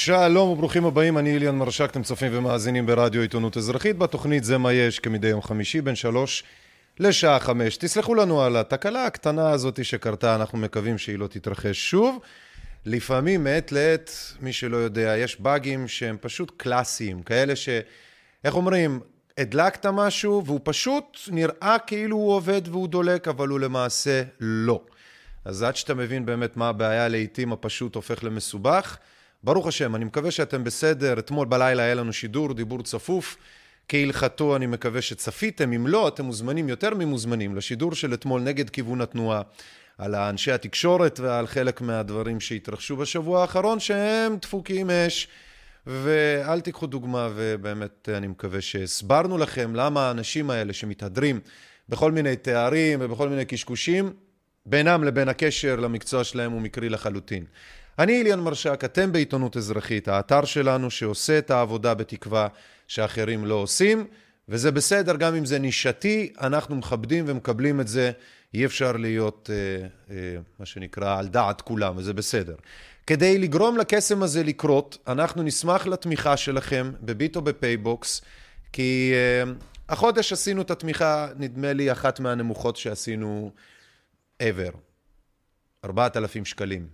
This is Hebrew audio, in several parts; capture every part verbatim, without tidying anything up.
שלום וברוכים הבאים, אני איליאן מרשק, אתם צופים ומאזינים ברדיו עיתונות אזרחית, בתוכנית זה מה יש כמדי יום חמישי בין שלוש לשעה חמש. תסלחו לנו על התקלה הקטנה הזאת שקרתה, אנחנו מקווים שהיא לא תתרחש שוב. לפעמים מעת לעת, מי שלא יודע, יש באגים שהם פשוט קלאסיים, כאלה ש... איך אומרים? הדלקת משהו והוא פשוט נראה כאילו הוא עובד והוא דולק, אבל הוא למעשה לא. אז עד שאתה מבין באמת מה הבעיה, לעתים הפשוט הופך למסובך. ברוך השם, אני מקווה שאתם בסדר. אתמול בלילה היה לנו שידור, דיבור צפוף. כהלכתו אני מקווה שצפיתם. אם לא, אתם מוזמנים יותר ממוזמנים לשידור של אתמול נגד כיוון התנועה, על האנשי התקשורת ועל חלק מהדברים שהתרחשו בשבוע האחרון, שהם דפוקים אש. ואל תיקחו דוגמה, ובאמת אני מקווה שהסברנו לכם למה האנשים האלה שמתהדרים בכל מיני תארים ובכל מיני קשקושים, בינם לבין הקשר למקצוע שלהם הוא מקרי לחלוטין. אני איליאן מרשק, אתם בעיתונות אזרחית, האתר שלנו שעושה את העבודה בתקווה שאחרים לא עושים, וזה בסדר גם אם זה נישתי, אנחנו מכבדים ומקבלים את זה, אי אפשר להיות אה, אה, מה שנקרא על דעת כולם, וזה בסדר. כדי לגרום לקסם הזה לקרות, אנחנו נשמח לתמיכה שלכם בביט או בפייבוקס, כי אה, החודש עשינו את התמיכה, נדמה לי אחת מהנמוכות שעשינו ever, ארבעת אלפים שקלים.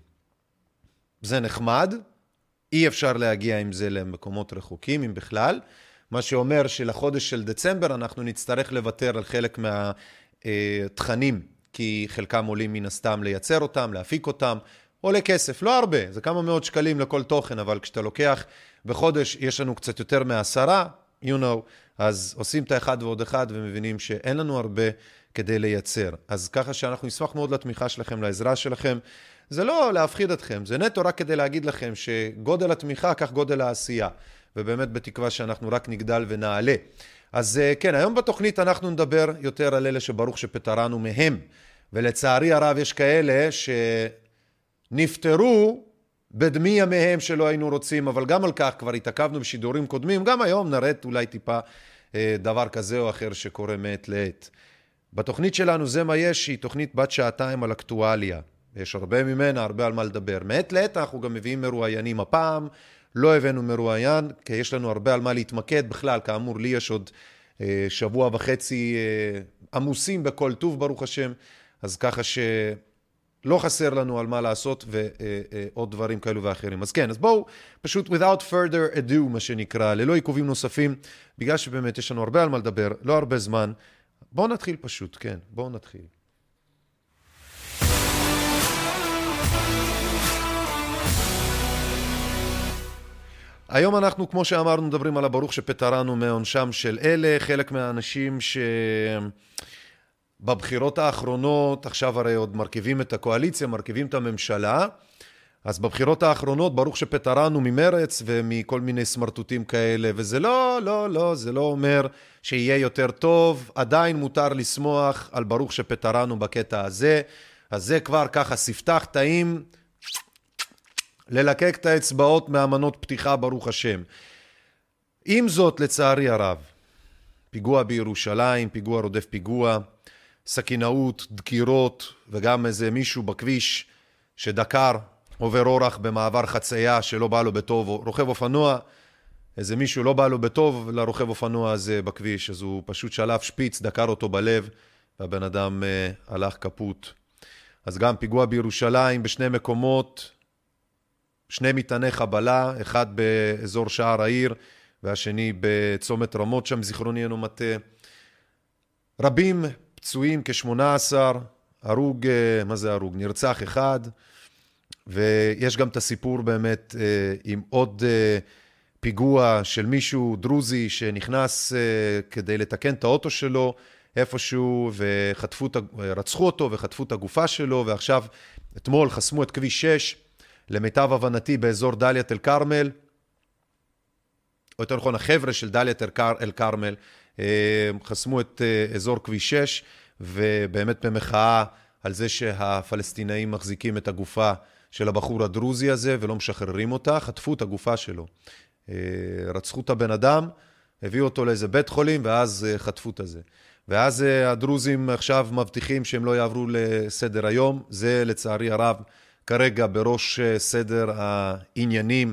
זה נחמד, אי אפשר להגיע עם זה למקומות רחוקים, אם בכלל, מה שאומר שלחודש של דצמבר אנחנו נצטרך לוותר על חלק מהתכנים, כי חלקם עולים מן הסתם לייצר אותם, להפיק אותם, עולה כסף, לא הרבה, זה כמה מאות שקלים לכל תוכן, אבל כשאתה לוקח בחודש, יש לנו קצת יותר מעשרה, you know, אז עושים את האחד ועוד אחד ומבינים שאין לנו הרבה כדי לייצר. אז ככה שאנחנו נשמח מאוד לתמיכה שלכם, לעזרה שלכם. זה לא להפחיד אתכם, זה נטו רק כדי להגיד לכם שגודל התמיכה, כך גודל העשייה. ובאמת בתקווה שאנחנו רק נגדל ונעלה. אז כן, היום בתוכנית אנחנו נדבר יותר על אלה שברוך שפטרנו מהם. ולצערי הרב יש כאלה שנפטרו בדמי ימיהם שלא היינו רוצים, אבל גם על כך כבר התעכבנו בשידורים קודמים. גם היום נראית אולי טיפה דבר כזה או אחר שקורה מעת לעת. בתוכנית שלנו זה מה יש, היא תוכנית בת שעתיים על אקטואליה. יש הרבה ממנה, הרבה על מה לדבר. מעת לעת אנחנו גם מביאים מרואיינים הפעם, לא הבאנו מרואיין, כי יש לנו הרבה על מה להתמקד. בכלל, כאמור, לי יש עוד אה, שבוע וחצי אה, עמוסים בכל טוב, ברוך השם, אז ככה שלא חסר לנו על מה לעשות ועוד אה, אה, דברים כאלו ואחרים. אז כן, אז בואו, פשוט without further ado, מה שנקרא, ללא עיכובים נוספים, בגלל שבאמת יש לנו הרבה על מה לדבר, לא הרבה זמן. בואו נתחיל פשוט, כן, בואו נתחיל. היום אנחנו, כמו שאמרנו, מדברים על הברוך שפטרנו מעונשם של אלה, חלק מהאנשים שבבחירות האחרונות, עכשיו הרי עוד מרכיבים את הקואליציה, מרכיבים את הממשלה, אז בבחירות האחרונות ברוך שפטרנו ממרץ ומכל מיני סמרטוטים כאלה, וזה לא, לא, לא, זה לא אומר שיהיה יותר טוב, עדיין מותר לשמוח על ברוך שפטרנו בקטע הזה, אז זה כבר ככה ספתח טעים, ללקק את האצבעות מאמנות פתיחה ברוך השם. עם זאת, לצערי הרב, פיגוע בירושלים, פיגוע רודף פיגוע, סכינאות, דקירות, וגם איזה מישהו בכביש שדקר עובר אורח במעבר חצייה שלא בא לו בטוב, רוכב אופנוע, איזה מישהו לא בא לו בטוב לרוכב אופנוע הזה בכביש, אז הוא פשוט שלף שפיץ, דקר אותו בלב, והבן אדם אה, הלך כפות. אז גם פיגוע בירושלים בשני מקומות, שני מטעני חבלה, אחד באזור שער העיר, והשני בצומת רמות שם, זיכרוני אינו מטה. רבים פצועים, כ-שמונה עשר, הרוג, מה זה הרוג? נרצח אחד, ויש גם את הסיפור באמת עם עוד פיגוע של מישהו דרוזי שנכנס כדי לתקן את האוטו שלו איפשהו, וחטפו, רצחו אותו וחטפו את הגופה שלו, ועכשיו אתמול חסמו את כביש שש, למיטב הבנתי באזור דליית אל קרמל, או יותר נכון החבר'ה של דליית אל קרמל, חסמו את אזור כביש שש, ובאמת במחאה על זה שהפלסטינאים מחזיקים את הגופה של הבחור הדרוזי הזה, ולא משחררים אותה, חטפו את הגופה שלו. רצחו את הבן אדם, הביאו אותו לאיזה בית חולים, ואז חטפו את זה. ואז הדרוזים עכשיו מבטיחים שהם לא יעברו לסדר היום, זה לצערי הרב, כרגע בראש סדר העניינים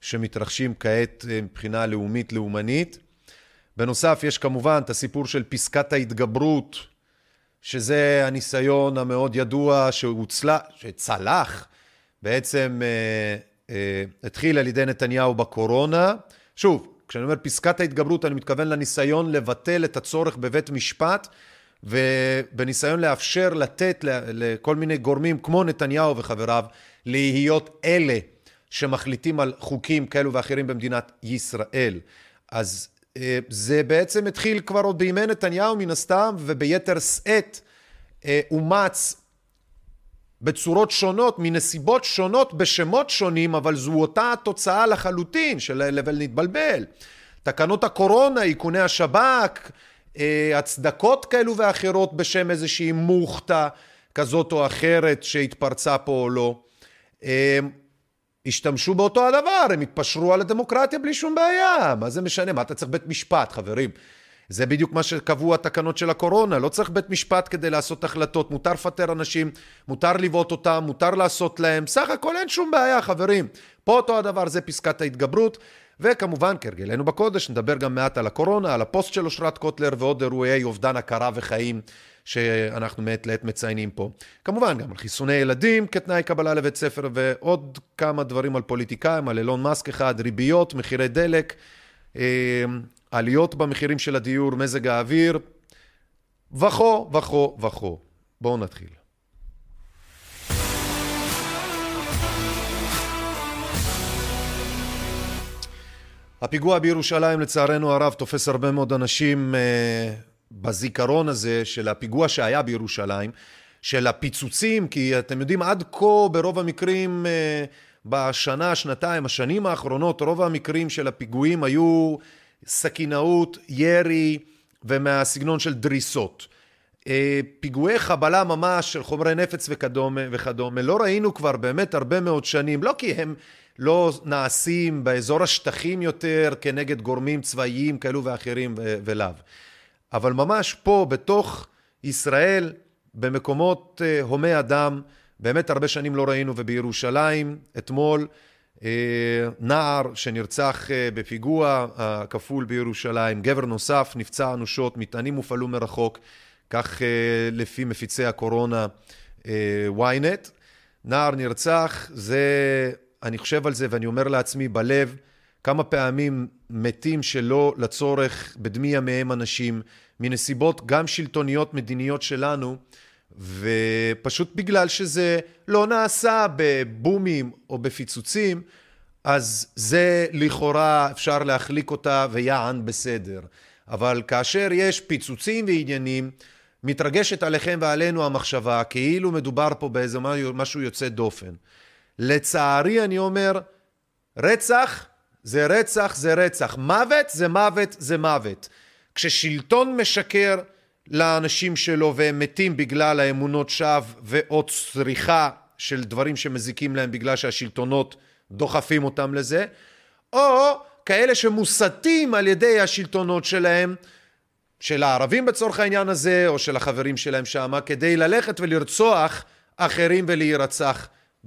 שמתרחשים כעת מבחינה לאומית לאומנית. בנוסף, יש כמובן את הסיפור של פסקת ההתגברות, שזה הניסיון המאוד ידוע שהוצלה, שצלח, בעצם אה, אה, התחיל על ידי נתניהו בקורונה. שוב, כשאני אומר פסקת ההתגברות, אני מתכוון לניסיון לבטל את הצורך בבית משפט, ובניסיון לאפשר לתת לכל מיני גורמים כמו נתניהו וחבריו, להיות אלה שמחליטים על חוקים כאלו ואחרים במדינת ישראל. אז זה בעצם התחיל כבר עוד בימי נתניהו מן הסתם, וביתר שאת אומץ בצורות שונות, מנסיבות שונות, בשמות שונים, אבל זו אותה תוצאה לחלוטין של לבל נתבלבל. תקנות הקורונה, איכוני השב"כ, הצדקות כאלו ואחרות בשם איזושהי מוכתה כזאת או אחרת שהתפרצה פה או לא. השתמשו באותו הדבר, הם התפשרו על הדמוקרטיה בלי שום בעיה. מה זה משנה? מה אתה צריך בית משפט, חברים? זה בדיוק מה שקבעו התקנות של הקורונה. לא צריך בית משפט כדי לעשות החלטות. מותר לפטר אנשים, מותר לבעוט אותם, מותר לעשות להם. סך הכל אין שום בעיה, חברים. פה אותו הדבר, זה פסקת ההתגברות. וכמובן, כרגלנו בקודש, נדבר גם מעט על הקורונה, על הפוסט של אושרת קוטלר ועוד אירועי אובדן הכרה וחיים שאנחנו מעט לעת מציינים פה. כמובן, גם על חיסוני ילדים כתנאי קבלה לבית ספר, ועוד כמה דברים על פוליטיקאים, על אילון מאסק אחד, ריביות, מחירי דלק, עליות במחירים של הדיור, מזג האוויר, וכו, וכו, וכו. בואו נתחיל. הפיגוע בירושלים לצערנו הרב תופס הרבה מאוד אנשים אה, בזיכרון הזה של הפיגוע שהיה בירושלים, של הפיצוצים, כי אתם יודעים עד כה ברוב המקרים אה, בשנה, שנתיים, השנים האחרונות, רוב המקרים של הפיגועים היו סכינאות, ירי ומהסגנון של דריסות. אה, פיגועי חבלה ממש של חומרי נפץ וכדומה, וכדומה. לא ראינו כבר באמת הרבה מאוד שנים, לא כי הם לא נעשים באזור השטחים יותר כנגד גורמים צבאיים כאלו ואחרים ו- ולאו. אבל ממש פה בתוך ישראל, במקומות uh, הומי אדם, באמת הרבה שנים לא ראינו, ובירושלים אתמול uh, נער שנרצח uh, בפיגוע uh, כפול בירושלים, גבר נוסף נפצע אנושות, מטענים הופעלו מרחוק, כך uh, לפי מפיצי הקורונה uh, וויינט. נער נרצח, זה... אני חושב על זה ואני אומר לעצמי בלב, כמה פעמים מתים שלא לצורך בדמי ימיהם אנשים, מנסיבות גם שלטוניות מדיניות שלנו, ופשוט בגלל שזה לא נעשה בבומים או בפיצוצים, אז זה לכאורה אפשר להחליק אותה ויען בסדר. אבל כאשר יש פיצוצים ועניינים, מתרגשת עליכם ועלינו המחשבה, כאילו מדובר פה באיזה משהו יוצא דופן. לצערי אני אומר, רצח זה רצח זה רצח, מוות זה מוות זה מוות. כששלטון משקר לאנשים שלו והם מתים בגלל האמונות שווא ועוד צריכה של דברים שמזיקים להם בגלל שהשלטונות דוחפים אותם לזה, או כאלה שמוסתים על ידי השלטונות שלהם, של הערבים בצורך העניין הזה, או של החברים שלהם שמה, כדי ללכת ולרצוח אחרים ולהירצח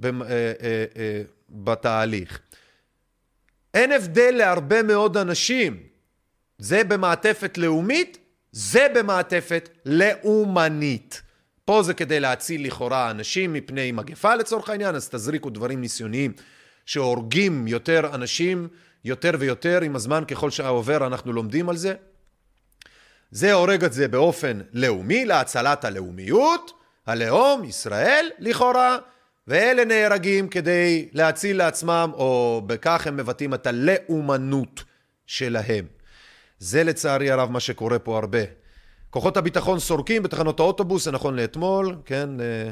בתהליך. אין הבדל להרבה מאוד אנשים. זה במעטפת לאומית, זה במעטפת לאומנית. פה זה כדי להציל לכאורה אנשים מפני מגפה לצורך העניין, אז תזריקו דברים ניסיוניים שהורגים יותר אנשים, יותר ויותר עם הזמן ככל שעובר אנחנו לומדים על זה. זה הורג את זה באופן לאומי, להצלת הלאומיות, הלאום, ישראל, לכאורה, ואלה נהרגים כדי להציל לעצמם, או בכך הם מבטאים את הלאומנות שלהם. זה לצערי הרב מה שקורה פה הרבה. כוחות הביטחון סורקים בתחנות האוטובוס, זה נכון לאתמול, כן,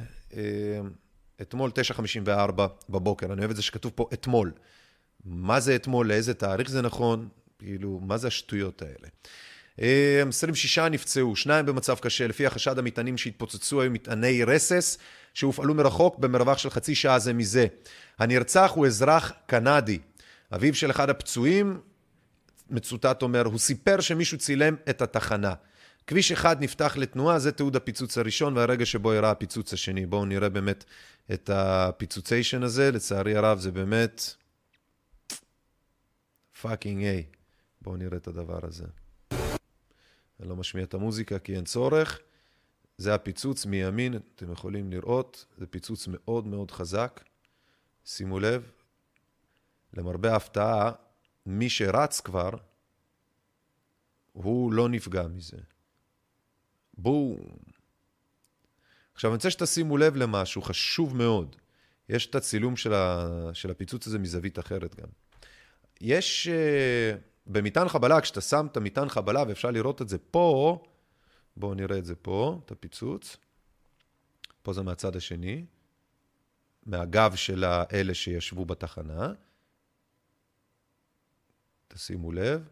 אתמול תשע חמישים וארבע בבוקר, אני אוהב את זה שכתוב פה אתמול. מה זה אתמול, לאיזה תאריך זה נכון, כאילו, מה זה השטויות האלה? עשרים ושישה נפצעו, שניים במצב קשה, לפי החשד המטענים שהתפוצצו היו מטעני רסס, שהופעלו מרחוק במרווח של חצי שעה זה מזה. הנרצח הוא אזרח קנדי. אביו של אחד הפצועים, מצוטט אומר, הוא סיפר שמישהו צילם את התחנה. כביש אחד נפתח לתנועה, זה תיעוד הפיצוץ הראשון, והרגע שבו הראה הפיצוץ השני. בואו נראה באמת את הפיצוציישן הזה, לצערי הרב זה באמת פאקינג איי. בואו נראה את הדבר הזה. אני לא משמיע את המוזיקה כי אין צורך. זה הפיצוץ מימין, אתם יכולים לראות. זה פיצוץ מאוד מאוד חזק. שימו לב. למרבה ההפתעה, מי שרץ כבר, הוא לא נפגע מזה. בום. עכשיו אני רוצה שתשימו לב למשהו חשוב מאוד. יש את הצילום של, ה... של הפיצוץ הזה מזווית אחרת גם. יש uh, במטען חבלה, כשאתה שם את המטען חבלה, ואפשר לראות את זה פה, בואו נראה את זה פה, את הפיצוץ. פה זה מהצד השני, מהגב של האלה שישבו בתחנה. תשימו לב.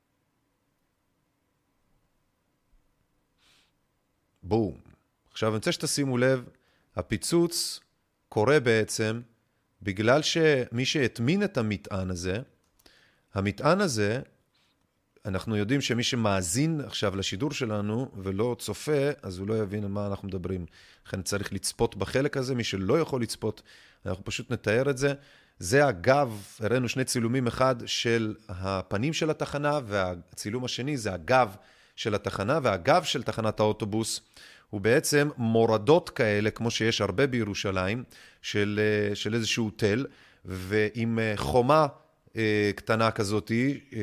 בום. עכשיו אני רוצה שתשימו לב, הפיצוץ קורה בעצם בגלל שמי שהטמין את המטען הזה, המטען הזה, אנחנו יודעים שמי שמאזין עכשיו לשידור שלנו ולא צופה, אז הוא לא יבין על מה אנחנו מדברים. לכן צריך לצפות בחלק הזה, מי שלא יכול לצפות, אנחנו פשוט נתאר את זה. זה הגב, הראינו שני צילומים, אחד של הפנים של התחנה, והצילום השני זה הגב של התחנה, והגב של תחנת האוטובוס הוא בעצם מורדות כאלה, כמו שיש הרבה בירושלים, של, של איזשהו תל, ועם חומה קטנה כזאת,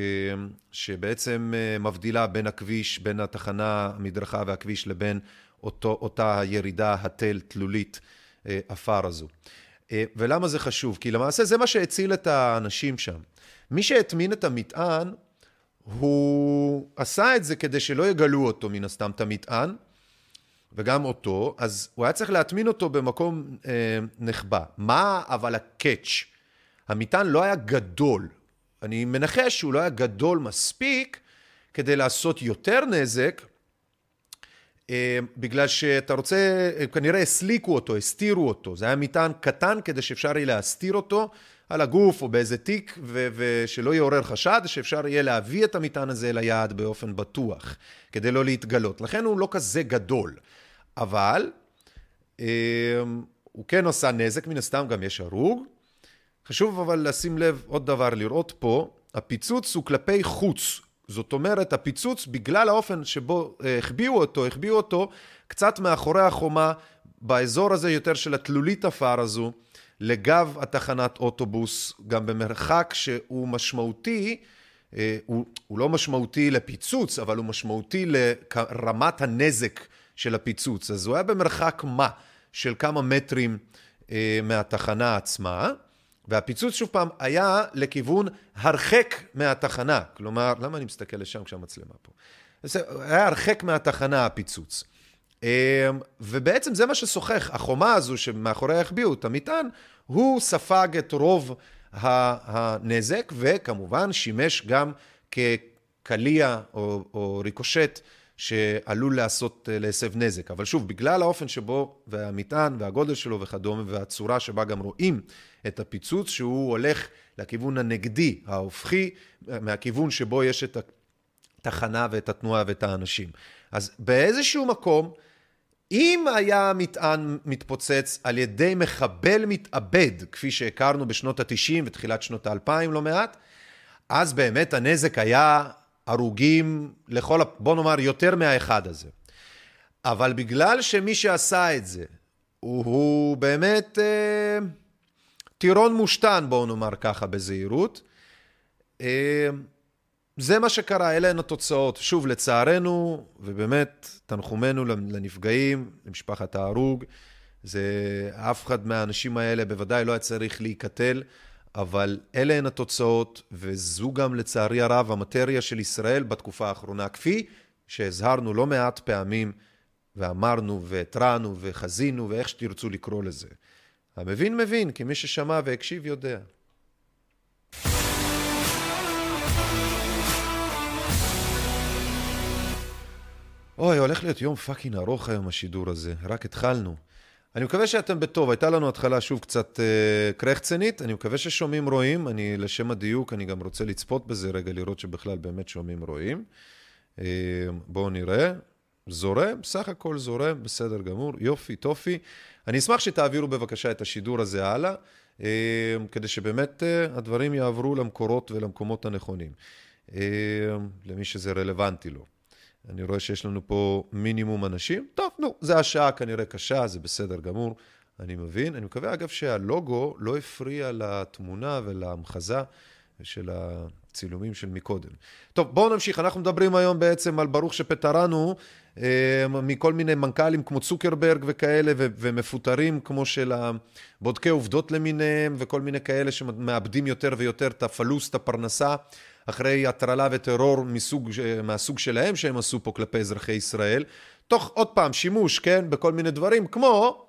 שבעצם מבדילה בין הכביש, בין התחנה, המדרכה והכביש, לבין אותו, אותה ירידה התל תלולית אפר הזו. ולמה זה חשוב? כי למעשה זה מה שהציל את האנשים שם. מי שהטמין את המטען, הוא עשה את זה כדי שלא יגלו אותו מן הסתם את המטען, וגם אותו, אז הוא היה צריך להטמין אותו במקום אה, נחבא. מה אבל הקאץ'? המטען לא היה גדול. אני מנחש שהוא לא היה גדול מספיק כדי לעשות יותר נזק, אה, בגלל שאתה רוצה, כנראה הסליקו אותו, הסתירו אותו. זה היה מטען קטן כדי שאפשר יהיה להסתיר אותו על הגוף או באיזה תיק, ו- ושלא יעורר חשד, שאפשר יהיה להביא את המטען הזה ליעד באופן בטוח, כדי לא להתגלות. לכן הוא לא כזה גדול. אבל אה, הוא כן עושה נזק, מן הסתם גם יש הרוג. חשוב אבל לשים לב עוד דבר, לראות פה, הפיצוץ הוא כלפי חוץ. זאת אומרת, הפיצוץ בגלל האופן שבו אה, החביאו אותו, החביאו אותו קצת מאחורי החומה, באזור הזה יותר של התלולית אפר הזו, לגב התחנת אוטובוס, גם במרחק שהוא משמעותי, אה, הוא, הוא לא משמעותי לפיצוץ, אבל הוא משמעותי לרמת הנזק של הפיצוץ. אז הוא היה במרחק מה? של כמה מטרים אה, מהתחנה עצמה, והפיצוץ שוב פעם היה לכיוון הרחק מהתחנה. כלומר, למה אני מסתכל לשם כשהמצלמה פה? זה היה הרחק מהתחנה הפיצוץ. אה, ובעצם זה מה ששוחח. החומה הזו שמאחורי החביאו את המטען, הוא ספג את רוב הנזק, וכמובן שימש גם כקליע או, או ריקושט, שעלול לעשות, להסב נזק. אבל שוב, בגלל האופן שבו, והמטען והגודל שלו וכדומה, והצורה שבה גם רואים את הפיצוץ, שהוא הולך לכיוון הנגדי, ההופכי, מהכיוון שבו יש את התחנה ואת התנועה ואת האנשים. אז באיזשהו מקום, אם היה מטען מתפוצץ על ידי מחבל מתאבד, כפי שהכרנו בשנות ה-תשעים ותחילת שנות ה-אלפיים לא מעט, אז באמת הנזק היה הרוגים לכל, בוא נאמר, יותר מהאחד הזה. אבל בגלל שמי שעשה את זה, הוא, הוא באמת אה, טירון מושתן, בואו נאמר ככה בזהירות, אה, זה מה שקרה, אלה הן התוצאות. שוב, לצערנו, ובאמת תנחומנו לנפגעים, למשפחת ההרוג, זה, אף אחד מהאנשים האלה בוודאי לא היה צריך להיקטל, אבל אלה הן התוצאות, וזו גם לצערי הרב המטריה של ישראל בתקופה האחרונה, כפי שהזהרנו לא מעט פעמים, ואמרנו והתרענו וחזינו, ואיך שתרצו לקרוא לזה. המבין מבין, כי מי ששמע והקשיב יודע. אוי, הולך להיות יום פאקינג ארוך היום השידור הזה, רק התחלנו. אני מקווה שאתם בטוב, הייתה לנו התחלה שוב קצת אה, קרחצנית, אני מקווה ששומעים רואים, אני לשם הדיוק, אני גם רוצה לצפות בזה רגע, לראות שבכלל באמת שומעים רואים. אה, בואו נראה, זורם, סך הכל זורם, בסדר גמור, יופי, טופי. אני אשמח שתעבירו בבקשה את השידור הזה הלאה, כדי שבאמת הדברים יעברו למקורות ולמקומות הנכונים, למי שזה רלוונטי לו. אני רואה שיש לנו פה מינימום אנשים. טוב, נו, זה השעה כנראה קשה, זה בסדר גמור, אני מבין. אני מקווה אגב שהלוגו לא הפריע לתמונה ולהמחזה של הצילומים של מקודם. טוב, בואו נמשיך. אנחנו מדברים היום בעצם על ברוך שפטרנו מכל מיני מנכ"לים כמו צוקרברג וכאלה, ו- ומפוטרים כמו של בודקי עובדות למיניהם, וכל מיני כאלה שמאבדים יותר ויותר את הפלוס, את הפרנסה, אחרי הטרלה וטרור מסוג, מהסוג שלהם שהם עשו פה כלפי אזרחי ישראל. תוך עוד פעם שימוש, כן, בכל מיני דברים, כמו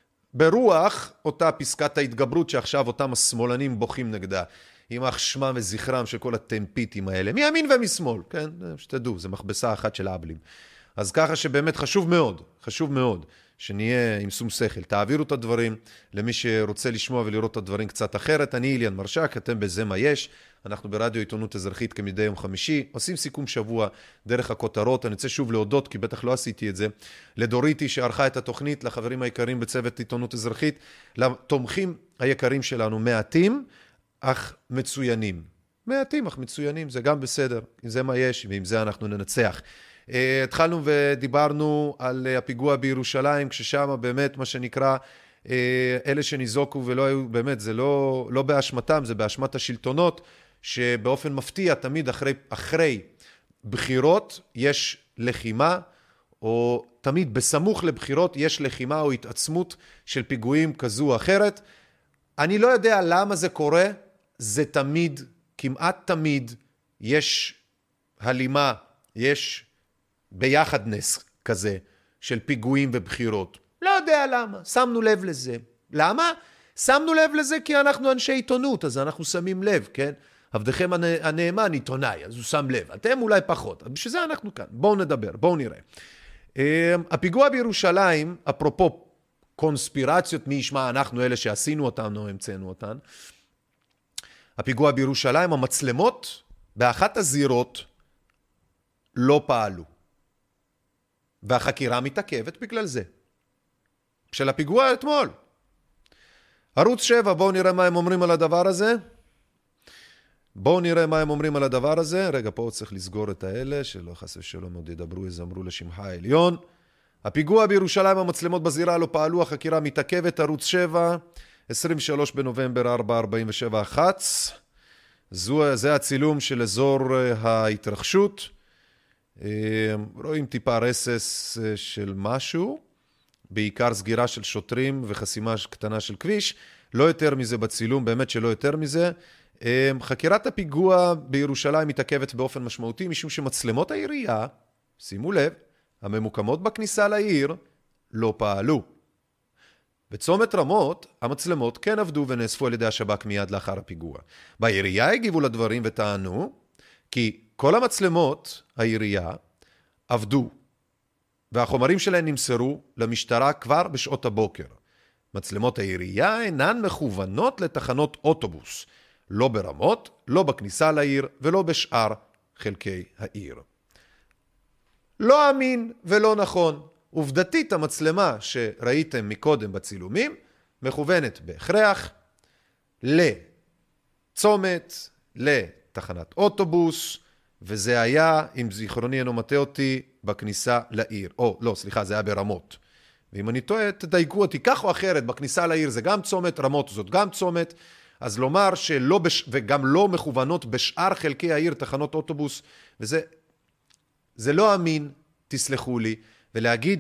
ברוח אותה פסקת ההתגברות שעכשיו אותם השמאלנים בוכים נגדה. עם החשמם וזכרם של כל הטמפיטים האלה, מימין ומשמאל, כן? שתדעו, זה מכבסה אחת של האבלים. אז ככה שבאמת חשוב מאוד, חשוב מאוד, שנהיה עם שום שכל. תעבירו את הדברים למי שרוצה לשמוע ולראות את הדברים קצת אחרת. אני איליאן מרשק, אתם בזה מה יש. אנחנו ברדיו עיתונות אזרחית כמדי יום חמישי, עושים סיכום שבוע דרך הכותרות. אני רוצה שוב להודות, כי בטח לא עשיתי את זה, לדוריטי שערכה את התוכנית, לחברים היקרים בצוות עיתונות אזרחית, לתומכים היקרים שלנו, מעטים, אך מצוינים. מעטים, אך מצוינים, זה גם בסדר. אם זה מה יש, ועם זה אנחנו ננצח. Uh, התחלנו ודיברנו על uh, הפיגוע בירושלים, כששם באמת מה שנקרא, uh, אלה שניזוקו ולא היו, באמת, זה לא, לא באשמתם, זה באשמת השלטונות, שבאופן מפתיע, תמיד אחרי, אחרי בחירות יש לחימה, או תמיד בסמוך לבחירות יש לחימה או התעצמות של פיגועים כזו או אחרת. אני לא יודע למה זה קורה, זה תמיד, כמעט תמיד, יש הלימה, יש ביחדנס כזה של פיגועים ובחירות. לא יודע למה, שמנו לב לזה. למה? שמנו לב לזה כי אנחנו אנשי עיתונות, אז אנחנו שמים לב, כן? עבדכם הנאמן עיתונאי, אז הוא שם לב. אתם אולי פחות, בשביל זה אנחנו כאן. בואו נדבר, בואו נראה. הפיגוע בירושלים, אפרופו קונספירציות, מי ישמע, אנחנו אלה שעשינו אותן או המצאנו אותן, הפיגוע בירושלים, המצלמות באחת הזירות לא פעלו. והחקירה מתעכבת בגלל זה. של הפיגוע אתמול. ערוץ שבע, בואו נראה מה הם אומרים על הדבר הזה. בואו נראה מה הם אומרים על הדבר הזה. רגע, פה צריך לסגור את האלה, שלא חס ושלום עוד ידברו, יזמרו לשמך העליון. הפיגוע בירושלים, המצלמות בזירה לא פעלו, החקירה מתעכבת, ערוץ שבע, עשרים ושלושה בנובמבר, ארבע ארבעים ושבע חץ. זו, זה הצילום של אזור ההתרחשות. רואים טיפה רסס של משהו, בעיקר סגירה של שוטרים וחסימה קטנה של כביש, לא יותר מזה בצילום, באמת שלא יותר מזה. חקירת הפיגוע בירושלים מתעכבת באופן משמעותי, משום שמצלמות העירייה, שימו לב, הממוקמות בכניסה לעיר, לא פעלו. בצומת רמות, המצלמות כן עבדו ונאספו על ידי השב"כ מיד לאחר הפיגוע. בעירייה הגיבו לדברים וטענו, כי כל המצלמות, העירייה, עבדו, והחומרים שלהן נמסרו למשטרה כבר בשעות הבוקר. מצלמות העירייה אינן מכוונות לתחנות אוטובוס, לא ברמות, לא בכניסה לעיר ולא בשאר חלקי העיר. לא אמין ולא נכון. עובדתית המצלמה שראיתם מקודם בצילומים, מכוונת בהכרח לצומת, לתחנת אוטובוס, וזה היה, אם זיכרוני אינו מטעה אותי, בכניסה לעיר. או, לא, סליחה, זה היה ברמות. ואם אני טועה, תדייקו אותי כך או אחרת, בכניסה לעיר זה גם צומת, רמות זאת גם צומת, אז לומר שלא, בש... וגם לא מכוונות בשאר חלקי העיר, תחנות אוטובוס, וזה זה לא אמין, תסלחו לי, ולהגיד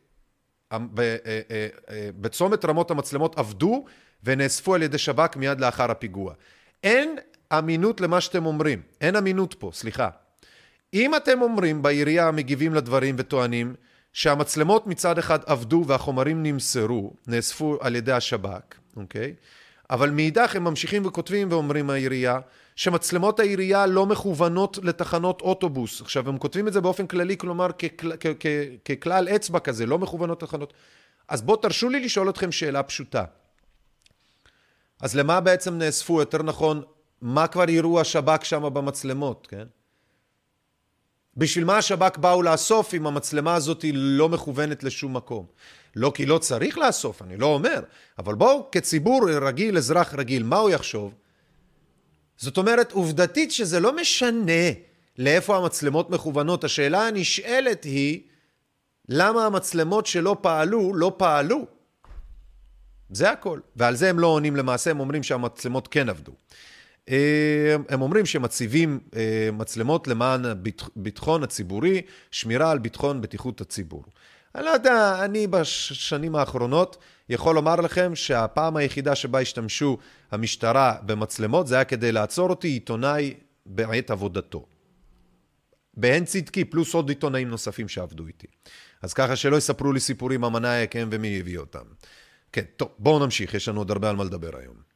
שבצומת רמות המצלמות עבדו ונאספו על ידי שב"כ מיד לאחר הפיגוע. אין אמינות למה שאתם אומרים. אין אמינות פה, סליחה. אם אתם אומרים בעירייה מגיבים לדברים וטוענים שהמצלמות מצד אחד עבדו והחומרים נמסרו, נאספו על ידי השב"כ, אוקיי? אבל מאידך הם ממשיכים וכותבים ואומרים העירייה שמצלמות העירייה לא מכוונות לתחנות אוטובוס. עכשיו הם כותבים את זה באופן כללי, כלומר ככל, כ- כ- ככלל אצבע כזה, לא מכוונות לתחנות. אז בואו תרשו לי לשאול אתכם שאלה פשוטה. אז למה בעצם נאספו, יותר נכון, מה כבר יראו השב"כ שם במצלמות, כן? בשביל מה השב"כ באו לאסוף אם המצלמה הזאת לא מכוונת לשום מקום? לא כי לא צריך לאסוף, אני לא אומר, אבל בואו כציבור רגיל, אזרח רגיל, מה הוא יחשוב? זאת אומרת, עובדתית שזה לא משנה לאיפה המצלמות מכוונות. השאלה הנשאלת היא, למה המצלמות שלא פעלו, לא פעלו? זה הכל. ועל זה הם לא עונים למעשה, הם אומרים שהמצלמות כן עבדו. הם אומרים שמציבים מצלמות למען ביטחון הציבורי, שמירה על ביטחון בטיחות הציבור. אני לא יודע, אני בשנים האחרונות יכול לומר לכם שהפעם היחידה שבה השתמשו המשטרה במצלמות, זה היה כדי לעצור אותי עיתונאי בעת עבודתו. בהן צדקי, פלוס עוד עיתונאים נוספים שעבדו איתי. אז ככה שלא יספרו לי סיפורים המנאייק הם ומי הביא אותם. כן, טוב, בואו נמשיך, יש לנו עוד הרבה על מה לדבר היום.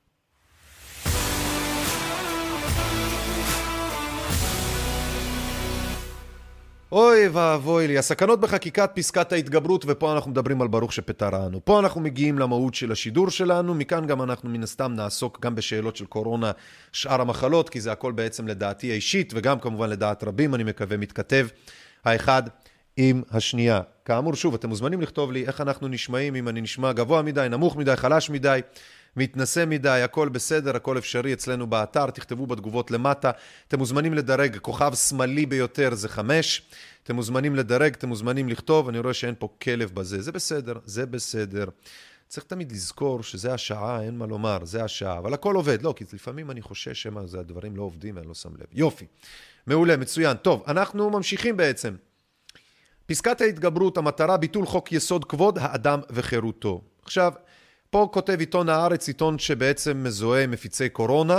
אוי ואבוי לי, הסכנות בחקיקת פסקת ההתגברות, ופה אנחנו מדברים על ברוך שפטרנו. פה אנחנו מגיעים למהות של השידור שלנו, מכאן גם אנחנו מן הסתם נעסוק גם בשאלות של קורונה, שאר המחלות, כי זה הכל בעצם לדעתי האישית, וגם כמובן לדעת רבים, אני מקווה מתכתב האחד עם השנייה. כאמור, שוב, אתם מוזמנים לכתוב לי איך אנחנו נשמעים, אם אני נשמע גבוה מדי, נמוך מדי, חלש מדי, מתנסה מדי, הכל בסדר, הכל אפשרי אצלנו באתר, תכתבו בתגובות למטה, אתם מוזמנים לדרג, כוכב שמאלי ביותר זה חמש, אתם מוזמנים לדרג, אתם מוזמנים לכתוב, אני רואה שאין פה כלב בזה, זה בסדר, זה בסדר. צריך תמיד לזכור שזה השעה, אין מה לומר, זה השעה, אבל הכל עובד, לא, כי לפעמים אני חושש שמה, זה הדברים לא עובדים, אני לא שם לב. יופי, מעולה, מצוין. טוב, אנחנו ממשיכים בעצם. פסקת ההתגברות, המטרה, ביטול חוק יסוד כבוד האדם וחירותו. עכשיו, פה כותב עיתון הארץ, עיתון שבעצם מזוהה מפיצי קורונה.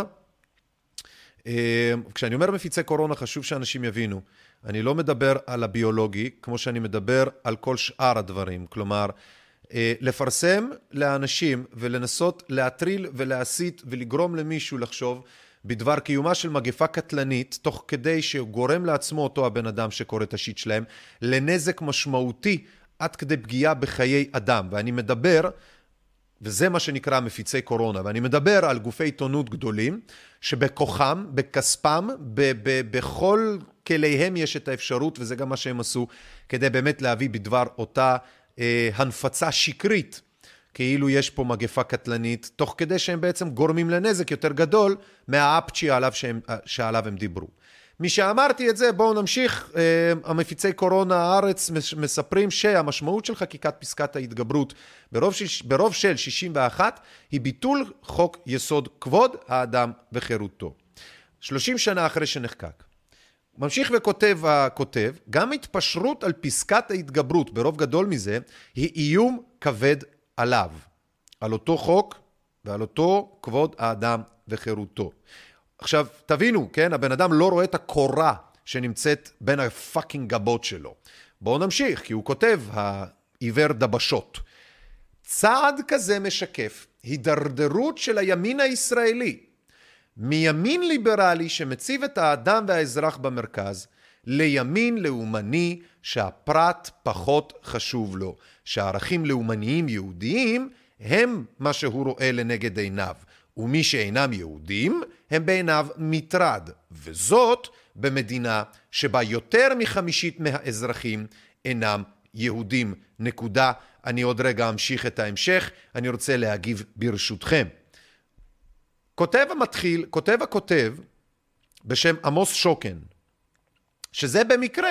כשאני אומר מפיצי קורונה, חשוב שאנשים יבינו. אני לא מדבר על הביולוגי, כמו שאני מדבר על כל שאר הדברים. כלומר, לפרסם לאנשים ולנסות להטריל ולהסית ולגרום למישהו לחשוב בדבר קיומה של מגפה קטלנית, תוך כדי שהוא גורם לעצמו אותו הבן אדם שקורא את השיט שלהם, לנזק משמעותי עד כדי פגיעה בחיי אדם. ואני מדבר... וזה מה שנקרא מפיצי קורונה, ואני מדבר על גופי עיתונות גדולים, שבכוחם, בכספם, ב- ב- בכל כליהם יש את האפשרות, וזה גם מה שהם עשו, כדי באמת להביא בדבר אותה אה, הנפצה שקרית, כאילו יש פה מגפה קטלנית, תוך כדי שהם בעצם גורמים לנזק יותר גדול, מהאפצ'י עליו שהם, שעליו הם דיברו. מי שאמרתי את זה, בואו נמשיך. המפיצי קורונה הארץ מספרים שהמשמעות של חקיקת פסקת ההתגברות ברוב של, ברוב של שישים ואחת היא ביטול חוק יסוד כבוד האדם וחירותו. שלושים שנה אחרי שנחקק. ממשיך וכותב הכותב, גם התפשרות על פסקת ההתגברות ברוב גדול מזה היא איום כבד עליו, על אותו חוק ועל אותו כבוד האדם וחירותו. עכשיו, תבינו, כן? הבן אדם לא רואה את הקורה שנמצאת בין הפאקינג גבות שלו. בואו נמשיך, כי הוא כותב, העיוור דבשות. צעד כזה משקף הידרדרות של הימין הישראלי, מימין ליברלי שמציב את האדם והאזרח במרכז, לימין לאומני שהפרט פחות חשוב לו, שהערכים לאומניים יהודיים הם מה שהוא רואה לנגד עיניו. ומי שאינם יהודים הם בעיניו מטרד, וזאת במדינה שבה יותר מחמישית מהאזרחים אינם יהודים. נקודה. אני עוד רגע אמשיך את ההמשך, אני רוצה להגיב ברשותכם. כותב המתחיל, כותב הכותב בשם עמוס שוקן, שזה במקרה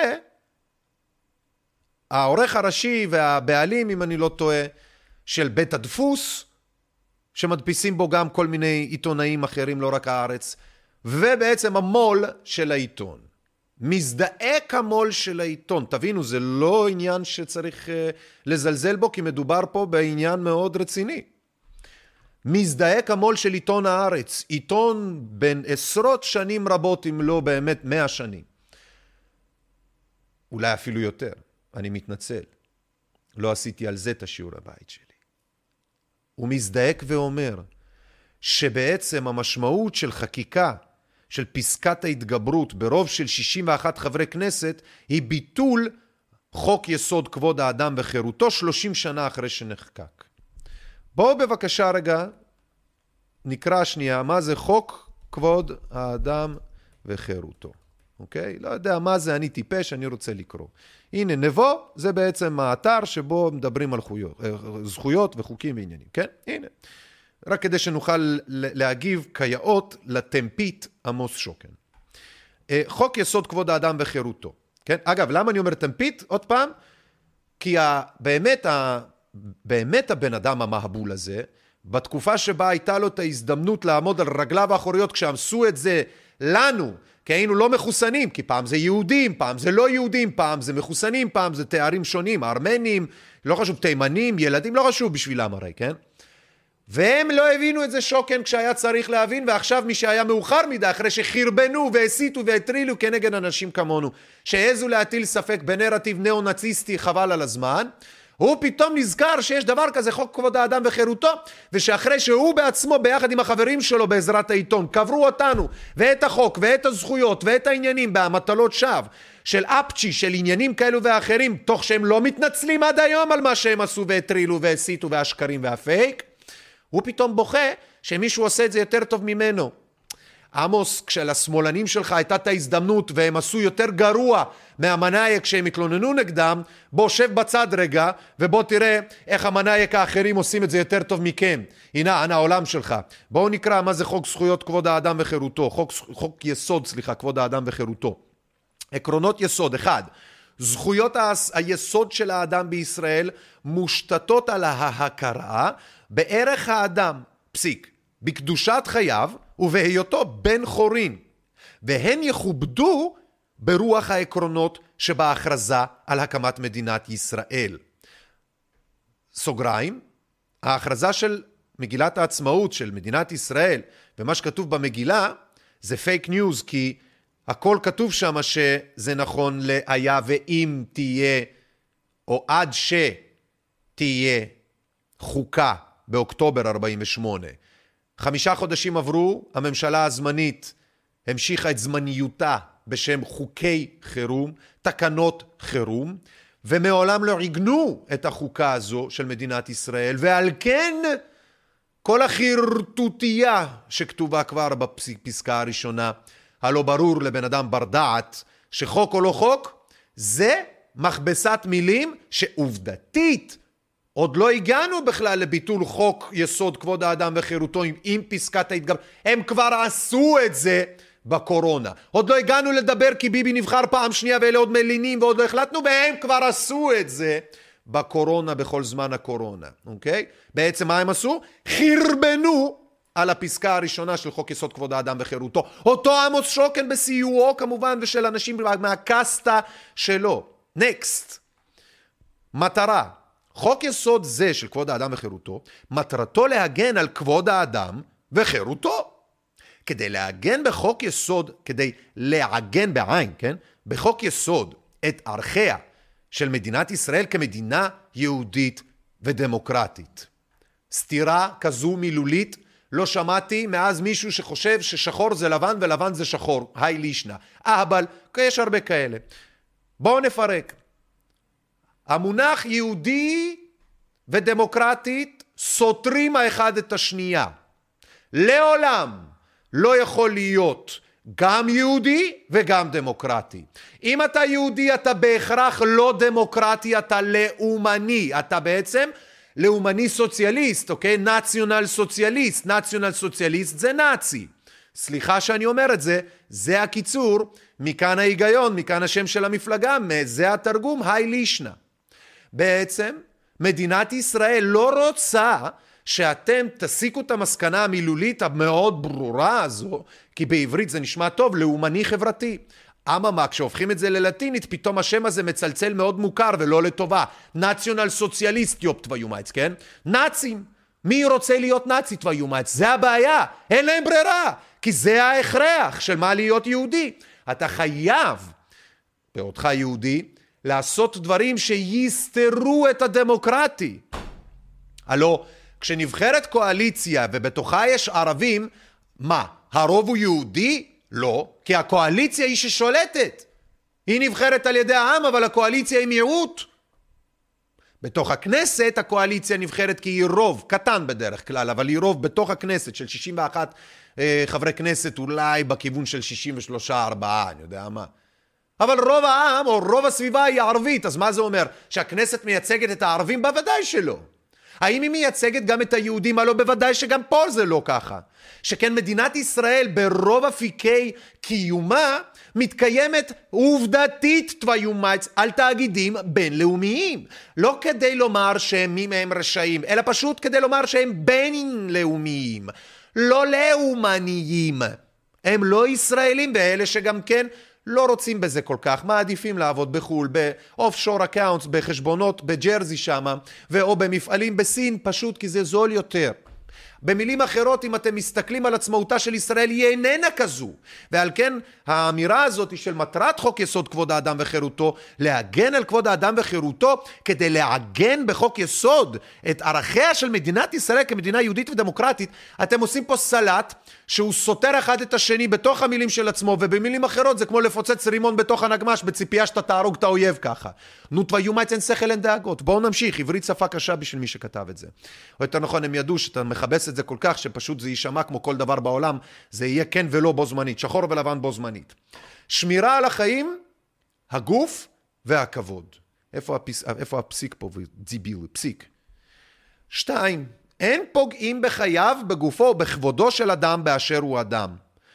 העורך הראשי והבעלים, אם אני לא טועה, של בית הדפוס, שמדפיסים בו גם כל מיני עיתונאים אחרים, לא רק הארץ, ובעצם המול של העיתון. מזדעק המול של העיתון. תבינו, זה לא עניין שצריך uh, לזלזל בו, כי מדובר פה בעניין מאוד רציני. מזדעק המול של עיתון הארץ, עיתון בין עשרות שנים רבות, אם לא באמת מאה שנים. אולי אפילו יותר, אני מתנצל. לא עשיתי על זה את השיעור הבית שלי. הוא מזדעק ואומר שבעצם המשמעות של חקיקה של פסקת ההתגברות ברוב של שישים ואחת חברי כנסת היא ביטול חוק יסוד כבוד האדם וחירותו שלושים שנה אחרי שנחקק. בואו בבקשה רגע נקרא שנייה מה זה חוק כבוד האדם וחירותו. אוקיי? לא יודע מה זה, אני טיפש, אני רוצה לקרוא. הנה, נבו, זה בעצם האתר שבו מדברים על חויות, זכויות וחוקים ועניינים, כן? הנה. רק כדי שנוכל להגיב כיאות לתמפית עמוס שוקן. חוק יסוד כבוד האדם וחירותו, כן? אגב, למה אני אומר תמפית? עוד פעם, כי ה, באמת, ה, באמת הבן אדם המהבול הזה, בתקופה שבה הייתה לו את ההזדמנות לעמוד על רגליו האחוריות, כשעשו את זה לנו, כי היינו לא מחוסנים, כי פעם זה יהודים, פעם זה לא יהודים, פעם זה מחוסנים, פעם זה תארים שונים, ארמנים, לא חשוב, תימנים, ילדים, לא חשוב בשבילם הרי, כן? והם לא הבינו את זה שוקן כשהיה צריך להבין, ועכשיו מי שהיה מאוחר מדי, אחרי שחרבנו והסיתו והטרילו כנגד אנשים כמונו, שהעזו להטיל ספק בנרטיב נאו-נאציסטי חבל על הזמן, הוא פתאום נזכר שיש דבר כזה חוק כבוד האדם וחירותו, ושאחרי שהוא בעצמו ביחד עם החברים שלו בעזרת העיתון, קברו אותנו ואת החוק ואת הזכויות ואת העניינים במטלות שווא של אפצ'י, של עניינים כאלו ואחרים, תוך שהם לא מתנצלים עד היום על מה שהם עשו והטרילו והסיתו והשקרים והפייק, הוא פתאום בוכה שמישהו עושה את זה יותר טוב ממנו. עמוס, כשלשמאלנים שלך הייתה את ההזדמנות והם עשו יותר גרוע מהמנאייק כשהם התלוננו נגדם, בוא שב בצד רגע ובוא תראה איך המנאייק האחרים עושים את זה יותר טוב מכם. הנה, הנה העולם שלך. בואו נקרא מה זה חוק זכויות כבוד האדם וחירותו, חוק, חוק יסוד, סליחה, כבוד האדם וחירותו. עקרונות יסוד, אחד, זכויות היסוד של האדם בישראל מושתתות על ההכרה בערך האדם, פסיק, בקדושת חייו ובהיותו בן חורין, והן יכובדו ברוח העקרונות שבהכרזה על הקמת מדינת ישראל. סוגריים, ההכרזה של מגילת העצמאות של מדינת ישראל ומה שכתוב במגילה זה פייק ניוז, כי הכל כתוב שם שזה נכון להיה ואם תהיה או עד שתהיה חוקה באוקטובר ארבעים ושמונה. חמישה חודשים עברו, הממשלה הזמנית המשיכה את זמניותה בשם חוקי חירום, תקנות חירום, ומעולם לא עיגנו את החוקה הזו של מדינת ישראל, ועל כן כל החרטוטיה שכתובה כבר בפסקה הראשונה, הלא ברור לבן אדם בר דעת שחוק או לא חוק, זה מכבסת מילים שעובדתית עוד לא הגענו בכלל לביטול חוק יסוד כבוד האדם וחירותו עם, עם פסקת ההתגברות. הם כבר עשו את זה בקורונה. עוד לא הגענו לדבר כי ביבי נבחר פעם שנייה ואלה עוד מלינים ועוד לא החלטנו, והם כבר עשו את זה בקורונה בכל זמן הקורונה. אוקיי? בעצם מה הם עשו? חרבנו על הפסקה הראשונה של חוק יסוד כבוד האדם וחירותו. אותו עמוס שוקן בסיועו כמובן ושל אנשים מהקסטה שלו. נקסט. מטרה. חוק יסוד זה של כבוד האדם וחירותו, מטרתו להגן על כבוד האדם וחירותו. כדי להגן בחוק יסוד, כדי להגן בעין, כן? בחוק יסוד את ערכיה של מדינת ישראל כמדינה יהודית ודמוקרטית. סתירה כזו מילולית לא שמעתי מאז מישהו שחושב ששחור זה לבן ולבן זה שחור. היי לישנה. אבל יש הרבה כאלה. בואו נפרק. המונח יהודי ודמוקרטית סותרים האחד את השנייה. לעולם לא יכול להיות גם יהודי וגם דמוקרטי. אם אתה יהודי אתה בהכרח לא דמוקרטי, אתה לאומני. אתה בעצם לאומני סוציאליסט, אוקיי? נציונל סוציאליסט. נציונל סוציאליסט זה נאצי. סליחה שאני אומר את זה, זה הקיצור, מכאן ההיגיון, מכאן השם של המפלגה, זה התרגום, היי לישנה. בעצם מדינת ישראל לא רוצה שאתם תסיקו את המסקנה המילולית המאוד ברורה הזו, כי בעברית זה נשמע טוב, לאומני חברתי. אממה, כשהופכים את זה ללטינית, פתאום השם הזה מצלצל מאוד מוכר ולא לטובה. נציונל סוציאליסט יופט ויומייץ, כן? נאצים. מי רוצה להיות נאצית ויומייץ? זה הבעיה. אין להם ברירה. כי זה ההכרח של מה להיות יהודי. אתה חייב, באותך יהודי, לעשות דברים שיסתרו את הדמוקרטי. הלא, כשנבחרת קואליציה ובתוכה יש ערבים, מה, הרוב הוא יהודי? לא, כי הקואליציה היא ששולטת. היא נבחרת על ידי העם, אבל הקואליציה היא מיעוט. בתוך הכנסת הקואליציה נבחרת כי היא רוב, קטן בדרך כלל, אבל היא רוב בתוך הכנסת של שישים ואחת אה, חברי כנסת, אולי בכיוון של שישים ושלושה ארבעה, אני יודע מה. אבל רוב העם או רוב הסביבה היא ערבית, אז מה זה אומר? שהכנסת מייצגת את הערבים? בוודאי שלא. האם היא מייצגת גם את היהודים? הלא בוודאי שגם פה זה לא ככה. שכן מדינת ישראל ברוב אפיקי קיומה מתקיימת עובדתית תוויומץ על תאגידים בינלאומיים. לא כדי לומר שהם מי מהם רשעים, אלא פשוט כדי לומר שהם בינלאומיים, לא לאומניים. הם לא ישראלים, ואלה שגם כן לא רוצים בזה כל כך, מעדיפים לעבוד בחול, באופשור אקאונטס, בחשבונות בג'רזי שמה, או במפעלים בסין, פשוט כי זה זול יותר. במילים אחרות, אם אתם מסתכלים על עצמאותה של ישראל, היא איננה כזו. ועל כן, האמירה הזאת של מטרת חוק יסוד כבוד האדם וחירותו, להגן על כבוד האדם וחירותו, כדי לעגן בחוק יסוד את ערכיה של מדינת ישראל כמדינה יהודית ודמוקרטית, אתם עושים פה סלט שהוא סותר אחד את השני בתוך המילים של עצמו, ובמילים אחרות זה כמו לפוצץ רימון בתוך הנגמש, בציפייה שאתה תהרוג את האויב ככה. נו תוויומץ אין שכל אין דאגות. בואו נמשיך, עברית שפה קשה בשביל מי שכתב את זה. או יותר נכון, הם ידעו שאתה מכבס את זה כל כך, שפשוט זה יישמע כמו כל דבר בעולם, זה יהיה כן ולא בו זמנית, שחור ולבן בו זמנית. שמירה על החיים, הגוף והכבוד. איפה, הפס... איפה הפסיק פה? דיביל, פסיק. שתיים, אין פוגעים בחייו, בגופו ובכבודו של אדם באשר הוא אדם.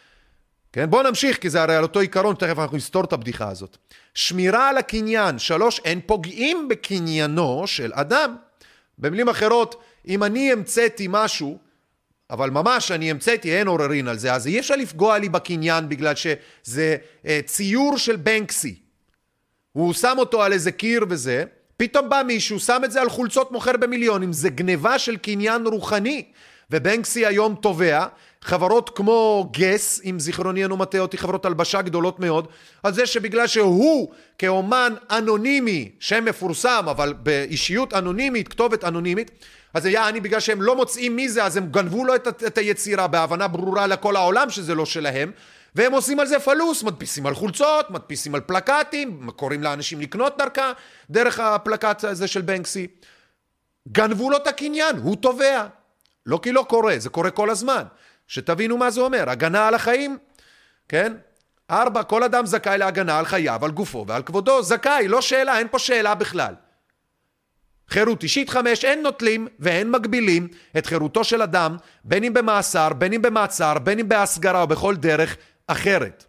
כן, בואו נמשיך, כי זה הרי על אותו עיקרון, תכף אנחנו נסתור את הבדיחה הזאת. שמירה על הקניין. שלוש, אין פוגעים בקניינו של אדם. במילים אחרות, אם אני המצאתי משהו, אבל ממש אני המצאתי, אין עוררין על זה, אז אי אפשר לפגוע לי בקניין, בגלל שזה אה, ציור של בנקסי. הוא שם אותו על איזה קיר וזה, פתאום בא מישהו, שם את זה על חולצות, מוכר במיליונים, זה גניבה של קניין רוחני. ובנקסי היום תובע, חברות כמו גס, אם זיכרוני אינו מטעה אותי, חברות הלבשה גדולות מאוד, על זה שבגלל שהוא כאומן אנונימי, שם מפורסם, אבל באישיות אנונימית, כתובת אנונימית, אז היה אני בגלל שהם לא מוצאים מי זה, אז הם גנבו לו את, את היצירה, בהבנה ברורה לכל העולם שזה לא שלהם, והם עושים על זה פלוס, מדפיסים על חולצות, מדפיסים על פלקטים, קוראים לאנשים לקנות דרכה, דרך הפלקט הזה של בנקסי. גנבו לו את הקניין, הוא תובע. לא כי לא קורה, זה קורה כל הזמן. שתבינו מה זה אומר, הגנה על החיים, כן? ארבע, כל אדם זכאי להגנה על חייו, על גופו ועל כבודו, זכאי, לא שאלה, אין פה שאלה בכלל. חירות אישית חמש, אין נוטלים ואין מגבילים את חירותו של אדם, בין אם במאסר, בין אם במעצר, בין אם בהסגרה או בכל דרך אחרת.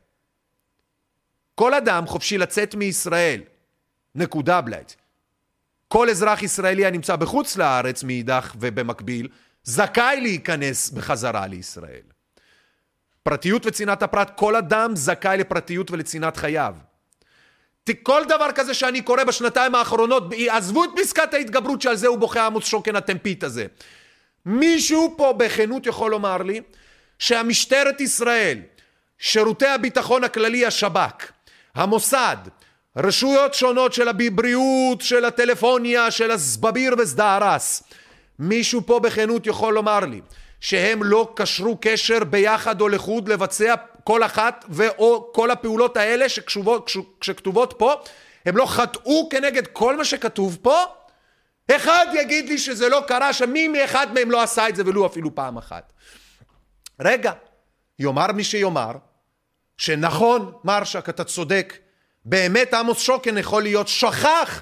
כל אדם חופשי לצאת מישראל, נקודה בלייט. כל אזרח ישראלי הנמצא בחוץ לארץ מאידך ובמקביל, זכאי להיכנס בחזרה לישראל. פרטיות וצנעת הפרט, כל אדם זכאי לפרטיות ולצנעת חייו. כל דבר כזה שאני קורא בשנתיים האחרונות, עזבו את פסקת ההתגברות שעל זה הוא בוכה עמוס שוקן הטמפית הזה. מישהו פה בכנות יכול לומר לי שהמשטרת ישראל, שירותי הביטחון הכללי השב"כ, המוסד, רשויות שונות של הבריאות, של הטלפוניה, של הסבביר וסדהרס, מישהו פה בכנות יכול לומר לי שהם לא קשרו קשר ביחד או לחוד לבצע כל אחת ואו כל הפעולות האלה שכתובות, שכתובות פה, הם לא חטאו כנגד כל מה שכתוב פה? אחד יגיד לי שזה לא קרה, שמי מאחד מהם לא עשה את זה ולו אפילו פעם אחת. רגע, יאמר מי שיאמר שנכון מרשק, אתה צודק, באמת עמוס שוקן יכול להיות שכח,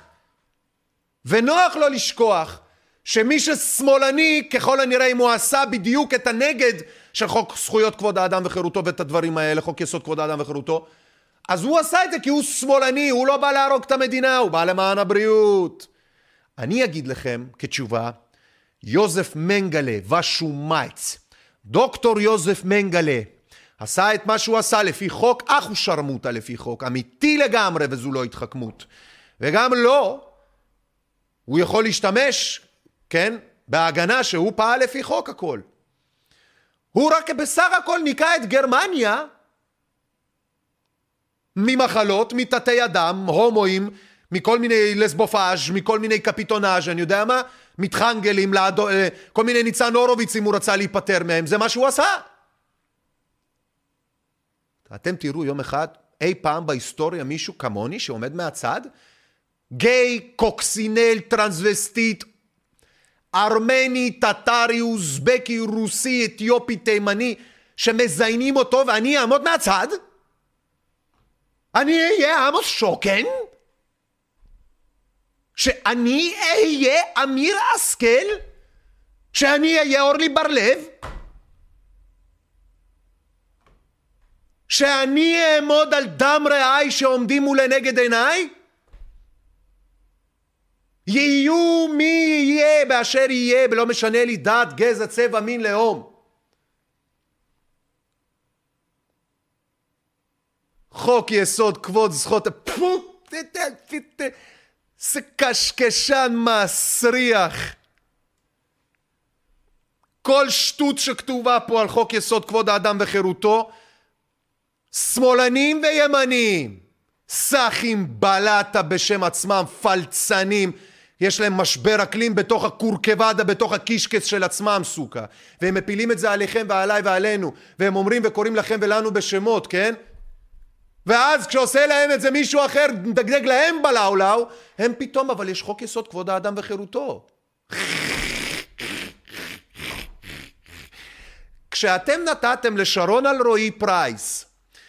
ונוח לו לשכוח שמי ששמאלני ככל הנראה אם הוא עשה בדיוק את הנגד של חוק זכויות כבוד האדם וחירותו ואת הדברים האלה, חוק יסוד כבוד האדם וחירותו, אז הוא עשה את זה כי הוא שמאלני, הוא לא בא להרוג את המדינה, הוא בא למען הבריאות. אני אגיד לכם כתשובה, יוזף מנגלה ושומייץ, דוקטור יוזף מנגלה, עשה את מה שהוא עשה לפי חוק, אך הוא שרמוטה לפי חוק, אמיתי לגמרי וזו לא התחכמות. וגם לא, הוא יכול להשתמש, כן, בהגנה שהוא פעל לפי חוק הכל. הוא רק בסך הכל ניקה את גרמניה ממחלות, מתתי אדם, הומואים, מכל מיני לסבופאז', מכל מיני קפיטונאז', אני יודע מה, מתחנגלים, לעדו, כל מיני ניצן הורוביצים הוא רצה להיפטר מהם, זה מה שהוא עשה. אתם תראו יום אחד, אי פעם בהיסטוריה מישהו כמוני שעומד מהצד, גיי, קוקסינל, טרנסווסטיט, ארמני, טטרי, אוזבקי, רוסי, אתיופי, תימני, שמזיינים אותו ואני אעמוד מהצד? אני אהיה עמוס שוקן? שאני אהיה אמיר השכל? שאני אהיה אורלי בר-לב? שאני אעמוד על דם רעי שעומדים מול נגד עיניי? יהיו מי יהיה באשר יהיה, ולא משנה לי דת, גזע, צבע, מין, לאום. חוק יסוד כבוד זכות, זה קשקשן מסריח. כל שטות שכתובה פה על חוק יסוד כבוד האדם וחירותו, שמאלנים וימנים, סחים בלטה בשם עצמם, פלצנים, יש להם משבר אקלים בתוך הקורקבדה, בתוך הקישקס של עצמם, סוכה. והם מפילים את זה עליכם ועליי ועלינו, והם אומרים וקוראים לכם ולנו בשמות, כן? ואז כשעושה להם את זה מישהו אחר, דגדג להם בלאו-לאו, הם פתאום, אבל יש חוק יסוד כבוד האדם וחירותו. כשאתם נתתם לשרון אלרועי פרייס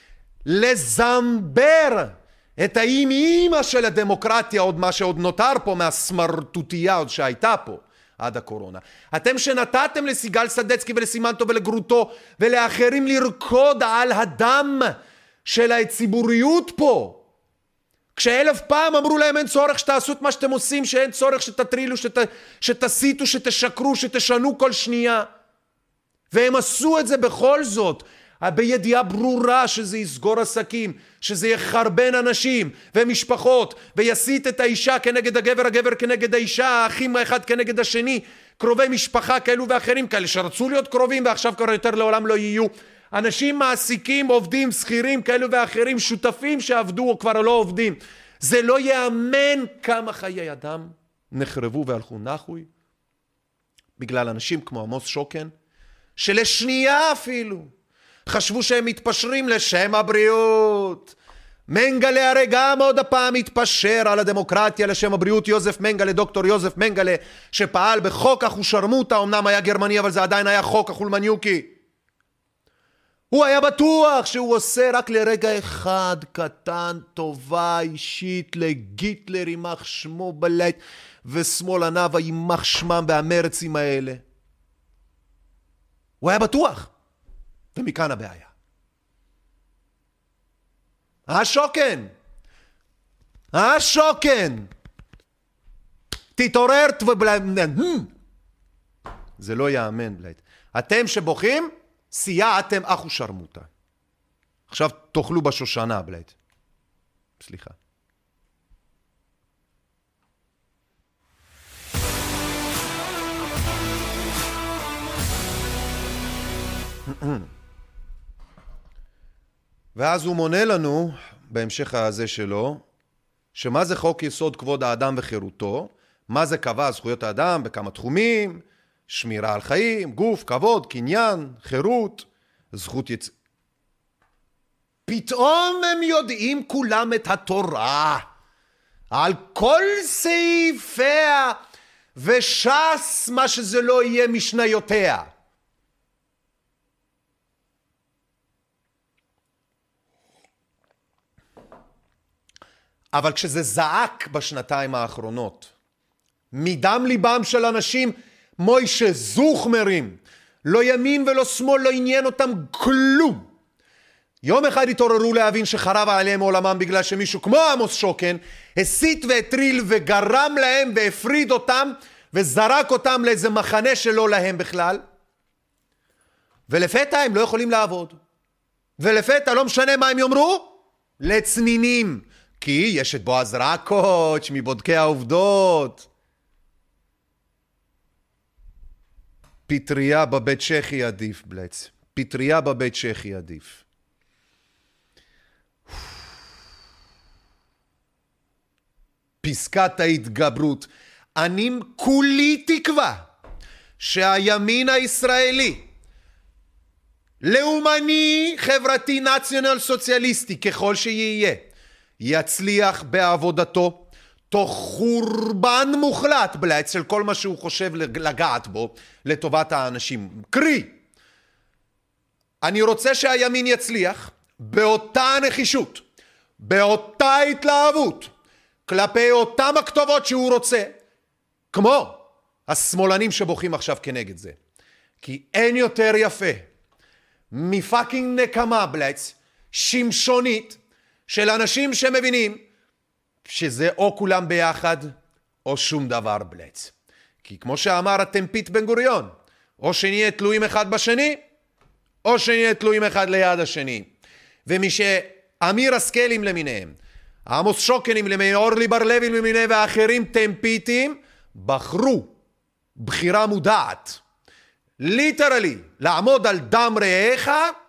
לזמבר את האם אימא של הדמוקרטיה, עוד מה שעוד נותר פה מהסמרטוטיה עוד שהייתה פה עד הקורונה, אתם שנתתם לסיגל סדצקי ולסימנטו ולגרוטו ולאחרים לרקוד על הדם של הציבוריות פה, כשאלף פעם אמרו להם אין צורך שתעשו את מה שאתם עושים, שאין צורך שתטרילו, שת, שתסיתו, שתשקרו, שתשנו כל שנייה, והם עשו את זה בכל זאת בידיעה ברורה שזה יסגור עסקים, שזה יחרבן אנשים ומשפחות ויסית את האישה כנגד הגבר, הגבר כנגד האישה, האחים האחד כנגד השני, קרובי משפחה כאלו ואחרים, כאלה שרצו להיות קרובים ועכשיו כבר יותר לעולם לא יהיו, אנשים מעסיקים, עובדים, שכירים כאלו ואחרים, שותפים שעבדו או כבר לא עובדים. זה לא יאמן כמה חיי אדם נחרבו והלכו נחוי בגלל אנשים כמו עמוס שוקן, שלשנייה אפילו חשבו שהם מתפשרים לשם הבריאות. מנגלה הרי גם עוד הפעם התפשר על הדמוקרטיה לשם הבריאות. יוזף מנגלה, דוקטור יוזף מנגלה, שפעל בחוק אחושרמוטה, אמנם היה גרמני אבל זה עדיין היה חוק החולמניוקי, הוא היה בטוח שהוא עושה רק לרגע אחד קטן טובה אישית לגיטלר יימח שמו בלית ושמאלניו יימח שמם והמרצים האלה. הוא היה בטוח, ומכאן הבעיה. השוקן, השוקן, תתעורר, זה לא יאמן. אתם שבוכים, סייעתם אחו שרמוטה. עכשיו תאכלו בשושנה, בלייד. סליחה. ואז הוא מונה לנו, בהמשך הזה שלו, שמה זה חוק יסוד כבוד האדם וחירותו, מה זה קבע זכויות האדם בכמה תחומים, שמירה על חיים, גוף, כבוד, קניין, חירות, זכות יצ... פתאום הם יודעים כולם את התורה, על כל סעיפיה, ושס מה שזה לא יהיה משניותיה. אבל כשזה זעק בשנתיים האחרונות, מדם ליבם של אנשים, מוישה זוכמרים, לא ימין ולא שמאל, לא עניין אותם כלום. יום אחד התעוררו להבין שחרב עליהם עולמם בגלל שמישהו כמו עמוס שוקן הסית והטריל וגרם להם והפריד אותם וזרק אותם לאיזה מחנה שלא להם בכלל. ולפתע הם לא יכולים לעבוד. ולפתע לא משנה מה הם יאמרו, לצנינים. כי יש את בועז רקוץ' מבודקי העובדות. פטריה בבית שכי עדיף, בלץ. פטריה בבית שכי עדיף. פסקת ההתגברות. אני כולי תקווה שהימין הישראלי, לאומני, חברתי, נציונל סוציאליסטי, ככל שיהיה, יצליח בעבודתו, תוך חורבן מוחלט בלעץ של כל מה שהוא חושב לגעת בו לטובת האנשים. קרי, אני רוצה שהימין יצליח באותה נחישות, באותה התלהבות, כלפי אותם הכתובות שהוא רוצה, כמו השמאלנים שבוכים עכשיו כנגד זה. כי אין יותר יפה מפאקינג נקמה בלעץ, שמשונית, של אנשים שמבינים שזה או כולם ביחד או שום דבר בלעץ. כי כמו שאמר הטמפית בן גוריון, או שנהיה תלויים אחד בשני, או שנהיה תלויים אחד ליד השני. ומי שאמיר הסקלים למיניהם, עמוס שוקנים למיניהם, אורלי בר לוי למיניהם ואחרים טמפיתים, בחרו בחירה מודעת, ליטרלי, לעמוד על דם רעיך,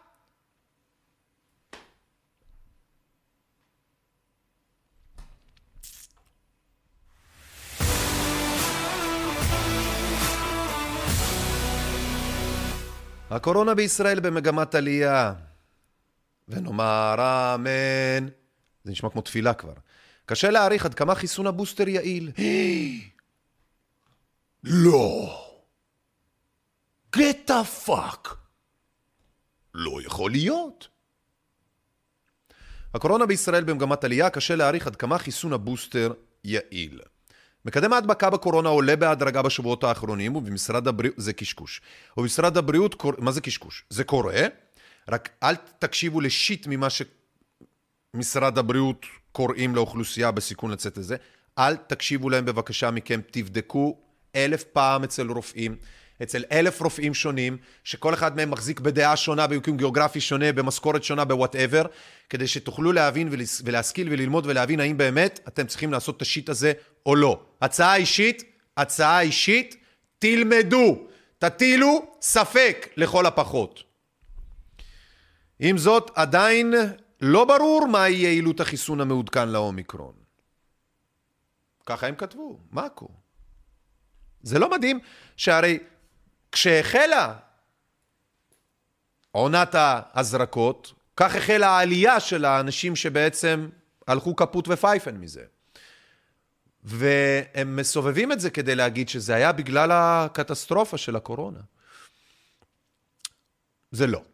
הקורונה בישראל במגמת עלייה, ונאמר אמן. זה נשמע כמו תפילה כבר. קשה להעריך עד כמה חיסון הבוסטר יעיל. לא. Get the fuck. לא יכול להיות. הקורונה בישראל במגמת עלייה, קשה להעריך עד כמה חיסון הבוסטר יעיל. מקדם ההדבקה בקורונה עולה בהדרגה בשבועות האחרונים, ובמשרד הבריאות, זה קשקוש. ובמשרד הבריאות, מה זה קשקוש? זה קורה, רק אל תקשיבו לשיט ממה שמשרד הבריאות קוראים לאוכלוסייה בסיכון לצאת לזה. אל תקשיבו להם בבקשה מכם, תבדקו אלף פעם אצל רופאים, אצל אלף רופאים שונים, שכל אחד מהם מחזיק בדעה שונה, ביקום גיאוגרפי שונה, במשכורת שונה, ב-whatever, כדי שתוכלו להבין ולהשכיל וללמוד ולהבין האם באמת אתם צריכים לעשות את השיט הזה או לא. הצעה אישית, הצעה אישית, תלמדו, תטילו ספק לכל הפחות. עם זאת, עדיין לא ברור מהי יעילות החיסון המעודכן לאומיקרון. ככה הם כתבו, מאקו. זה לא מדהים שהרי כשהחלה עונת ההזרקות, כך החלה העלייה של האנשים שבעצם הלכו כפות ופייפן מזה. והם מסובבים את זה כדי להגיד שזה היה בגלל הקטסטרופה של הקורונה. זה לא.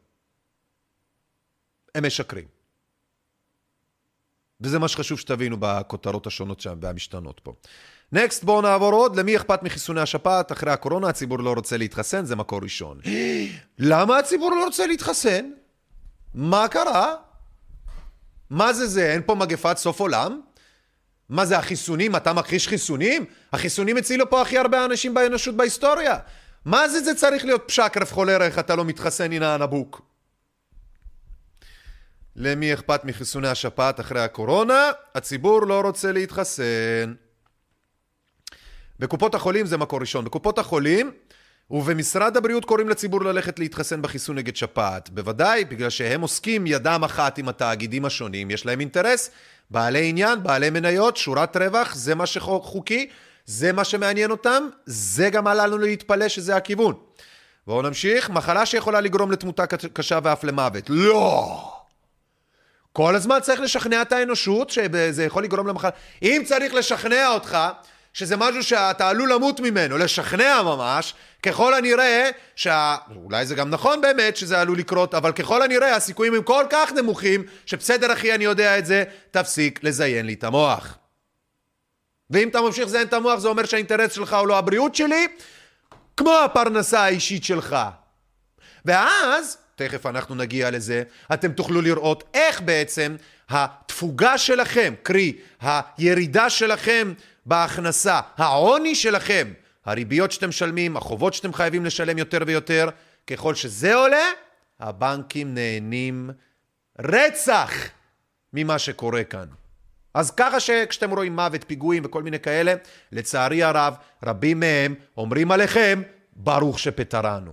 הם משקרים. וזה מה שחשוב שתבינו בכותרות השונות שם והמשתנות פה. נקסט, בואו נעבור עוד. למי אכפת מחיסוני השפעת? אחרי הקורונה הציבור לא רוצה להתחסן, זה מקור ראשון. למה הציבור לא רוצה להתחסן? מה קרה? מה זה זה? אין פה מגפת סוף עולם? מה זה החיסונים? אתה מכחיש חיסונים? החיסונים הצילו פה הכי הרבה אנשים באנושות בהיסטוריה. מה זה זה צריך להיות פשק רף חולר איך אתה לא מתחסן? הנה הנבוק. למי אכפת מחיסוני השפעת אחרי הקורונה? הציבור לא רוצה להתחסן. בקופות החולים זה מקור ראשון. בקופות החולים ובמשרד הבריאות קוראים לציבור ללכת להתחסן בחיסון נגד שפעת. בוודאי, בגלל שהם עוסקים ידם אחת עם התאגידים השונים. יש להם אינטרס, בעלי עניין, בעלי מניות, שורת רווח, זה מה שחוקי, זה מה שמעניין אותם, זה גם עלה לנו להתפלא שזה הכיוון. בואו נמשיך. מחלה שיכולה לגרום לתמותה קשה ואף למוות. לא! כל הזמן צריך לשכנע את האנושות שזה יכול לגרום למחלה. אם צריך לשכנע אותך שזה משהו שאתה עלול למות ממנו, לשכנע ממש, ככל הנראה, שה... אולי זה גם נכון באמת שזה עלול לקרות, אבל ככל הנראה הסיכויים הם כל כך נמוכים, שבסדר אחי אני יודע את זה, תפסיק לזיין לי את המוח. ואם אתה ממשיך לזיין את המוח, זה אומר שהאינטרס שלך הוא לא הבריאות שלי, כמו הפרנסה האישית שלך. ואז, תכף אנחנו נגיע לזה, אתם תוכלו לראות איך בעצם התפוגה שלכם, קרי, הירידה שלכם בהכנסה, העוני שלכם, הריביות שאתם משלמים, החובות שאתם חייבים לשלם יותר ויותר, ככל שזה עולה, הבנקים נהנים רצח ממה שקורה כאן. אז ככה שכשאתם רואים מוות, פיגועים וכל מיני כאלה, לצערי הרב, רבים מהם אומרים עליכם, ברוך שפטרנו.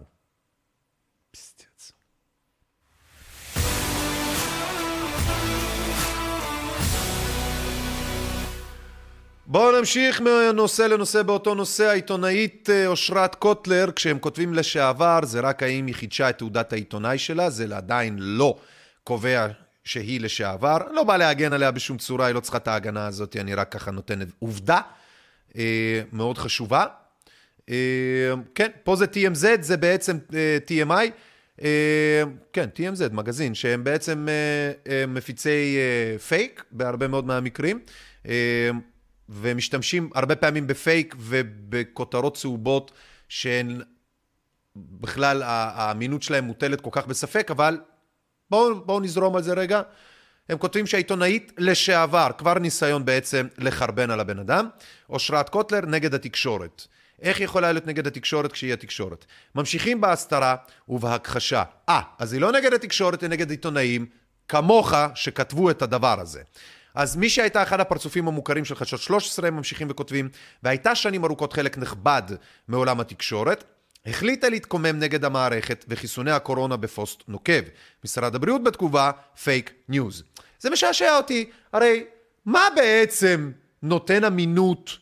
בואו נמשיך מנושא לנושא באותו נושא. העיתונאית אושרת קוטלר, כשהם כותבים לשעבר, זה רק האם היא חידשה את תעודת העיתונאי שלה, זה עדיין לא קובע שהיא לשעבר, לא בא להגן עליה בשום צורה, היא לא צריכה את ההגנה הזאת, אני רק ככה נותן עובדה מאוד חשובה. כן, פה זה טי אם זד, זה בעצם טי אם איי, כן, טי אם זד, מגזין, שהם בעצם מפיצי פייק, בהרבה מאוד מהמקרים, ומשתמשים הרבה פעמים בפייק ובכותרות צהובות, שהן בכלל האמינות שלהם מוטלת כל כך בספק, אבל בואו, בואו נזרום על זה רגע. הם כותבים שהעיתונאית לשעבר, כבר ניסיון בעצם לחרבן על הבן אדם, אושרת קוטלר נגד התקשורת. איך יכולה להיות נגד התקשורת כשהיא התקשורת? ממשיכים בהסתרה ובהכחשה. אה, אז היא לא נגד התקשורת, היא נגד עיתונאים, כמוך שכתבו את הדבר הזה. אז מי שהייתה אחד הפרצופים המוכרים של חדשות שלוש עשרה, הם ממשיכים וכותבים, והייתה שנים ארוכות חלק נכבד מעולם התקשורת, החליטה להתקומם נגד המערכת וחיסוני הקורונה בפוסט נוקב. משרד הבריאות בתגובה, פייק ניוז. זה משעשע אותי, הרי מה בעצם נותן אמינות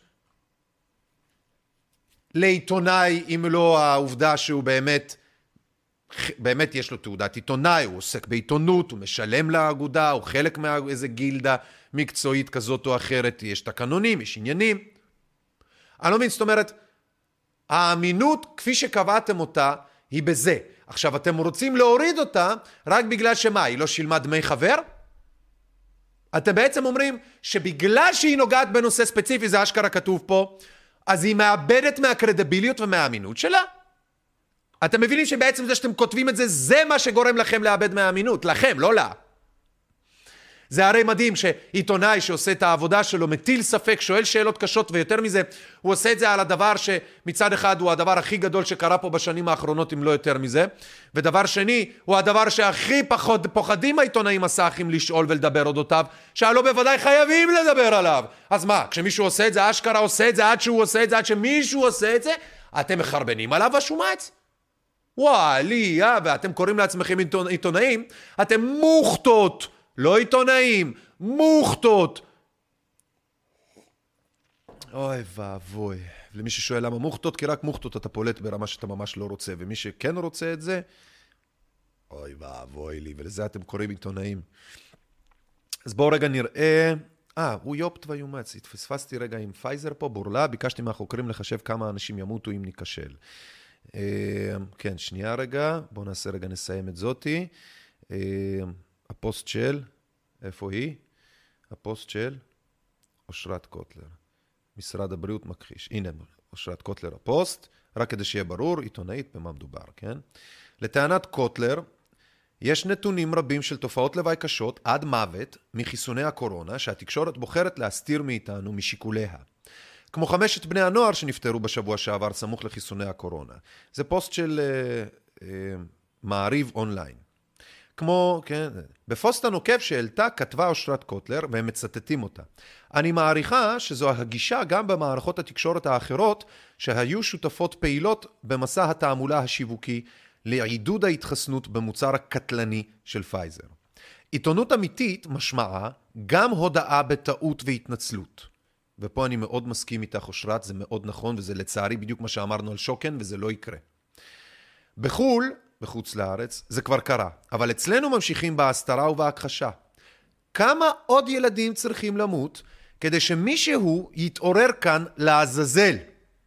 לעיתונאי, אם לא העובדה שהוא באמת, באמת יש לו תעודת עיתונאי, הוא עוסק בעיתונות, הוא משלם לאגודה, הוא חלק מאיזה גילדה מקצועית כזאת או אחרת, יש תקנונים, יש עניינים. אני לא מבין, זאת אומרת, האמינות, כפי שקבעתם אותה, היא בזה. עכשיו, אתם רוצים להוריד אותה רק בגלל שמה? היא לא שילמה דמי חבר? אתם בעצם אומרים שבגלל שהיא נוגעת בנושא ספציפי, זה אשכרה כתוב פה, אז היא מאבדת מהקרדיביליות ומהאמינות שלה? אתם מבינים שבעצם זה שאתם כותבים את זה, זה מה שגורם לכם לאבד מהאמינות. לכם, לא לה. זה הרי מדהים שעיתונאי שעושה את העבודה שלו, מטיל ספק, שואל שאלות קשות, ויותר מזה, הוא עושה את זה על הדבר שמצד אחד הוא הדבר הכי גדול שקרה פה בשנים האחרונות, אם לא יותר מזה, ודבר שני, הוא הדבר שהכי פחות, פוחדים העיתונאים הסאחים לשאול ולדבר אודותיו, שהלא בוודאי חייבים לדבר עליו. אז מה, כשמישהו עושה את זה, אשכרה עושה את זה, עד שהוא עושה את זה, עד שמישהו עושה את זה, אתם מחרבנים עליו השומץ? וואלי, אה, ואתם קוראים לעצמכם עיתונאים, אתם מוכתות, לא עיתונאים, מוכתות. אוי ואבוי. למי ששואל למה מוכתות, כי רק מוכתות אתה פולט ברמה שאתה ממש לא רוצה, ומי שכן רוצה את זה, אוי ואבוי לי, ולזה אתם קוראים עיתונאים. אז בואו רגע נראה, אה, הוא יופט ויומץ, התפספסתי רגע עם פייזר פה, בורלה, ביקשתי מהחוקרים לחשב כמה אנשים ימותו אם ניקשל. כן, שנייה רגע, בואו נעשה רגע, נסיים את זאתי. הפוסט של, איפה היא? הפוסט של אושרת קוטלר. משרד הבריאות מכחיש. הנה, אושרת קוטלר הפוסט, רק כדי שיהיה ברור, עיתונאית במה מדובר, כן? לטענת קוטלר, יש נתונים רבים של תופעות לוואי קשות עד מוות מחיסוני הקורונה, שהתקשורת בוחרת להסתיר מאיתנו משיקוליה. כמו חמשת בני הנוער שנפטרו בשבוע שעבר סמוך לחיסוני הקורונה. זה פוסט של uh, uh, מעריב אונליין. כמו, כן, בפוסט הנוקב שהעלתה כתבה אושרת קוטלר, והם מצטטים אותה. אני מעריכה שזו הגישה גם במערכות התקשורת האחרות, שהיו שותפות פעילות במסע התעמולה השיווקי, לעידוד ההתחסנות במוצר הקטלני של פייזר. עיתונות אמיתית משמעה גם הודעה בטעות והתנצלות. ופה אני מאוד מסכים איתך אושרת, זה מאוד נכון, וזה לצערי בדיוק מה שאמרנו על שוקן, וזה לא יקרה. בחול, בחוץ לארץ, זה כבר קרה, אבל אצלנו ממשיכים בהסתרה ובהכחשה. כמה עוד ילדים צריכים למות, כדי שמישהו יתעורר כאן לעזאזל?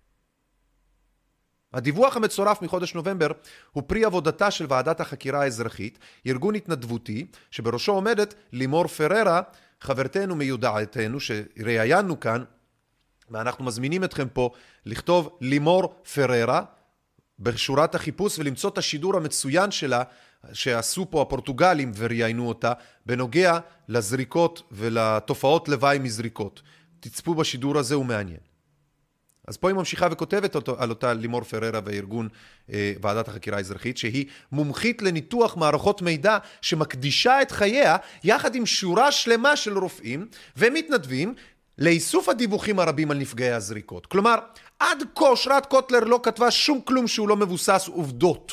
הדיווח המצורף מחודש נובמבר הוא פרי עבודתה של ועדת החקירה האזרחית, ארגון התנדבותי, שבראשו עומדת לימור פררה, חברתנו מיודעתנו, שראיינו כאן, ואנחנו מזמינים אתכם פה לכתוב לימור פררה, בשורת החיפוש, ולמצוא את השידור המצוין שלה, שעשו פה הפורטוגלים וראיינו אותה, בנוגע לזריקות ולתופעות לוואי מזריקות. תצפו בשידור הזה, הוא מעניין. אז פה היא ממשיכה וכותבת אותו, על אותה לימור פררה וארגון אה, ועדת החקירה האזרחית, שהיא מומחית לניתוח מערכות מידע שמקדישה את חייה, יחד עם שורה שלמה של רופאים ומתנדבים, לאיסוף הדיווחים הרבים על נפגעי הזריקות. כלומר, עד כה אושרת קוטלר לא כתבה שום כלום שהוא לא מבוסס עובדות.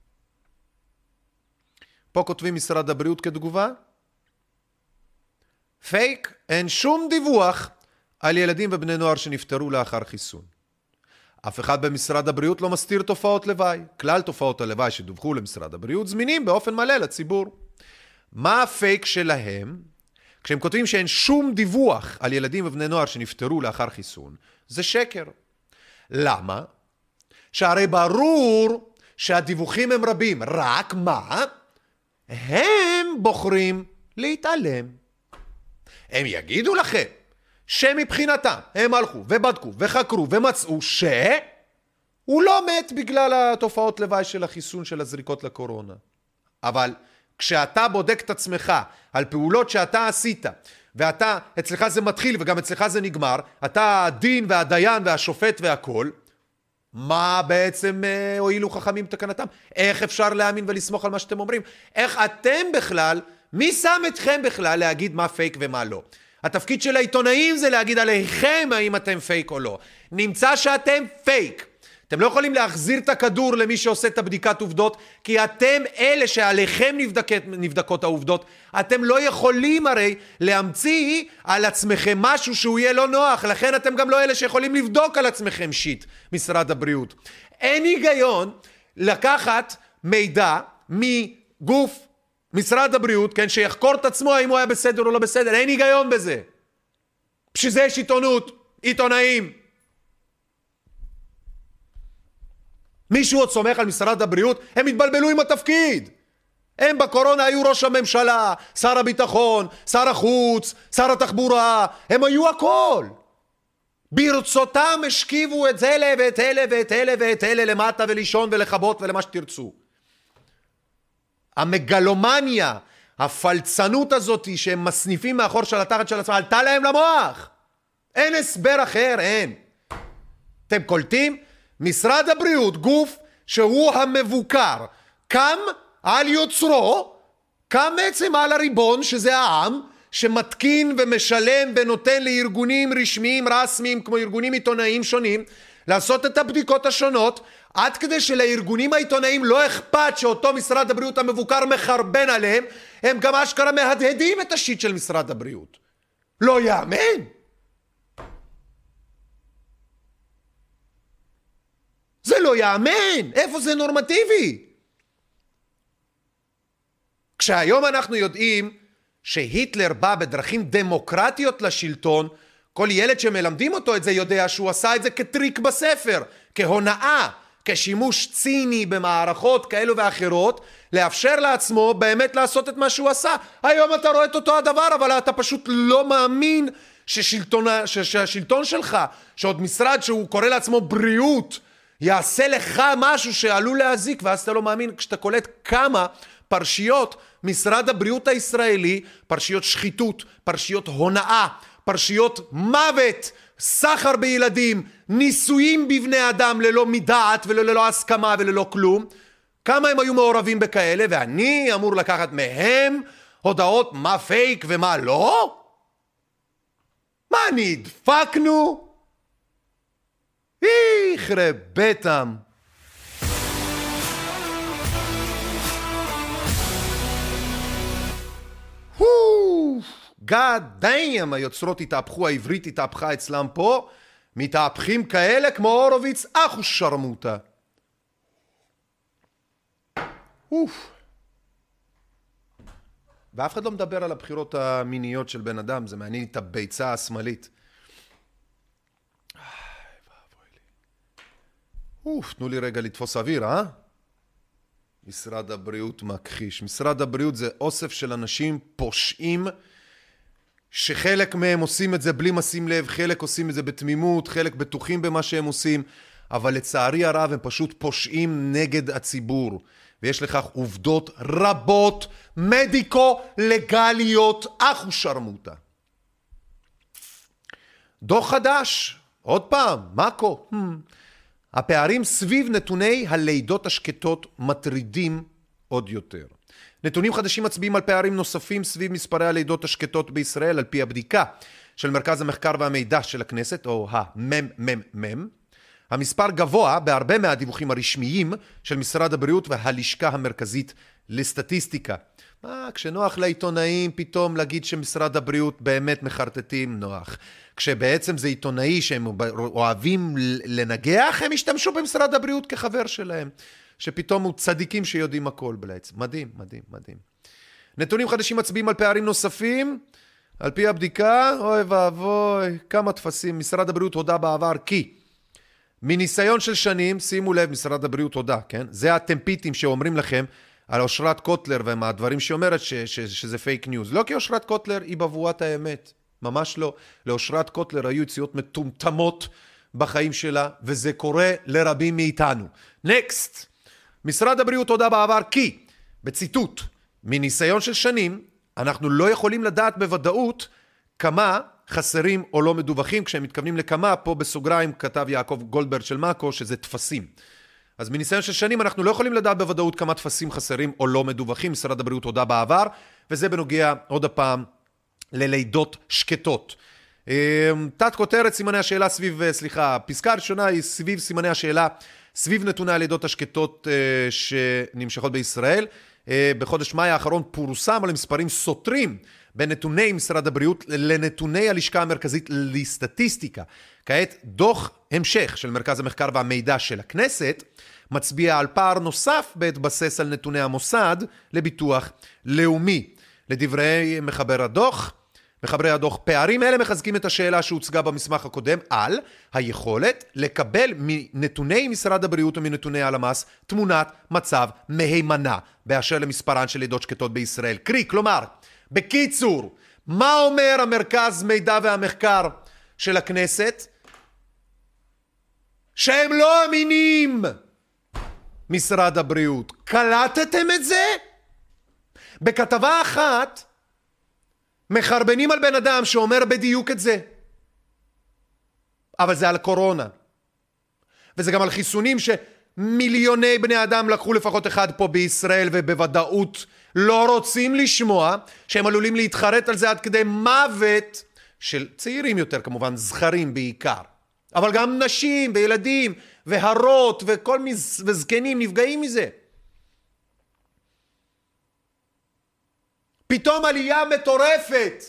פה כותבים משרד הבריאות כתגובה, פייק, אין שום דיווח על ילדים ובני נוער שנפטרו לאחר חיסון. אף אחד במשרד הבריאות לא מסתיר תופעות לוואי. כלל תופעות הלוואי שדווחו למשרד הבריאות זמינים באופן מלא לציבור. מה הפייק שלהם? כשהם כותבים שאין שום דיווח על ילדים ובני נוער שנפטרו לאחר חיסון, זה שקר. למה? שהרי ברור שהדיווחים הם רבים, רק מה? הם בוחרים להתעלם. הם יגידו לכם שמבחינתם הם הלכו ובדקו וחקרו ומצאו שהוא לא מת בגלל התופעות לוואי של החיסון של הזריקות לקורונה. אבל כשאתה בודק את עצמך על פעולות שאתה עשית, ואתה, אצלך זה מתחיל וגם אצלך זה נגמר, אתה הדין והדיין והשופט והכל, מה בעצם אה, הועילו חכמים תקנתם? איך אפשר להאמין ולסמוך על מה שאתם אומרים? איך אתם בכלל, מי שם אתכם בכלל להגיד מה פייק ומה לא? התפקיד של העיתונאים זה להגיד עליכם האם אתם פייק או לא. נמצא שאתם פייק. אתם לא יכולים להחזיר את הכדור למי שעושה את הבדיקת עובדות, כי אתם אלה שעליכם נבדקת, נבדקות העובדות. אתם לא יכולים הרי להמציא על עצמכם משהו שהוא יהיה לא נוח, לכן אתם גם לא אלה שיכולים לבדוק על עצמכם שיט, משרד הבריאות. אין היגיון לקחת מידע מגוף משרד הבריאות, כן, שיחקור את עצמו האם הוא היה בסדר או לא בסדר, אין היגיון בזה. בשביל זה יש עיתונות, עיתונאים. מישהו עוד סומך על משרד הבריאות? הם התבלבלו עם התפקיד. הם בקורונה היו ראש הממשלה, שר הביטחון, שר החוץ, שר התחבורה, הם היו הכל. ברצותם השכיבו את זה ואת אלה ואת אלה ואת אלה למטה ולישון ולחבות ולמה שתרצו. המגלומניה, הפלצנות הזאת שהם מסניפים מאחור של התחת של עצמם, עלתה להם למוח. אין הסבר אחר, אין. אתם קולטים? משרד הבריאות, גוף שהוא המבוקר, קם על יוצרו, קם בעצם על הריבון, שזה העם, שמתקין ומשלם ונותן לארגונים רשמיים, רסמיים, כמו ארגונים עיתונאיים שונים, לעשות את הבדיקות השונות, עד כדי שלארגונים העיתונאיים לא אכפת שאותו משרד הבריאות המבוקר מחרבן עליהם, הם גם אשכרה מהדהדים את השיט של משרד הבריאות. לא יאמן. זה לא יאמן. איפה זה נורמטיבי? כשהיום אנחנו יודעים שהיטלר בא בדרכים דמוקרטיות לשלטון, כל ילד שמלמדים אותו את זה יודע שהוא עשה את זה כטריק בספר, כהונאה, כשימוש ציני במערכות כאלו ואחרות, לאפשר לעצמו באמת לעשות את מה שהוא עשה. היום אתה רואה את אותו הדבר, אבל אתה פשוט לא מאמין ששלטון, שהשלטון שלך, שעוד משרד שהוא קורא לעצמו בריאות, יעשה לך משהו שעלול להזיק, ואז אתה לא מאמין כשאתה קולט כמה פרשיות משרד הבריאות הישראלי, פרשיות שחיתות, פרשיות הונאה, פרשיות מוות, סחר בילדים, ניסויים בבני אדם ללא מדעת וללא הסכמה וללא כלום, כמה הם היו מעורבים בכאלה, ואני אמור לקחת מהם הודעות מה פייק ומה לא? מה נדפקנו? איך רבתם. God damn, היוצרות התהפכו, העברית התהפכה אצלם פה, מתהפכים כאלה כמו הורוביץ, אחו שרמוטה. אוף. ואף אחד לא מדבר על הבחירות המיניות של בן אדם, זה מעניין את הביצה השמאלית. אוף, תנו לי רגע לתפוס אוויר, אה? משרד הבריאות מכחיש. משרד הבריאות זה אוסף של אנשים פושעים, שחלק מהם עושים את זה בלי משים לב, חלק עושים את זה בתמימות, חלק בטוחים במה שהם עושים, אבל לצערי הרב הם פשוט פושעים נגד הציבור. ויש לכך עובדות רבות, מדיקו לגליות, אחו שרמוטה. דוח חדש, עוד פעם, מקו. Hmm. הפערים סביב נתוני הלידות השקטות מטרידים עוד יותר. נתונים חדשים מצביעים על פערים נוספים סביב מספרי הלידות השקטות בישראל, על פי הבדיקה של מרכז המחקר והמידע של הכנסת, או ה-מ-מ-מ. המספר גבוה בהרבה מהדיווחים הרשמיים של משרד הבריאות והלשכה המרכזית לסטטיסטיקה. מה, כשנוח לעיתונאים פתאום להגיד שמשרד הבריאות באמת מחרטטים, נוח. כשבעצם זה עיתונאי שהם אוהבים לנגח, הם השתמשו במשרד הבריאות כחבר שלהם. שפתאום הוא צדיקים שיודעים הכל בלעץ. מדהים, מדהים, מדהים. נתונים חדשים מצביעים על פערים נוספים. על פי הבדיקה, אוי ואבוי, כמה תפסים. משרד הבריאות הודע בעבר כי מניסיון של שנים, שימו לב, משרד הבריאות הודע, כן? זה הטמפיטים שאומרים לכם על אושרת קוטלר ומהדברים שאומרת ש- ש- שזה פייק ניוז. לא כי אושרת קוטלר היא בבואת האמת. ממש לא. לאושרת קוטלר היו יציאות מטומטמות בחיים שלה, וזה קורה לרבים מאיתנו. נקסט. משרד הבריאות הודע בעבר כי, בציטוט, מניסיון של שנים, אנחנו לא יכולים לדעת בוודאות כמה חסרים או לא מדווחים. כשהם מתכוונים לכמה, פה בסוגריים כתב יעקב גולדברג של מאקו שזה תפסים. אז מניסיון של שנים אנחנו לא יכולים לדעת בוודאות כמה תפסים חסרים או לא מדווחים. משרד הבריאות הודע בעבר, וזה בנוגע עוד הפעם ללידות שקטות. תת כותרת סימני השאלה סביב, סליחה, הפסקה הראשונה היא סביב סימני השאלה, סביב נתוני הלידות השקטות שנמשכות בישראל. בחודש מאי האחרון פורסם על מספרים סותרים בין נתוני משרד הבריאות לנתוני הלשכה המרכזית לסטטיסטיקה. כעת דוח המשך של מרכז המחקר והמידע של הכנסת מצביע על פער נוסף בהתבסס על נתוני המוסד לביטוח לאומי. לדברי מחבר הדוח, מחברי הדוח, פערים אלה מחזקים את השאלה שהוצגה במסמך הקודם על היכולת לקבל מנתוני משרד הבריאות ומנתוני הלמ"ס תמונת מצב מהימנה באשר למספרן של לידות שקטות בישראל. קרי, כלומר, בקיצור, מה אומר המרכז מידע והמחקר של הכנסת? שהם לא אמינים, משרד הבריאות. קלטתם את זה? בכתבה אחת מחרבנים על בן אדם שאומר בדיוק את זה. אבל זה על קורונה. וזה גם על חיסונים שמיליוני בני אדם לקחו לפחות אחד פה בישראל, ובוודאות לא רוצים לשמוע שהם עלולים להתחרט על זה עד כדי מוות של צעירים יותר, כמובן זכרים בעיקר. אבל גם נשים וילדים והרות וכל מיני וזקנים נפגעים מזה. פתאום עלייה מטורפת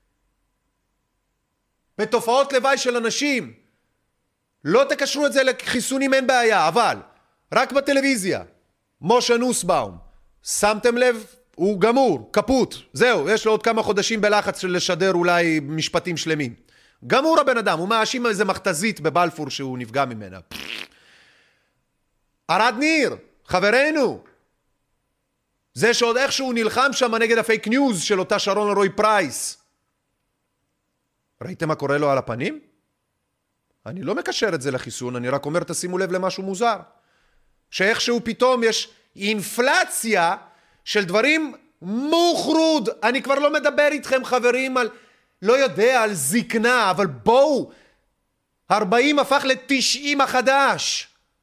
בתופעות לוואי של אנשים. לא תקשרו את זה לחיסונים, אין בעיה, אבל רק בטלוויזיה, משה נוסבאום, שמתם לב, הוא גמור, קפוט, זהו, יש לו עוד כמה חודשים בלחץ של לשדר אולי משפטים שלמים. גמור הבן אדם, הוא מאשים איזה מכתזית בבלפור שהוא נפגע ממנה. ארד ניר, חברנו, זה שעוד איכשהו נלחם שם נגד הפייק ניוז של אותה שרון אלרועי פרייס. ראיתם מה קורה לו על הפנים? אני לא מקשר את זה לחיסון, אני רק אומר תשימו לב למשהו מוזר. שאיכשהו פתאום יש אינפלציה של דברים מוחרוד. אני כבר לא מדבר איתכם חברים על, לא יודע, על זקנה, אבל בואו, ארבעים הפך ל-תשעים החדש.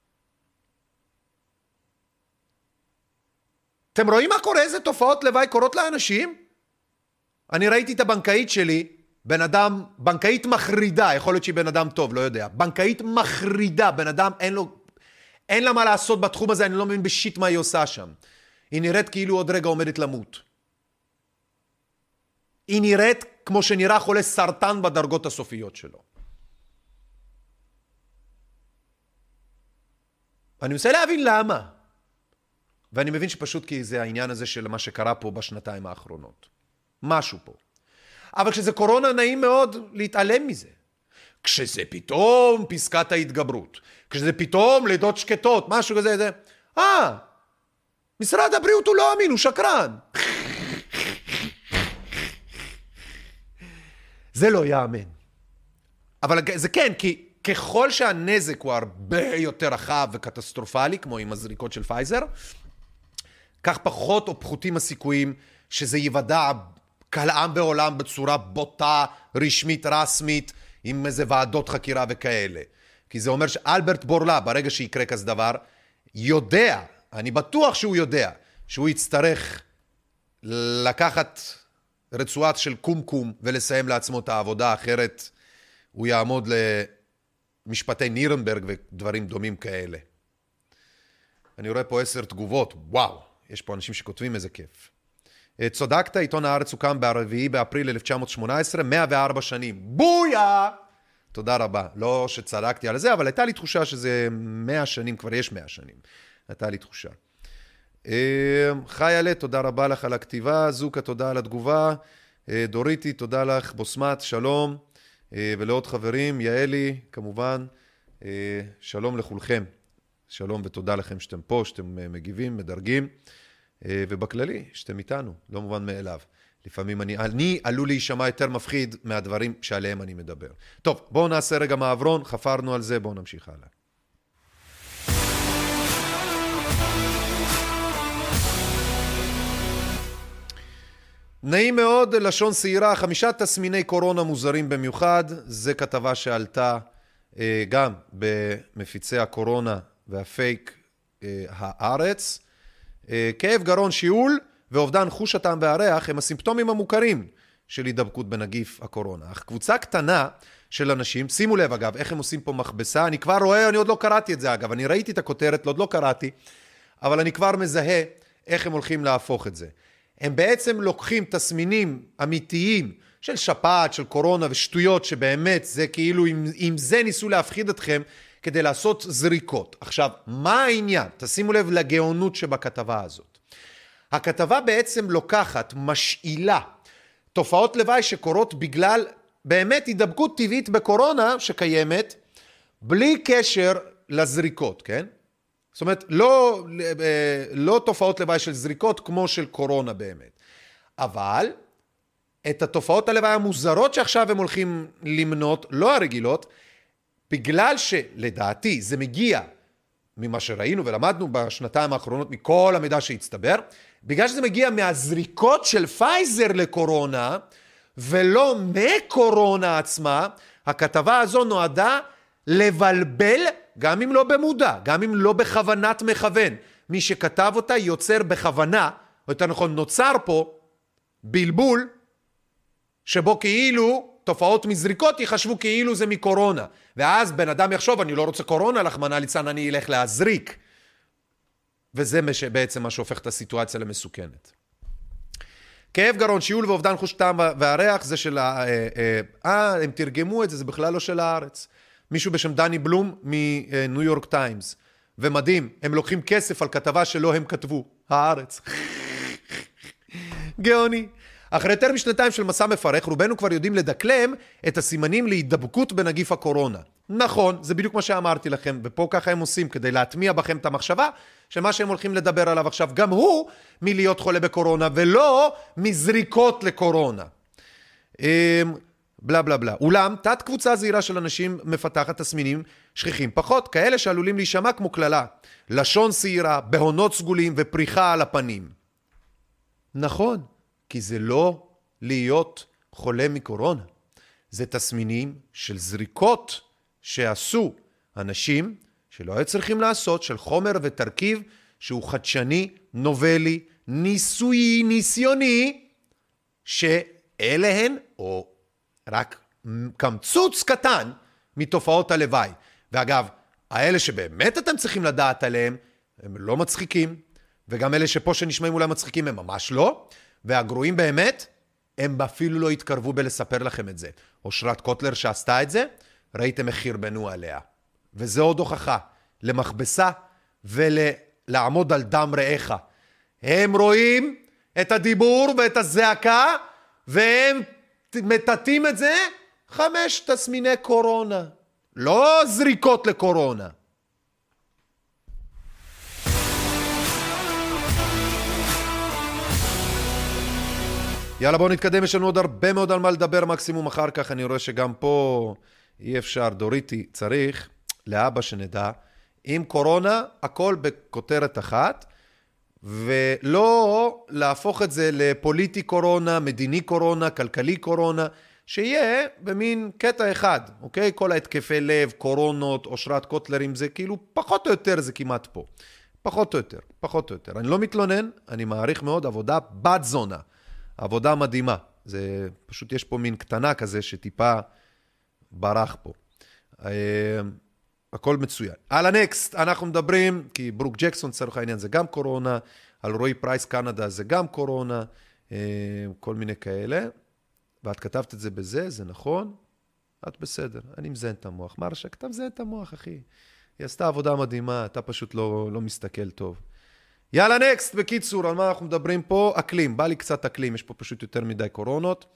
אתם רואים מה קורה? איזה תופעות לוואי קורות לאנשים? אני ראיתי את הבנקאית שלי, בן אדם, בנקאית מחרידה, יכול להיות שהיא בן אדם טוב, לא יודע. בנקאית מחרידה, בן אדם אין לו, אין לה מה לעשות בתחום הזה, אני לא מבין בשיט מה היא עושה שם. היא נראית כאילו עוד רגע עומדת למות. היא נראית כמו שנראה חולה סרטן בדרגות הסופיות שלו. אני מנסה להבין למה. ואני מבין שפשוט כי זה העניין הזה של מה שקרה פה בשנתיים האחרונות. משהו פה. אבל כשזה קורונה נעים מאוד להתעלם מזה. כשזה פתאום פסקת ההתגברות. כשזה פתאום לידות שקטות, משהו כזה, זה, אה, משרד הבריאות הוא לא אמין, הוא שקרן. זה לא יאמן. אבל זה כן, כי ככל שהנזק הוא הרבה יותר רחב וקטסטרופלי, כמו עם הזריקות של פייזר, כך פחות או פחותים הסיכויים שזה יוודע קהל עם בעולם בצורה בוטה, רשמית, רסמית, עם איזה ועדות חקירה וכאלה. כי זה אומר שאלברט בורלה, ברגע שיקרה כזה דבר, יודע, אני בטוח שהוא יודע, שהוא יצטרך לקחת רצועת של קומקום ולסיים לעצמו את העבודה, אחרת הוא יעמוד למשפטי נירנברג ודברים דומים כאלה. אני רואה פה עשר תגובות, וואו, יש פה אנשים שכותבים איזה כיף. צודקת, עיתון הארץ הוקם ברביעי באפריל אלף תשע מאות שמונה עשרה, מאה וארבע שנים. בויה! תודה רבה. לא שצדקתי על זה, אבל הייתה לי תחושה שזה מאה שנים, כבר יש מאה שנים. הייתה לי תחושה. חי עלה, תודה רבה לך על הכתיבה. זוקה, תודה על התגובה. דוריטי, תודה לך. בוסמת, שלום. ולעוד חברים, יעלי, כמובן. שלום לכולכם. שלום ותודה לכם שאתם פה, שאתם מגיבים, מדרגים. ובכללי, שאתם איתנו, לא מובן מאליו. לפעמים אני, אני עלול להישמע יותר מפחיד מהדברים שעליהם אני מדבר. טוב, בואו נעשה רגע מעברון, חפרנו על זה, בואו נמשיך הלאה. נעים מאוד, לשון שעירה, חמישה תסמיני קורונה מוזרים במיוחד, זה כתבה שעלתה אה, גם במפיצי הקורונה והפייק אה, הארץ. אה, כאב גרון, שיעול ואובדן חוש הטעם והריח הם הסימפטומים המוכרים של הידבקות בנגיף הקורונה. אך קבוצה קטנה של אנשים, שימו לב אגב, איך הם עושים פה מכבסה, אני כבר רואה, אני עוד לא קראתי את זה אגב, אני ראיתי את הכותרת, עוד לא קראתי, אבל אני כבר מזהה איך הם הולכים להפוך את זה. הם בעצם לוקחים תסמינים אמיתיים של שפעת, של קורונה ושטויות שבאמת זה כאילו עם, עם זה ניסו להפחיד אתכם כדי לעשות זריקות. עכשיו, מה העניין? תשימו לב לגאונות שבכתבה הזאת. הכתבה בעצם לוקחת, משאילה, תופעות לוואי שקורות בגלל באמת הידבקות טבעית בקורונה שקיימת, בלי קשר לזריקות, כן? זאת אומרת, לא, לא תופעות לוואי של זריקות כמו של קורונה באמת. אבל את התופעות הלוואי המוזרות שעכשיו הם הולכים למנות, לא הרגילות, בגלל שלדעתי זה מגיע ממה שראינו ולמדנו בשנתיים האחרונות, מכל המידע שהצטבר, בגלל שזה מגיע מהזריקות של פייזר לקורונה, ולא מקורונה עצמה, הכתבה הזו נועדה לבלבל, גם אם לא במודע, גם אם לא בכוונת מכוון. מי שכתב אותה יוצר בכוונה, או יותר נכון נוצר פה, בלבול, שבו כאילו תופעות מזריקות יחשבו כאילו זה מקורונה. ואז בן אדם יחשוב, אני לא רוצה קורונה, לחמנא ליצלן, אני אלך להזריק. וזה בעצם מה שהופך את הסיטואציה למסוכנת. כאב גרון, שיעול ואובדן חוש טעם והריח, זה של ה... אה, הם תרגמו את זה, זה בכלל לא של הארץ. מישהו בשם דני בלום מניו יורק טיימס. ומדהים, הם לוקחים כסף על כתבה שלא הם כתבו. הארץ. גאוני. אחרי יותר משנתיים של מסע מפרך, רובנו כבר יודעים לדקלם את הסימנים להידבקות בנגיף הקורונה. נכון, זה בדיוק מה שאמרתי לכם, ופה ככה הם עושים כדי להטמיע בכם את המחשבה, שמה שהם הולכים לדבר עליו עכשיו גם הוא מלהיות חולה בקורונה, ולא מזריקות לקורונה. בלה בלה בלה. אולם, תת קבוצה זהירה של אנשים מפתחת תסמינים שכיחים פחות, כאלה שעלולים להישמע כמו כללה. לשון שעירה, בהונות סגולים ופריחה על הפנים. נכון. כי זה לא להיות חולה מקורונה. זה תסמינים של זריקות שעשו אנשים שלא היו צריכים לעשות, של חומר ותרכיב שהוא חדשני, נובלי, ניסויי, ניסיוני, שאלה הן, או רק קמצוץ קטן מתופעות הלוואי. ואגב, האלה שבאמת אתם צריכים לדעת עליהם, הם לא מצחיקים, וגם אלה שפה שנשמעים אולי מצחיקים הם ממש לא, והגרועים באמת, הם אפילו לא התקרבו בלספר לכם את זה. אושרת קוטלר שעשתה את זה, ראיתם איך חרבנו עליה. וזה עוד הוכחה למכבסה ולעמוד על דם רעך. הם רואים את הדיבור ואת הזעקה, והם מטטים את זה, חמש תסמיני קורונה. לא זריקות לקורונה. יאללה, בואו נתקדם, יש לנו עוד הרבה מאוד על מה לדבר, מקסימום אחר כך, אני רואה שגם פה אי אפשר, דוריטי, צריך לאבא שנדע, עם קורונה, הכל בכותרת אחת, ולא להפוך את זה לפוליטי קורונה, מדיני קורונה, כלכלי קורונה, שיהיה במין קטע אחד, אוקיי? כל ההתקפי לב, קורונות, אושרת קוטלרים, זה כאילו פחות או יותר זה כמעט פה. פחות או יותר, פחות או יותר. אני לא מתלונן, אני מעריך מאוד עבודה בת זונה. עבודה מדהימה. זה פשוט יש פה מין קטנה כזה שטיפה ברח פה. הכל מצוין. על הנקסט אנחנו מדברים, כי ברוק ג'קסון צורך העניין זה גם קורונה, על רוי פרייס קנדה זה גם קורונה, כל מיני כאלה. ואת כתבת את זה בזה, זה נכון? את בסדר, אני מזיין את המוח. מרשק, אתה מזיין את המוח, אחי. היא עשתה עבודה מדהימה, אתה פשוט לא, לא מסתכל טוב. יאללה, נקסט, בקיצור, על מה אנחנו מדברים פה? אקלים, בא לי קצת אקלים, יש פה פשוט יותר מדי קורונות.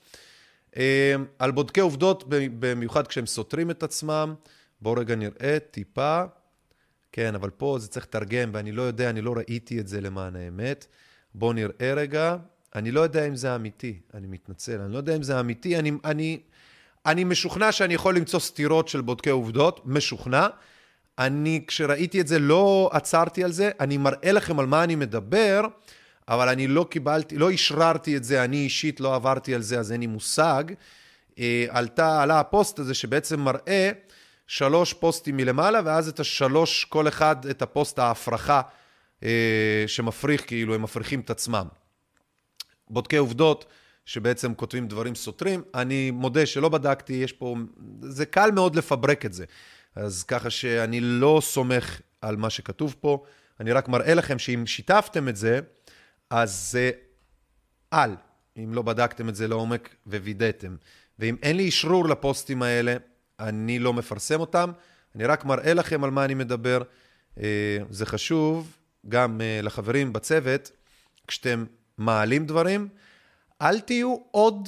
על בודקי עובדות, במיוחד כשהם סותרים את עצמם, בואו רגע נראה, טיפה. כן, אבל פה זה צריך לתרגם, ואני לא יודע, אני לא ראיתי את זה למען האמת. בואו נראה רגע. אני לא יודע אם זה אמיתי, אני מתנצל, אני לא יודע אם זה אמיתי, אני, אני, אני משוכנע שאני יכול למצוא סתירות של בודקי עובדות, משוכנע. אני, כשראיתי את זה, לא עצרתי על זה, אני מראה לכם על מה אני מדבר, אבל אני לא קיבלתי, לא השררתי את זה, אני אישית לא עברתי על זה, אז אין לי מושג. עלתה, עלה הפוסט הזה שבעצם מראה שלוש פוסטים מלמעלה, ואז את השלוש, כל אחד את הפוסט ההפרחה שמפריך, כאילו הם מפריחים את עצמם. בודקי עובדות שבעצם כותבים דברים סותרים, אני מודה שלא בדקתי, יש פה, זה קל מאוד לפברק את זה. אז ככה שאני לא סומך על מה שכתוב פה, אני רק מראה לכם שאם שיתפתם את זה, אז זה על, אם לא בדקתם את זה לעומק ווידאתם. ואם אין לי אישרור לפוסטים האלה, אני לא מפרסם אותם, אני רק מראה לכם על מה אני מדבר. זה חשוב גם לחברים בצוות, כשאתם מעלים דברים, אל תהיו עוד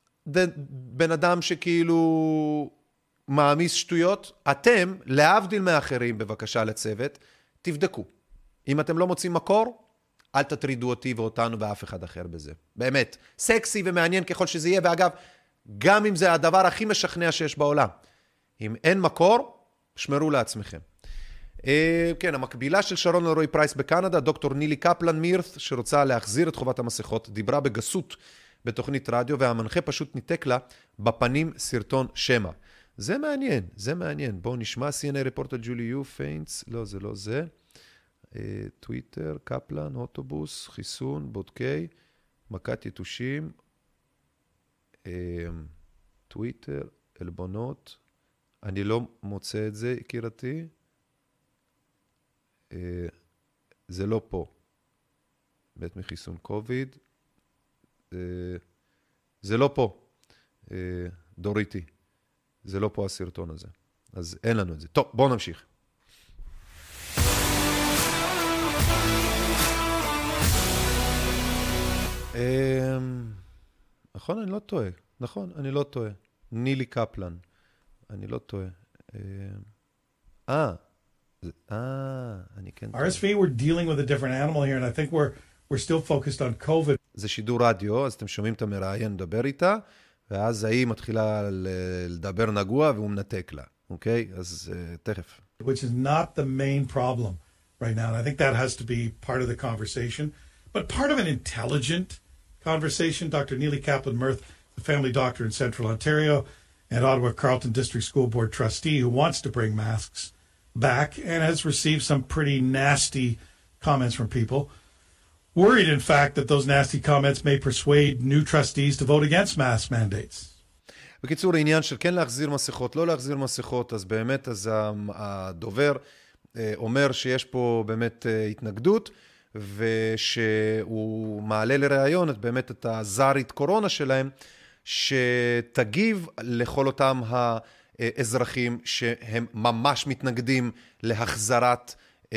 בן אדם שכאילו מעמיס שטויות. אתם, להבדיל מאחרים, בבקשה לצוות, תבדקו. אם אתם לא מוצאים מקור, אל תטרידו אותי ואותנו ואף אחד אחר בזה. באמת, סקסי ומעניין ככל שזה יהיה, ואגב, גם אם זה הדבר הכי משכנע שיש בעולם. אם אין מקור, שמרו לעצמכם. כן, המקבילה של שרון אלרועי פרייס בקנדה, דוקטור נילי קפלן מירת, שרוצה להחזיר את חובת המסכות, דיברה בגסות בתוכנית רדיו, והמנחה פשוט ניתק לה בפנים סרטון שמה. זה מעניין, זה מעניין. בואו נשמע, סי אן איי report על ג'ולי יו, פיינטס, לא, זה לא זה. טוויטר, קפלן, אוטובוס, חיסון, בודקי, מכת יתושים, טוויטר, אלבונות. אני לא מוצא את זה, הכירתי. זה לא פה. בית מחיסון קוביד. זה לא פה. דוריתי. זה לא פה הסרטון הזה. אז אין לנו את זה. טוב, בואו נמשיך. נכון, אני לא טועה. נכון, אני לא טועה. נילי קפלן. אני לא טועה. אה, אה, אני כן טועה. R S V, we're dealing with a different animal here, and I think we're, we're still focused on COVID. זה שידור רדיו, אז אתם שומעים את המראיין לדבר איתה, ואז היא מתחילה לדבר נגוע והוא מנתק לה. אוקיי? אז תכף. Which is not the main problem right now. And I think that has to be part of the conversation. But part of an intelligent conversation, Doctor Neely Kaplan-Mirth, the family doctor in Central Ontario and Ottawa Carleton District School Board trustee who wants to bring masks back and has received some pretty nasty comments from people. Worried, in fact, that those nasty comments may persuade new trustees to vote against mask mandates. בקיצור, העניין של כן להחזיר מסכות, לא להחזיר מסכות, אז באמת, אז הדובר אומר שיש פה באמת התנגדות, ושהוא מעלה לראיון את באמת את הזרית קורונה שלהם, שתגיב לכל אותם האזרחים שהם ממש מתנגדים להחזרת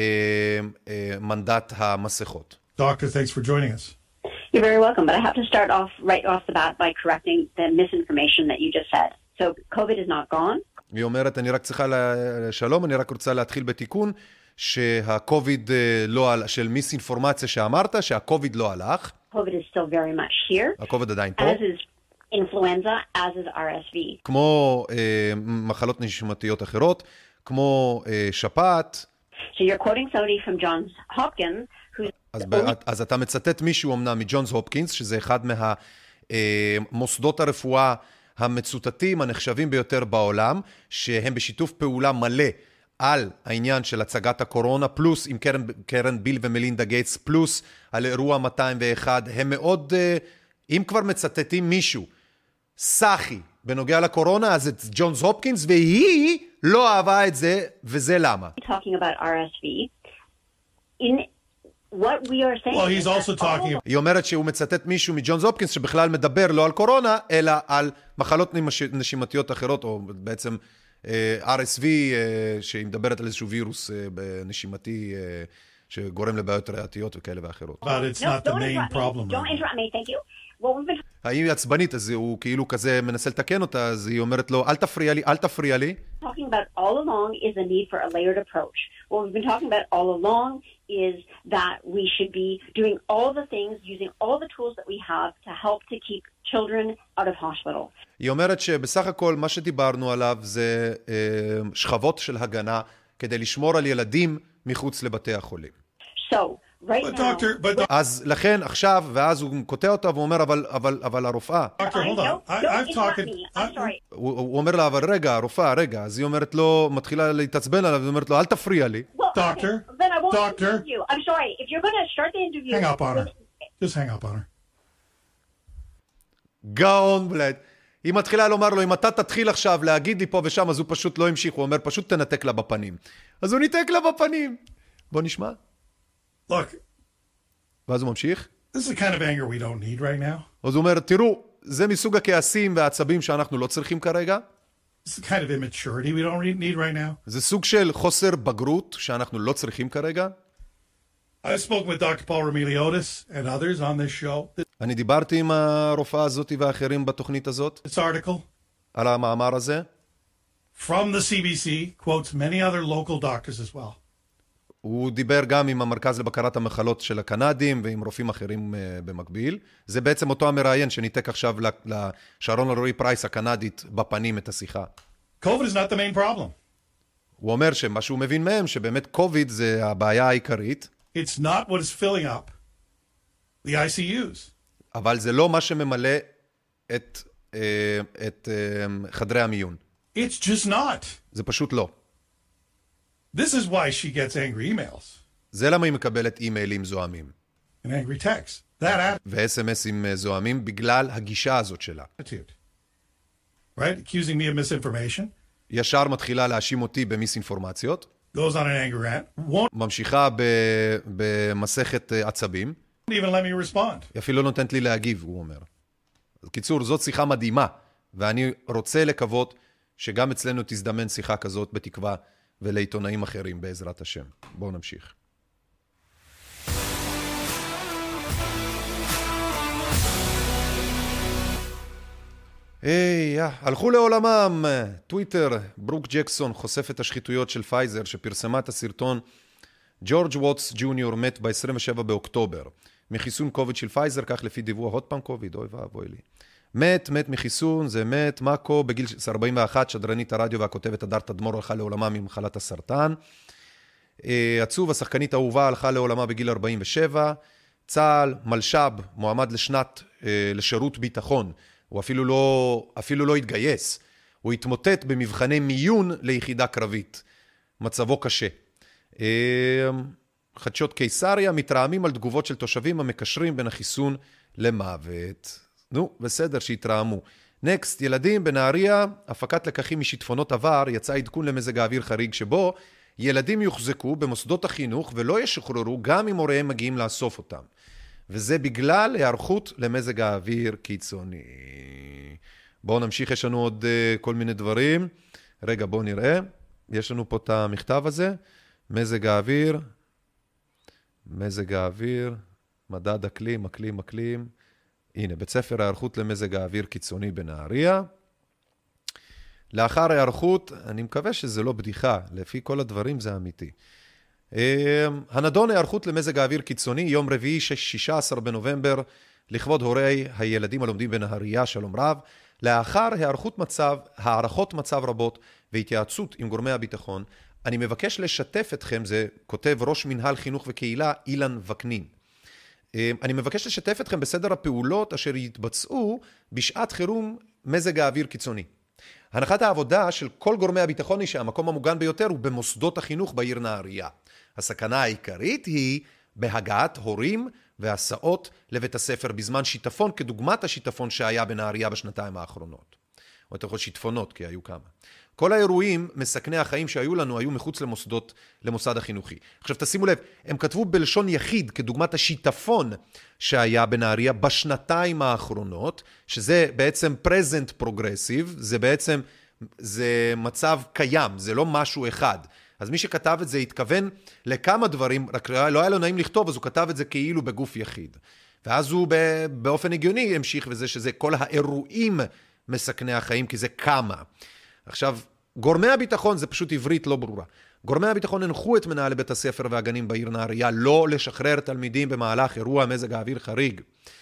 מנדט המסכות. Doctor, thanks for joining us. You're very welcome, but I have to start off right off the bat by correcting the misinformation that you just said. So COVID is not gone. היא אומרת, אני רק צריכה לשלום, אני רק רוצה להתחיל בתיקון, שהקוביד לא עלה, של מיסאינפורמציה שאמרת, שהקוביד לא הלך. COVID is still very much here. הקוביד עדיין פה. As is influenza, as is R S V. כמו אה, מחלות נשימתיות אחרות, כמו אה, שפעת. So you're quoting somebody from Johns Hopkins, who's אז, ב, אז אתה מצטט מישהו אמנם מג'ונס הופקינס, שזה אחד מהמוסדות הרפואה המצוטטים, הנחשבים ביותר בעולם, שהם בשיתוף פעולה מלא על העניין של הצגת הקורונה, פלוס עם קרן, קרן ביל ומלינדה גייטס, פלוס על אירוע מאתיים ואחת, הם מאוד, אם כבר מצטטים מישהו, סחי, בנוגע לקורונה, אז את ג'ונס הופקינס, והיא לא אהבה את זה, וזה למה. talking about R S V. In what we are saying. Well, he's also talking. היא אומרת שהוא מצטט מישהו מג'ונס הופקינס, שבכלל מדבר לא על קורונה, אלא על מחלות נשימתיות אחרות, או בעצם R S V, שהיא מדברת על איזשהו וירוס נשימתי שגורם לבעיות ריאתיות וכאלה ואחרות. But it's No, not the don't main interrupt me. problem. Don't right now. interrupt me. Thank you. What we've been האם היא עצבנית, אז הוא כאילו כזה מנסה לתקן אותה, אז היא אומרת לו, אל תפריע לי, אל תפריע לי. talking about all along is the need for a layered approach. What we've been talking about all along is that we should be doing all the things, using all the tools that we have to help to keep children out of hospital. היא אומרת שבסך הכל מה שדיברנו עליו זה אה, שכבות של הגנה כדי לשמור על ילדים מחוץ לבתי החולים. So, right But now... doctor, but doc- אז לכן עכשיו, ואז הוא קוטע אותה ואומר, אבל, אבל, אבל הרופאה, doctor, I hold on. don't, I, don't I've interrupt talked. me. I, I'm sorry. הוא, הוא אומר לה, אבל רגע, הרופאה, רגע. אז היא אומרת לו, מתחילה להתעצבן עליו, ואומרת לו, אל תפריע לי. Well, Doctor, okay, then I won't doctor. interrupt you. I'm sorry. If you're going to start the interview... hang up on her. with- Just hang up on her. גאון, בלד. היא מתחילה לומר לו, אם אתה תתחיל עכשיו להגיד לי פה ושם, אז הוא פשוט לא המשיך. הוא אומר, פשוט תנתק לה בפנים. אז הוא ניתק לה בפנים. בוא נשמע. Look, ואז הוא ממשיך. this is the kind of anger we don't need right now. אז הוא אומר, תראו, זה מסוג הכעסים והעצבים שאנחנו לא צריכים כרגע. This is the kind of immaturity we don't re- need right now. זה סוג של חוסר בגרות שאנחנו לא צריכים כרגע. I've spoken with Doctor Paul Remiliotis and others on this show. אני דיברתי עם הרופאה הזאת ואחרים בתוכנית הזאת, This article על המאמר הזה. from the C B C quotes many other local doctors as well. הוא דיבר גם עם המרכז לבקרת המחלות של הקנדים ועם רופאים אחרים uh, במקביל. זה בעצם אותו המראיין שניתק עכשיו לשרון אלרועי פרייס הקנדית בפנים את השיחה. COVID is not the main problem. הוא אומר שמה שהוא מבין מהם, שבאמת קוביד זה הבעיה העיקרית, It's not what is filling up the I C Us. אבל זה לא מה שממלא את, uh, את uh, חדרי המיון. It's just not. זה פשוט לא. This is why she gets angry emails זה למה היא מקבלת אימיילים זוהמים. and angry texts. That ו-אס אם אסים זוהמים בגלל הגישה הזאת שלה. attitude. Right? Accusing me of misinformation. ישר מתחילה להאשים אותי במיסאינפורמציות, Goes on an anger rant. Won't ממשיכה ב- במסכת אה, עצבים, even let me respond. היא אפילו לא נותנת לי להגיב, הוא אומר. אז קיצור, זאת שיחה מדהימה, ואני רוצה לקוות שגם אצלנו תזדמן שיחה כזאת בתקווה ולעיתונאים אחרים בעזרת השם. בואו נמשיך. היי, hey, הלכו לעולמם. טוויטר, ברוק ג'קסון חושף את השחיתויות של פייזר שפרסמה את הסרטון ג'ורג' ווטס ג'וניור מת ב-עשרים ושבעה באוקטובר מחיסון קוביד של פייזר, כך לפי דיווח, עוד פעם קוביד, אוי ואבוי לי. מת, מת מחיסון, זה מת, מאקו, בגיל ארבעים ואחת, שדרנית הרדיו והכותבת הדר תדמור הלכה לעולמה ממחלת הסרטן. עצוב, השחקנית האהובה הלכה לעולמה בגיל ארבעים ושבע. צה"ל, מלש"ב, מועמד לשנת, לשירות ביטחון. הוא אפילו לא, אפילו לא התגייס. הוא התמוטט במבחני מיון ליחידה קרבית. מצבו קשה. חדשות קיסריה, מתרעמים על תגובות של תושבים המקשרים בין החיסון למוות. נו, בסדר, שהתרעמו. נקסט, ילדים בנהריה, הפקת לקחים משיטפונות עבר, יצא עדכון למזג האוויר חריג שבו ילדים יוחזקו במוסדות החינוך ולא ישוחררו גם אם הוריהם מגיעים לאסוף אותם. וזה בגלל היערכות למזג האוויר קיצוני. בואו נמשיך, יש לנו עוד uh, כל מיני דברים. רגע, בואו נראה. יש לנו פה את המכתב הזה. מזג האוויר, מזג האוויר, מדד אקלים, אקלים, אקלים. הנה, בית ספר היערכות למזג האוויר קיצוני בנהריה. לאחר היערכות, אני מקווה שזה לא בדיחה, לפי כל הדברים זה אמיתי. הנדון היערכות למזג האוויר קיצוני, יום רביעי, שישה עשר בנובמבר, לכבוד הורי הילדים הלומדים בנהריה, שלום רב. לאחר הערכות מצב, הערכות מצב רבות והתייעצות עם גורמי הביטחון, אני מבקש לשתף אתכם, זה כותב ראש מנהל חינוך וקהילה, אילן וקנין. אני מבקש לשתף אתכם בסדר הפעולות אשר יתבצעו בשעת חירום מזג האוויר קיצוני. הנחת העבודה של כל גורמי הביטחון היא שהמקום המוגן ביותר הוא במוסדות החינוך בעיר נהריה. הסכנה העיקרית היא בהגעת הורים והסעות לבית הספר בזמן שיטפון, כדוגמת השיטפון שהיה בנהריה בשנתיים האחרונות. או יותר כל שיטפונות, כי היו כמה. כל האירועים מסכני החיים שהיו לנו היו מחוץ למוסדות, למוסד החינוכי. עכשיו תשימו לב, הם כתבו בלשון יחיד, כדוגמת השיטפון שהיה בנהריה בשנתיים האחרונות, שזה בעצם present progressive, זה בעצם, זה מצב קיים, זה לא משהו אחד. אז מי שכתב את זה התכוון לכמה דברים, רק לא היה לו נעים לכתוב, אז הוא כתב את זה כאילו בגוף יחיד. ואז הוא באופן הגיוני המשיך וזה שזה כל האירועים מסכני החיים, כי זה כמה. עכשיו, גורמי הביטחון, זה פשוט עברית לא ברורה. גורמי הביטחון הנחו את מנהלי בית הספר והגנים בעיר נהריה לא לשחרר תלמידים במהלך אירוע מזג האוויר חריג.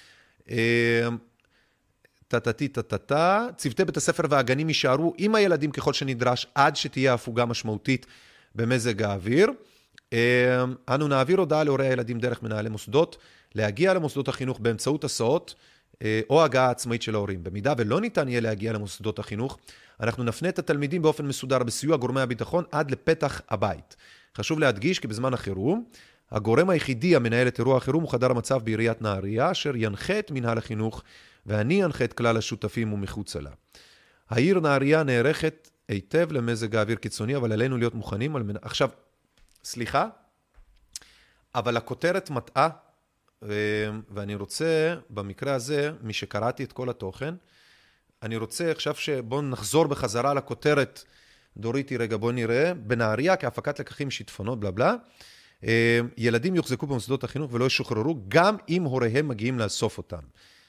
טטטי טטטה, צוותי בית הספר והגנים יישארו עם הילדים ככל שנדרש עד שתהיה הפוגה משמעותית במזג האוויר. אנו נעביר הודעה להורי הילדים דרך מנהלי מוסדות, להגיע למוסדות החינוך באמצעות הסעות או הגעה עצמאית של ההורים. במידה ולא ניתן יהיה להגיע למוסדות החינוך, אנחנו נפנה את התלמידים באופן מסודר בסיוע גורמי הביטחון עד לפתח הבית. חשוב להדגיש כי בזמן החירום, הגורם היחידי המנהל את אירוע החירום הוא חדר המצב בעיריית נהריה, אשר ינחה את מנהל החינוך ואני ינחה את כלל השותפים ומחוצה לה. העיר נהריה נערכת היטב למזג האוויר קיצוני, אבל עלינו להיות מוכנים על מנ... עכשיו, סליחה, אבל הכותרת מטעה, ואני רוצה, במקרה הזה, מי שקראתי את כל התוכן, אני רוצה עכשיו שבואו נחזור בחזרה לכותרת, דוריתי רגע, בואו נראה, בנהריה כהפקת לקחים שיטפונות, בלה בלה, ילדים יוחזקו במוסדות החינוך ולא ישוחררו, גם אם הוריהם מגיעים לאסוף אותם.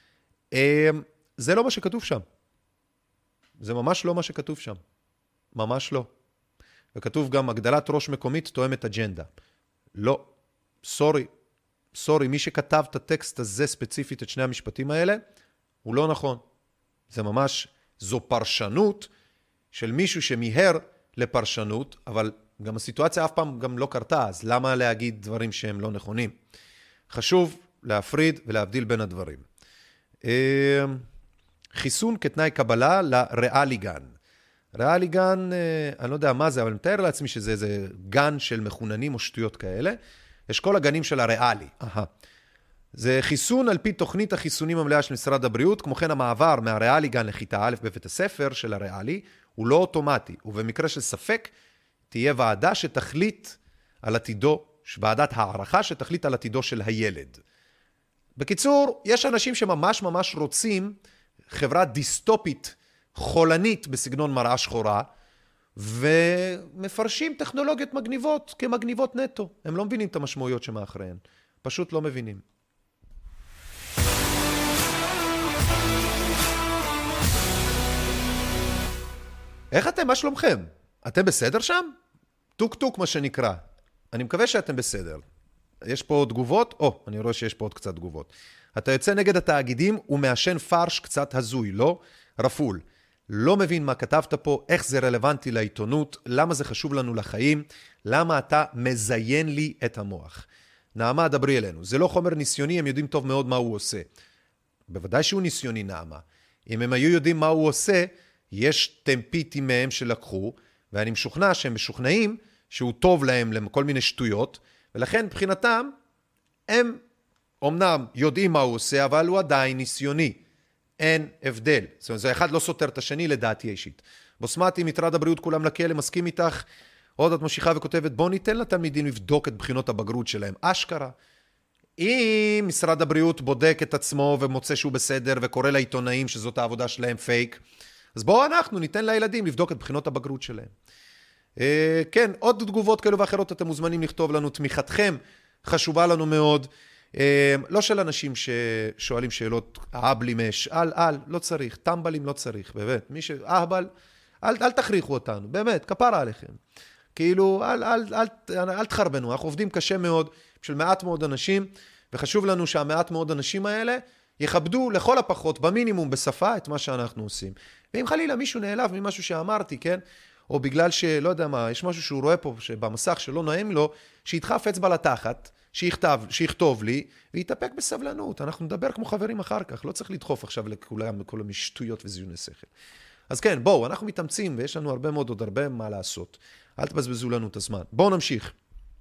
זה לא מה שכתוב שם. זה ממש לא מה שכתוב שם. ממש לא. וכתוב גם הגדלת ראש מקומית תואמת אג'נדה. לא. סורי. סורי, מי שכתב את הטקסט הזה ספציפית, את שני המשפטים האלה, הוא לא נכון. זה ממש, זו פרשנות של מישהו שמיהר לפרשנות, אבל גם הסיטואציה אף פעם גם לא קרתה, אז למה להגיד דברים שהם לא נכונים? חשוב להפריד ולהבדיל בין הדברים. חיסון כתנאי קבלה לריאלי גן. ריאלי גן, אני לא יודע מה זה, אבל אני מתאר לעצמי שזה איזה גן של מחוננים או שטויות כאלה. יש כל הגנים של הריאלי. אהה. זה חיסון על פי תוכנית החיסונים המלאה של משרד הבריאות, כמו כן המעבר מהריאלי גן לכיתה א' בבית הספר של הריאלי, הוא לא אוטומטי, ובמקרה של ספק, תהיה ועדה שתחליט על עתידו, ועדת הערכה שתחליט על עתידו של הילד. בקיצור, יש אנשים שממש ממש רוצים חברה דיסטופית, חולנית בסגנון מראה שחורה, ומפרשים טכנולוגיות מגניבות כמגניבות נטו. הם לא מבינים את המשמעויות שמאחריהן. פשוט לא מבינים. איך אתם? מה שלומכם? אתם בסדר שם? טוק טוק מה שנקרא. אני מקווה שאתם בסדר. יש פה עוד תגובות? או, אני רואה שיש פה עוד קצת תגובות. אתה יוצא נגד התאגידים ומאשן פרש קצת הזוי, לא? רפול. לא מבין מה כתבת פה, איך זה רלוונטי לעיתונות, למה זה חשוב לנו לחיים, למה אתה מזיין לי את המוח. נעמה, דברי אלינו. זה לא חומר ניסיוני, הם יודעים טוב מאוד מה הוא עושה. בוודאי שהוא ניסיוני, נעמה. אם הם היו יודעים מה הוא עושה, יש טמפיטים מהם שלקחו, ואני משוכנע שהם משוכנעים שהוא טוב להם לכל מיני שטויות, ולכן מבחינתם, הם אומנם יודעים מה הוא עושה, אבל הוא עדיין ניסיוני. אין הבדל. זאת אומרת, זה אחד לא סותר את השני לדעתי אישית. בוסמתי, מטרד הבריאות, כולם לכלא, מסכים איתך. עוד את ממשיכה וכותבת, בוא ניתן לתלמידים לבדוק את בחינות הבגרות שלהם. אשכרה. אם משרד הבריאות בודק את עצמו ומוצא שהוא בסדר וקורא לעיתונאים שזאת העבודה שלהם פייק, אז בואו אנחנו ניתן לילדים לבדוק את בחינות הבגרות שלהם. אה, כן, עוד תגובות כאלו ואחרות אתם מוזמנים לכתוב לנו. תמיכתכם חשובה לנו מאוד. אה, לא של אנשים ששואלים שאלות אבלימש, אל, אל, לא צריך, טמבלים לא צריך, באמת. מי שאהבל, אל, אל תכריחו אותנו, באמת, כפרה עליכם. כאילו, אל, אל, אל, אל, אל תחרבנו, אנחנו עובדים קשה מאוד של מעט מאוד אנשים, וחשוב לנו שהמעט מאוד אנשים האלה יכבדו לכל הפחות, במינימום, בשפה, את מה שאנחנו עושים. ואם חלילה מישהו נעלב ממשהו שאמרתי, כן? או בגלל שלא יודע מה, יש משהו שהוא רואה פה במסך שלא נעים לו, שידחף אצבע לתחת, שיכתב, שיכתוב לי, ויתאפק בסבלנות. אנחנו נדבר כמו חברים אחר כך, לא צריך לדחוף עכשיו לכולם, לכל המשטויות וזיוני שכל. אז כן, בואו, אנחנו מתאמצים, ויש לנו הרבה מאוד, עוד הרבה מה לעשות. אל תבזבזו לנו את הזמן. בואו נמשיך.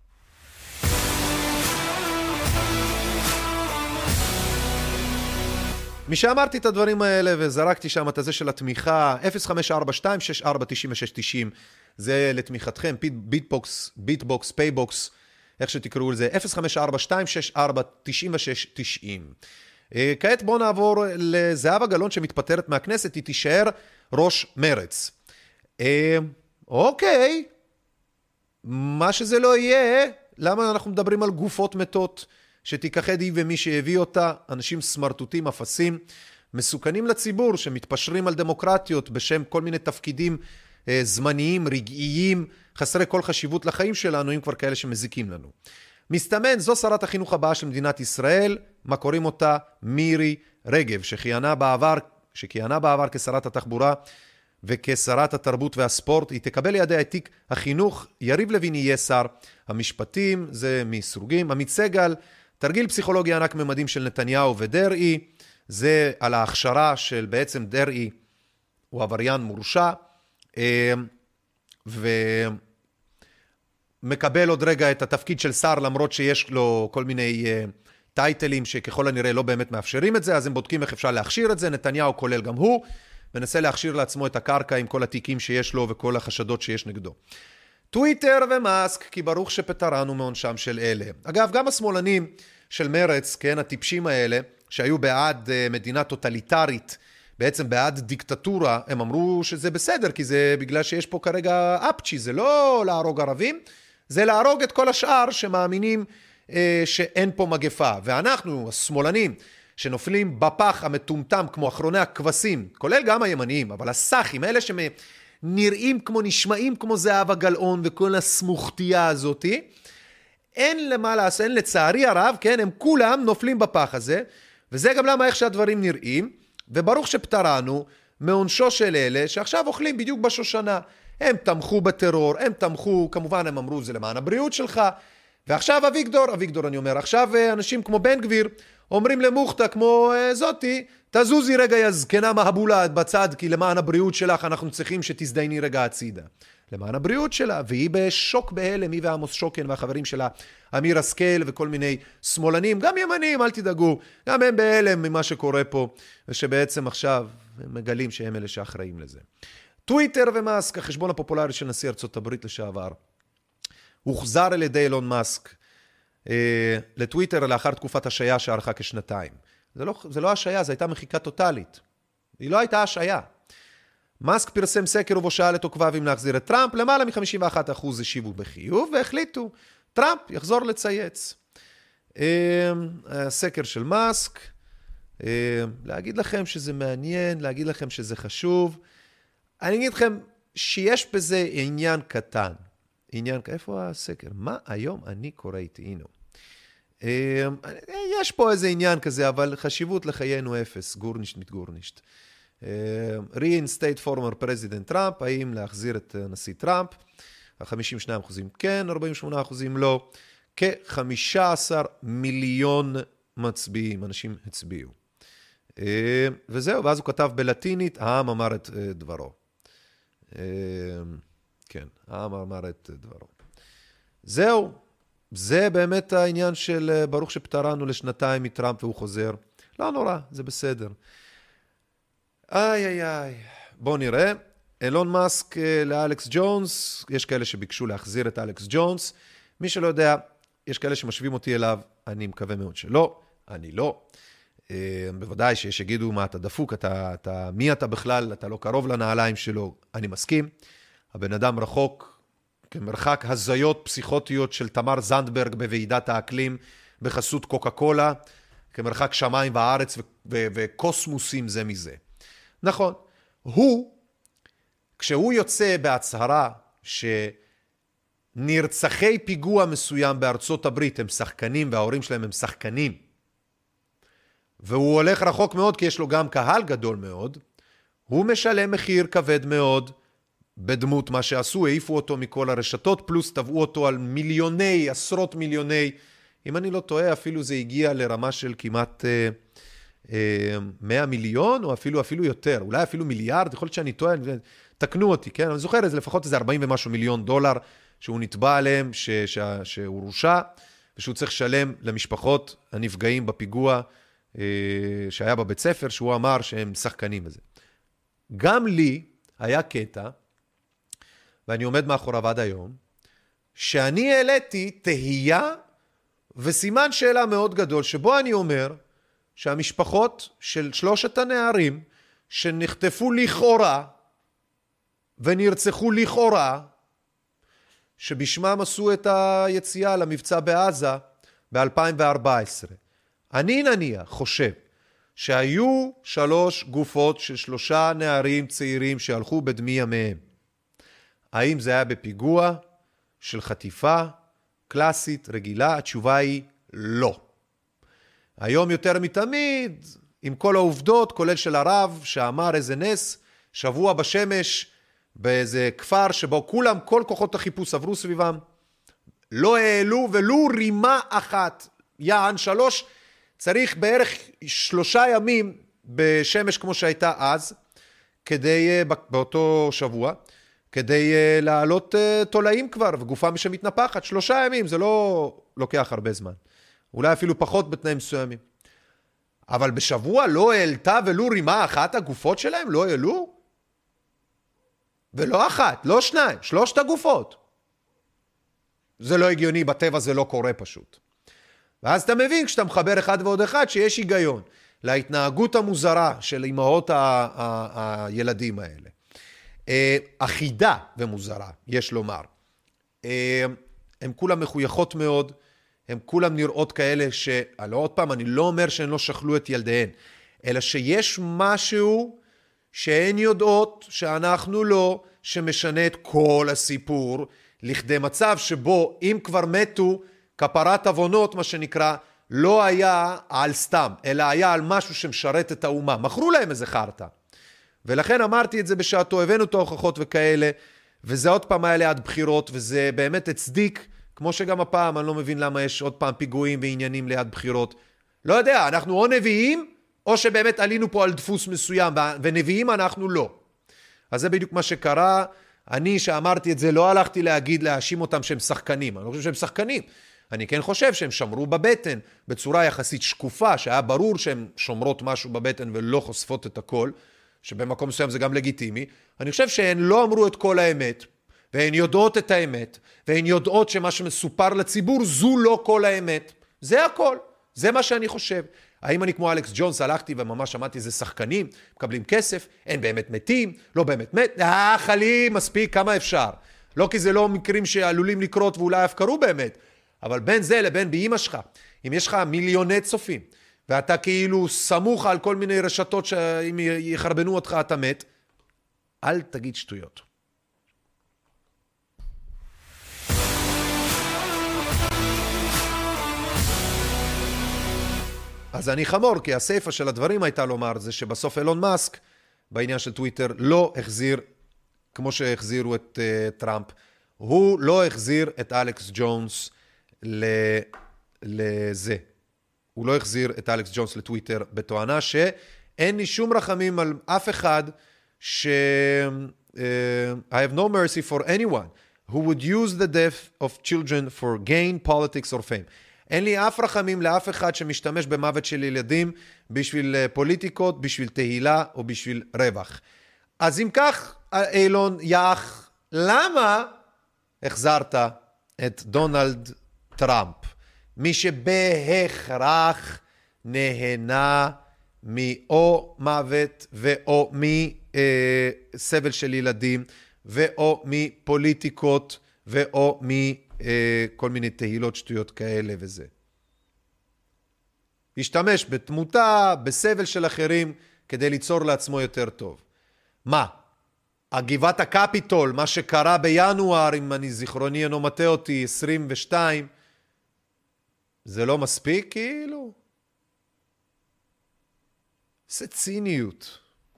משאמרתי את הדברים האלה וזרקתי שם את הזה של התמיכה, אפס חמש ארבע שתיים שש ארבע תשעים ושש תשעים, זה לתמיכתכם, ביטבוקס, ביטבוקס, פייבוקס, איך שתקראו לזה, אפס חמש ארבע שתיים שש ארבע תשעים ושש תשעים. כעת בואו נעבור לזהבה גלאון שמתפטרת מהכנסת, היא תישאר ראש מרץ. אוקיי, מה שזה לא יהיה, למה אנחנו מדברים על גופות מתות, שתיקחד היא ומי שהביא אותה, אנשים סמרטוטים, אפסים, מסוכנים לציבור, שמתפשרים על דמוקרטיות בשם כל מיני תפקידים אה, זמניים, רגעיים, חסרי כל חשיבות לחיים שלנו, אם כבר כאלה שמזיקים לנו. מסתמן, זו שרת החינוך הבאה של מדינת ישראל, מה קוראים אותה? מירי רגב, שכיהנה בעבר, שכיהנה בעבר כשרת התחבורה, וכשרת התרבות והספורט. היא תקבל לידיה את תיק החינוך, יריב לוין יהיה שר המשפטים, זה מסרוגים, עמית סגל, תרגיל פסיכולוגי ענק ממדים של נתניהו ודרעי, זה על ההכשרה של בעצם דרעי, הוא עבריין מורשע, ומקבל עוד רגע את התפקיד של שר, למרות שיש לו כל מיני טייטלים שככל הנראה לא באמת מאפשרים את זה, אז הם בודקים איך אפשר להכשיר את זה, נתניהו כולל גם הוא, מנסה להכשיר לעצמו את הקרקע עם כל התיקים שיש לו וכל החשדות שיש נגדו. טוויטר ומאסק, כי ברוך שפטרנו מעונשם של אלה. אגב, גם השמאלנים של מרץ, כן, הטיפשים האלה, שהיו בעד מדינה טוטליטרית, בעצם בעד דיקטטורה, הם אמרו שזה בסדר, כי זה בגלל שיש פה כרגע אפצ'י, זה לא להרוג ערבים, זה להרוג את כל השאר שמאמינים אה, שאין פה מגפה. ואנחנו, השמאלנים, שנופלים בפח המטומטם כמו אחרוני הכבשים, כולל גם הימניים, אבל הסחים, אלה שנראים כמו, נשמעים כמו זהבה גלאון וכל הסמוכתייה הזאת, אין למה לעשות, אין לצערי הרב, כן, הם כולם נופלים בפח הזה, וזה גם למה איך שהדברים נראים, וברוך שפטרנו מעונשו של אלה שעכשיו אוכלים בדיוק בשושנה. הם תמכו בטרור, הם תמכו, כמובן הם אמרו זה למען הבריאות שלך, ועכשיו אביגדור, אביגדור אני אומר, עכשיו אנשים כמו בן גביר אומרים למוכתה כמו זאתי, תזוזי רגע יא זקנה מהבולה בצד, כי למען הבריאות שלך אנחנו צריכים שתזדייני רגע הצידה. למען הבריאות שלה, והיא בשוק בהלם, היא ועמוס שוקן והחברים שלה, אמיר השכל וכל מיני שמאלנים, גם ימנים, אל תדאגו, גם הם בהלם ממה שקורה פה, ושבעצם עכשיו הם מגלים שהם אלה שאחראים לזה. טוויטר ומאסק, החשבון הפופולרי של נשיא ארצות הברית לשעבר, הוחזר על ידי אילון מאסק אה, לטוויטר לאחר תקופת השעיה שערכה כשנתיים. זה לא, זה לא השעיה, זו הייתה מחיקה טוטלית. היא לא הייתה השעיה. מאסק פרסם סקר ובו שאל את עוקביו אם להחזיר את טראמפ, למעלה מ-חמישים ואחד אחוז השיבו בחיוב, והחליטו, טראמפ יחזור לצייץ. הסקר של מאסק, להגיד לכם שזה מעניין, להגיד לכם שזה חשוב. אני אגיד לכם שיש בזה עניין קטן. עניין, איפה הסקר? מה היום אני קורא איתי? הנה. יש פה איזה עניין כזה, אבל חשיבות לחיינו אפס, גורנישט מתגורנישט. reinstate former president טראמפ, האם להחזיר את הנשיא טראמפ, חמישים ושניים אחוזים כן, ארבעים ושמונה אחוזים לא, כ-חמישה עשר מיליון מצביעים, אנשים הצביעו. וזהו, ואז הוא כתב בלטינית, העם אמר את דברו. כן, העם אמר את דברו. זהו, זה באמת העניין של ברוך שפטרנו לשנתיים מטראמפ והוא חוזר. לא נורא, זה בסדר. איי איי איי, בואו נראה. אילון מאסק לאלכס ג'ונס, יש כאלה שביקשו להחזיר את אלכס ג'ונס. מי שלא יודע, יש כאלה שמשווים אותי אליו, אני מקווה מאוד שלא, אני לא. בוודאי שיש יגידו מה אתה דפוק, אתה, אתה, מי אתה בכלל, אתה לא קרוב לנעליים שלו, אני מסכים. הבן אדם רחוק, כמרחק הזיות פסיכוטיות של תמר זנדברג בוועידת האקלים, בחסות קוקה קולה, כמרחק שמיים וארץ ו- ו- וקוסמוסים זה מזה. נכון, הוא, כשהוא יוצא בהצהרה שנרצחי פיגוע מסוים בארצות הברית הם שחקנים וההורים שלהם הם שחקנים, והוא הולך רחוק מאוד כי יש לו גם קהל גדול מאוד, הוא משלם מחיר כבד מאוד בדמות מה שעשו, העיפו אותו מכל הרשתות, פלוס טבעו אותו על מיליוני, עשרות מיליוני, אם אני לא טועה אפילו זה הגיע לרמה של כמעט מאה מיליון, או אפילו, אפילו יותר, אולי אפילו מיליארד, יכול להיות שאני טועה, תקנו אותי, כן? אני זוכר איזה, לפחות איזה ארבעים ומשהו מיליון דולר, שהוא נתבע עליהם, ש, ש, שהוא רושע, ושהוא צריך לשלם למשפחות הנפגעים בפיגוע, שהיה בבית ספר, שהוא אמר שהם שחקנים בזה. גם לי היה קטע, ואני עומד מאחוריו עד היום, שאני העליתי תהייה, וסימן שאלה מאוד גדול, שבו אני אומר, שהמשפחות של שלושת הנערים שנחטפו לכאורה ונרצחו לכאורה, שבשמם עשו את היציאה למבצע בעזה ב-אלפיים וארבע עשרה. אני נניח חושב שהיו שלוש גופות של שלושה נערים צעירים שהלכו בדמי ימיהם. האם זה היה בפיגוע של חטיפה קלאסית, רגילה? התשובה היא לא. היום יותר מתמיד, עם כל העובדות, כולל של הרב שאמר איזה נס, שבוע בשמש באיזה כפר שבו כולם, כל כוחות החיפוש עברו סביבם, לא העלו ולו רימה אחת. יען שלוש, צריך בערך שלושה ימים בשמש כמו שהייתה אז, כדי, באותו שבוע, כדי לעלות תולעים כבר, וגופה שמתנפחת. שלושה ימים, זה לא לוקח הרבה זמן. אולי אפילו פחות בתנאים מסוימים. אבל בשבוע לא העלתה ולו רימה אחת הגופות שלהם? לא העלו? ולא אחת, לא שניים, שלושת הגופות. זה לא הגיוני, בטבע זה לא קורה פשוט. ואז אתה מבין, כשאתה מחבר אחד ועוד אחד, שיש היגיון להתנהגות המוזרה של אמהות ה- ה- הילדים האלה. אה, אחידה ומוזרה, יש לומר. אה, הן כולם מחויכות מאוד, הן כולם נראות כאלה ש... לא, עוד פעם, אני לא אומר שהן לא שכלו את ילדיהן, אלא שיש משהו שהן יודעות שאנחנו לא, שמשנה את כל הסיפור, לכדי מצב שבו אם כבר מתו, כפרת עוונות, מה שנקרא, לא היה על סתם, אלא היה על משהו שמשרת את האומה. מכרו להם איזה חרטה. ולכן אמרתי את זה בשעתו, הבאנו את ההוכחות וכאלה, וזה עוד פעם היה ליד בחירות, וזה באמת הצדיק, כמו שגם הפעם, אני לא מבין למה יש עוד פעם פיגועים ועניינים ליד בחירות. לא יודע, אנחנו או נביאים, או שבאמת עלינו פה על דפוס מסוים, ונביאים אנחנו לא. אז זה בדיוק מה שקרה. אני שאמרתי את זה, לא הלכתי להגיד, להאשים אותם שהם שחקנים. אני לא חושב שהם שחקנים. אני כן חושב שהם שמרו בבטן בצורה יחסית שקופה, שהיה ברור שהם שומרות משהו בבטן ולא חושפות את הכל, שבמקום מסוים זה גם לגיטימי. אני חושב שהן לא אמרו את כל האמת, והן יודעות את האמת, והן יודעות שמה שמסופר לציבור זו לא כל האמת. זה הכל. זה מה שאני חושב. האם אני כמו אלכס ג'ונס הלכתי וממש שמעתי איזה שחקנים, מקבלים כסף, אין באמת מתים, לא באמת מת, אה, חלי, מספיק, כמה אפשר. לא כי זה לא מקרים שעלולים לקרות ואולי אף קרו באמת, אבל בין זה לבין באמא שלך, אם יש לך מיליוני צופים, ואתה כאילו סמוך על כל מיני רשתות שאם יחרבנו אותך אתה מת, אל תגיד שטויות. אז אני חמור, כי הסייפה של הדברים הייתה לומר זה שבסוף אילון מאסק, בעניין של טוויטר, לא החזיר, כמו שהחזירו את uh, טראמפ, הוא לא החזיר את אלכס ג'ונס לזה. הוא לא החזיר את אלכס ג'ונס לטוויטר, בתואנה שאין לי שום רחמים על אף אחד ש... Uh, I have no mercy for anyone who would use the death of children for gain, politics or fame. אין לי אף רחמים לאף אחד שמשתמש במוות של ילדים בשביל פוליטיקות, בשביל תהילה או בשביל רווח. אז אם כך, אילון יח, למה החזרת את דונלד טראמפ? מי שבהכרח נהנה מאו מוות ואו מסבל של ילדים ואו מפוליטיקות ואו מ... כל מיני תהילות שטויות כאלה וזה. השתמש בתמותה, בסבל של אחרים, כדי ליצור לעצמו יותר טוב. מה? הגבעת הקפיטול, מה שקרה בינואר, אם אני זיכרוני אינו מטעה אותי, עשרים ושתיים, זה לא מספיק כאילו? זה ציניות.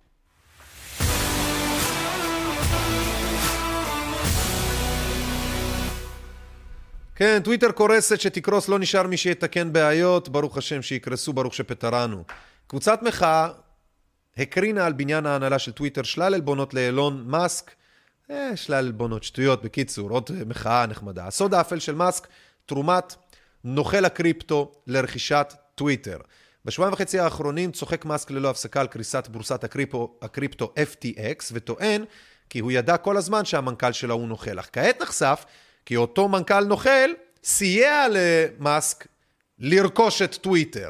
כן, טוויטר קורסת, שתקרוס, לא נשאר מי שיתקן בעיות, ברוך השם שיקרסו, ברוך שפטרנו. קבוצת מחאה הקרינה על בניין ההנהלה של טוויטר שלל אלבונות לאילון מאסק, אה, שלל אלבונות שטויות, בקיצור, עוד מחאה נחמדה. הסוד האפל של מאסק, תרומת נוכל הקריפטו לרכישת טוויטר. בשבועיים וחצי האחרונים צוחק מאסק ללא הפסקה על קריסת בורסת הקריפטו, הקריפטו אף טי אקס, וטוען כי הוא ידע כל הזמן שהמנכ"ל שלה הוא נוכל. אך כעת נחשף כי אותו מנכ"ל נוכל סייע למאסק לרכוש את טוויטר.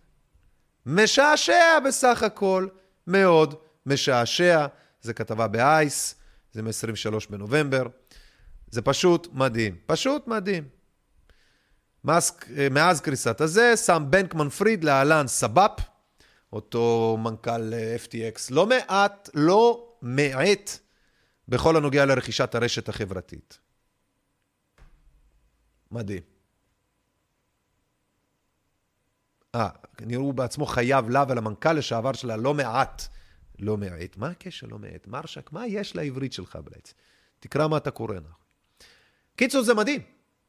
משעשע בסך הכל, מאוד משעשע. זה כתבה באייס, זה מ-עשרים ושלושה בנובמבר. זה פשוט מדהים. פשוט מדהים. מאסק, מאז קריסת הזה, שם בנקמן פריד להלן סבאפ, אותו מנכ"ל אף טי אקס, לא מעט, לא מעט, בכל הנוגע לרכישת הרשת החברתית. מדהים. אה, נראו בעצמו חייב לה ולמנכ"ל לשעבר שלה לא מעט. לא מעט. מה הקשר לא מעט? מרשק, מה יש לעברית שלך בלעץ? תקרא מה אתה קורא. קיצור, זה מדהים.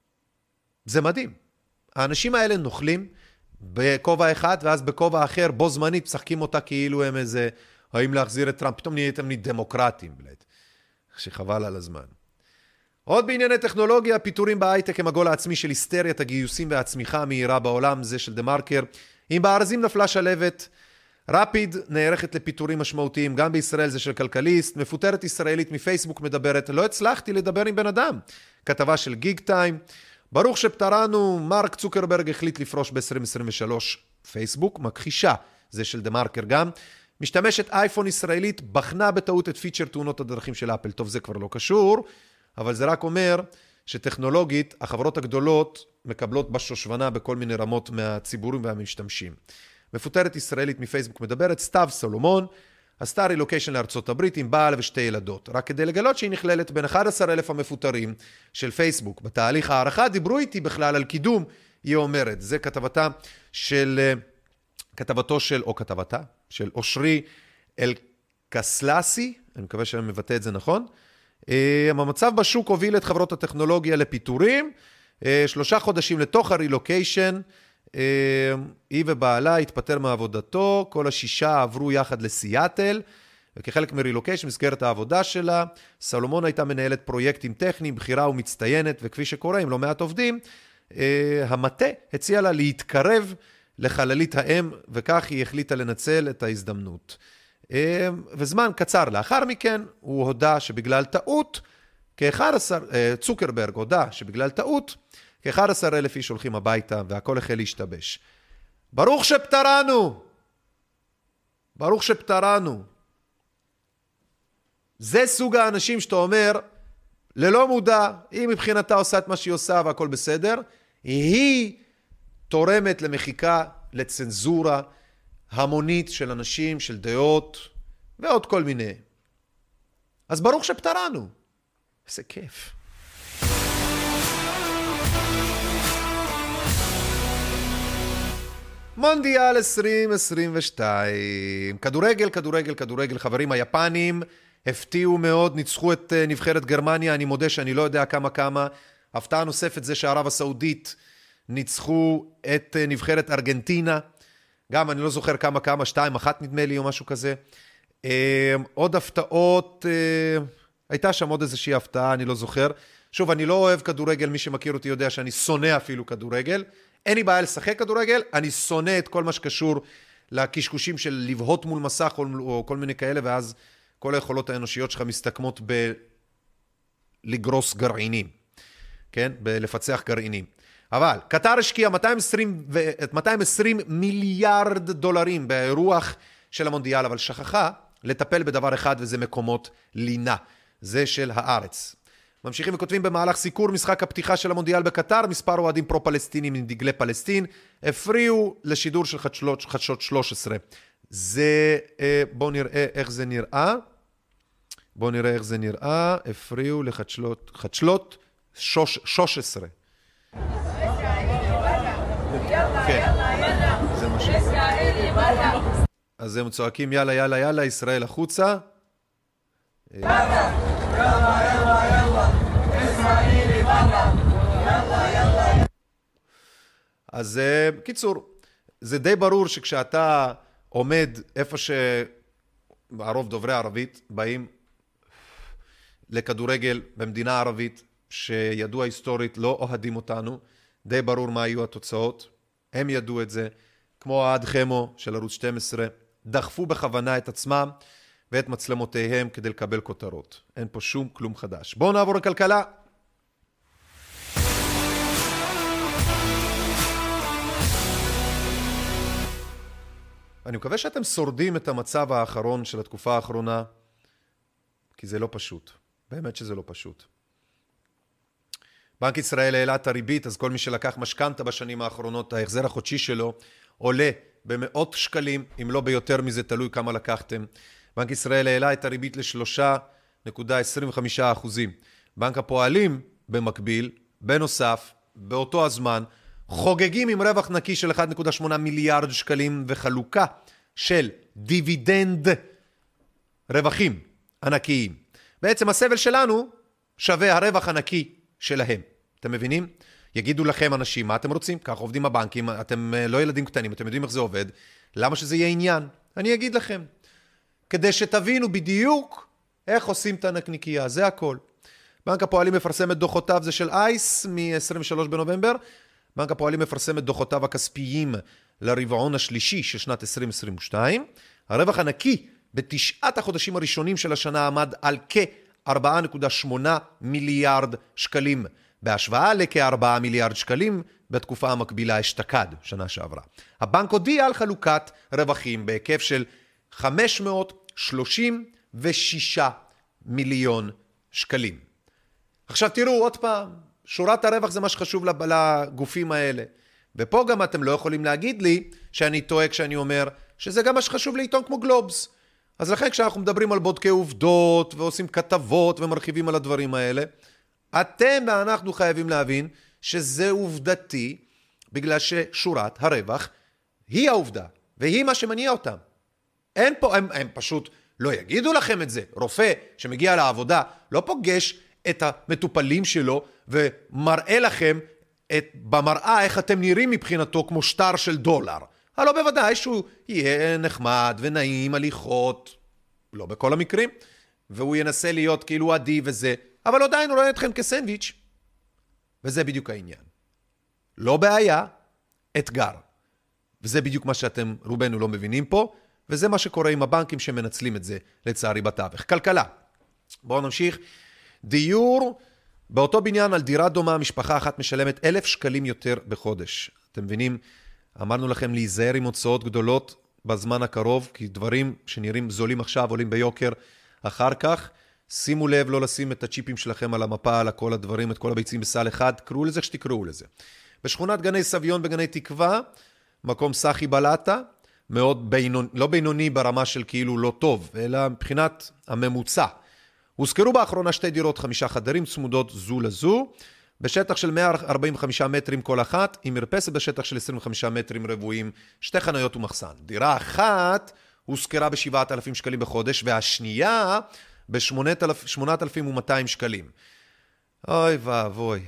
זה מדהים. האנשים האלה נוכלים בכובע אחד, ואז בכובע אחר, בו זמנית, משחקים אותה כאילו הם איזה, האם להחזיר את טראמפ, פתאום נהייתם לי דמוקרטים, בלעץ. שחבל על הזמן. עוד בענייני טכנולוגיה, פיתורים בהייטק הם הגול העצמי של היסטריית הגיוסים והצמיחה המהירה בעולם, זה של דה מרקר. אם בארזים נפלה שלבת, רפיד נערכת לפיתורים משמעותיים, גם בישראל זה של כלכליסט, מפוטרת ישראלית מפייסבוק מדברת, לא הצלחתי לדבר עם בן אדם. כתבה של גיג טיים, ברוך שפטרנו, מרק צוקרברג החליט לפרוש ב-עשרים עשרים ושלוש, פייסבוק מכחישה, זה של דה מרקר גם. משתמשת אייפון ישראלית בחנה בטעות את פיצ'ר תאונות הדרכים של אפל, טוב זה כבר לא קשור, אבל זה רק אומר שטכנולוגית החברות הגדולות מקבלות בשושבנה בכל מיני רמות מהציבורים והמשתמשים. מפוטרת ישראלית מפייסבוק מדברת, סתיו סולומון, עשתה רילוקיישן לארצות הברית עם בעל ושתי ילדות. רק כדי לגלות שהיא נכללת בין אחד עשר אלף המפוטרים של פייסבוק. בתהליך הערכה דיברו איתי בכלל על קידום, היא אומרת. זה כתבתה של, כתבתו של, או כתבתה, של אושרי אלקסלסי, אני מקווה שאני מבטא את זה נכון. המצב בשוק הוביל את חברות הטכנולוגיה לפיטורים, שלושה חודשים לתוך הרילוקיישן, היא ובעלה התפטר מעבודתו, כל השישה עברו יחד לסיאטל, וכחלק מרילוקיישן, מסגרת העבודה שלה, סלומון הייתה מנהלת פרויקטים טכניים, בחירה ומצטיינת, וכפי שקורה עם לא מעט עובדים, המטה הציע לה להתקרב לחללית האם, וכך היא החליטה לנצל את ההזדמנות. וזמן קצר לאחר מכן, הוא הודע שבגלל טעות, כ-אחד עשר, צוקרברג הודע שבגלל טעות, כ-אחד עשר אלף איש הולכים הביתה, והכל החל להשתבש. ברוך שפטרנו! ברוך שפטרנו. זה סוג האנשים שאתה אומר, ללא מודע, היא מבחינתה עושה את מה שהיא עושה והכל בסדר, היא תורמת למחיקה, לצנזורה המונית של אנשים, של דעות, ועוד כל מיני. אז ברוך שפטרנו. איזה כיף. מונדיאל עשרים עשרים ושתיים. כדורגל, כדורגל, כדורגל. חברים, היפנים הפתיעו מאוד, ניצחו את נבחרת גרמניה. אני מודה שאני לא יודע כמה כמה. הפתעה נוספת זה שערב הסעודית ניצחו את נבחרת ארגנטינה. גם אני לא זוכר כמה כמה, שתיים, אחת נדמה לי או משהו כזה. עוד הפתעות, הייתה שם עוד איזושהי הפתעה, אני לא זוכר. שוב, אני לא אוהב כדורגל, מי שמכיר אותי יודע שאני שונא אפילו כדורגל. אין לי בעיה לשחק כדורגל, אני שונא את כל מה שקשור לקשקושים של לבהות מול מסך או, או כל מיני כאלה, ואז כל היכולות האנושיות שלך מסתכמות בלגרוס גרעינים, כן? בלפצח גרעינים. אבל קטר השקיעה מאתיים ועשרים מיליארד דולרים באירוח של המונדיאל, אבל שכחה לטפל בדבר אחד, וזה מקומות לינה. זה של הארץ. ממשיכים וכותבים במהלך סיקור משחק הפתיחה של המונדיאל בקטר, מספר אוהדים פרו-פלסטינים עם דגלי פלסטין, הפריעו לשידור של חדשות, חדשות שלוש עשרה. זה, בואו נראה איך זה נראה. בואו נראה איך זה נראה. הפריעו לחדשות, חדשות שש עשרה. כן, זה מה ש... אז הם צועקים יאללה, יאללה, יאללה, ישראל החוצה. יאללה, יאללה, יאללה, יאללה, ישראלי ברא, יאללה, יאללה. אז בקיצור, זה די ברור שכשאתה עומד איפה שהרוב דוברי ערבית באים לכדורגל במדינה ערבית, שידוע היסטורית לא אוהדים אותנו, די ברור מה היו התוצאות, הם ידעו את זה, כמו העד חמו של ערוץ שתים עשרה, דחפו בכוונה את עצמם ואת מצלמותיהם כדי לקבל כותרות. אין פה שום כלום חדש. בואו נעבור לכלכלה. אני מקווה שאתם שורדים את המצב האחרון של התקופה האחרונה, כי זה לא פשוט. באמת שזה לא פשוט. בנק ישראל העלה את הריבית, אז כל מי שלקח משכנתה בשנים האחרונות, ההחזר החודשי שלו עולה במאות שקלים, אם לא ביותר מזה, תלוי כמה לקחתם. בנק ישראל העלה את הריבית ל-שלוש נקודה עשרים וחמישה אחוזים. בנק הפועלים במקביל, בנוסף, באותו הזמן, חוגגים עם רווח נקי של אחד נקודה שמונה מיליארד שקלים וחלוקה של דיבידנד רווחים ענקיים. בעצם הסבל שלנו שווה הרווח הנקי שלהם. אתם מבינים? יגידו לכם אנשים, מה אתם רוצים? כך עובדים הבנקים, אתם לא ילדים קטנים, אתם יודעים איך זה עובד. למה שזה יהיה עניין? אני אגיד לכם. כדי שתבינו בדיוק איך עושים את הנקניקייה, זה הכל. בנק הפועלים מפרסם את דוחותיו, זה של אייס מ-עשרים ושלושה בנובמבר. בנק הפועלים מפרסם את דוחותיו הכספיים לרבעון השלישי של שנת עשרים עשרים ושתיים. הרווח הנקי בתשעת החודשים הראשונים של השנה עמד על כ-ארבע נקודה שמונה מיליארד שקלים, בהשוואה לכ-ארבעה מיליארד שקלים בתקופה המקבילה אשתקד, שנה שעברה. הבנק הודיע על חלוקת רווחים בהיקף של חמש מאות שלושים ושישה מיליון שקלים. עכשיו תראו עוד פעם, שורת הרווח זה מה שחשוב לגופים האלה. ופה גם אתם לא יכולים להגיד לי שאני טועה כשאני אומר שזה גם מה שחשוב לעיתון כמו גלובס. אז לכן כשאנחנו מדברים על בודקי עובדות ועושים כתבות ומרחיבים על הדברים האלה, אתם ואנחנו חייבים להבין שזה עובדתי, בגלל ששורת הרווח היא העובדה, והיא מה שמניע אותם. אין פה, הם, הם פשוט לא יגידו לכם את זה. רופא שמגיע לעבודה לא פוגש את המטופלים שלו ומראה לכם את, במראה איך אתם נראים מבחינתו כמו שטר של דולר. הלא בוודאי שהוא יהיה נחמד ונעים, הליכות, לא בכל המקרים, והוא ינסה להיות כאילו עדי וזה, אבל עדיין הוא רואה אתכם כסנדוויץ'. וזה בדיוק העניין. לא בעיה, אתגר. וזה בדיוק מה שאתם רובנו לא מבינים פה, וזה מה שקורה עם הבנקים שמנצלים את זה, לצערי בתווך. כלכלה. בואו נמשיך. דיור, באותו בניין על דירה דומה, משפחה אחת משלמת אלף שקלים יותר בחודש. אתם מבינים? אמרנו לכם להיזהר עם הוצאות גדולות בזמן הקרוב, כי דברים שנראים זולים עכשיו עולים ביוקר אחר כך. שימו לב לא לשים את הצ'יפים שלכם על המפה, על כל הדברים, את כל הביצים בסל אחד, קראו לזה שתקראו לזה. בשכונת גני סביון בגני תקווה, מקום סחי בלטה, מאוד בינוני, לא בינוני ברמה של כאילו לא טוב, אלא מבחינת הממוצע. הוזכרו באחרונה שתי דירות חמישה חדרים צמודות זו לזו, בשטח של מאה ארבעים וחמישה מטרים כל אחת, עם מרפסת בשטח של עשרים וחמישה מטרים רבועים, שתי חניות ומחסן. דירה אחת הוזכרה ב-שבעת אלפים שקלים בחודש, והשנייה ב-שמונת אלפים ומאתיים שקלים. אוי ואבוי.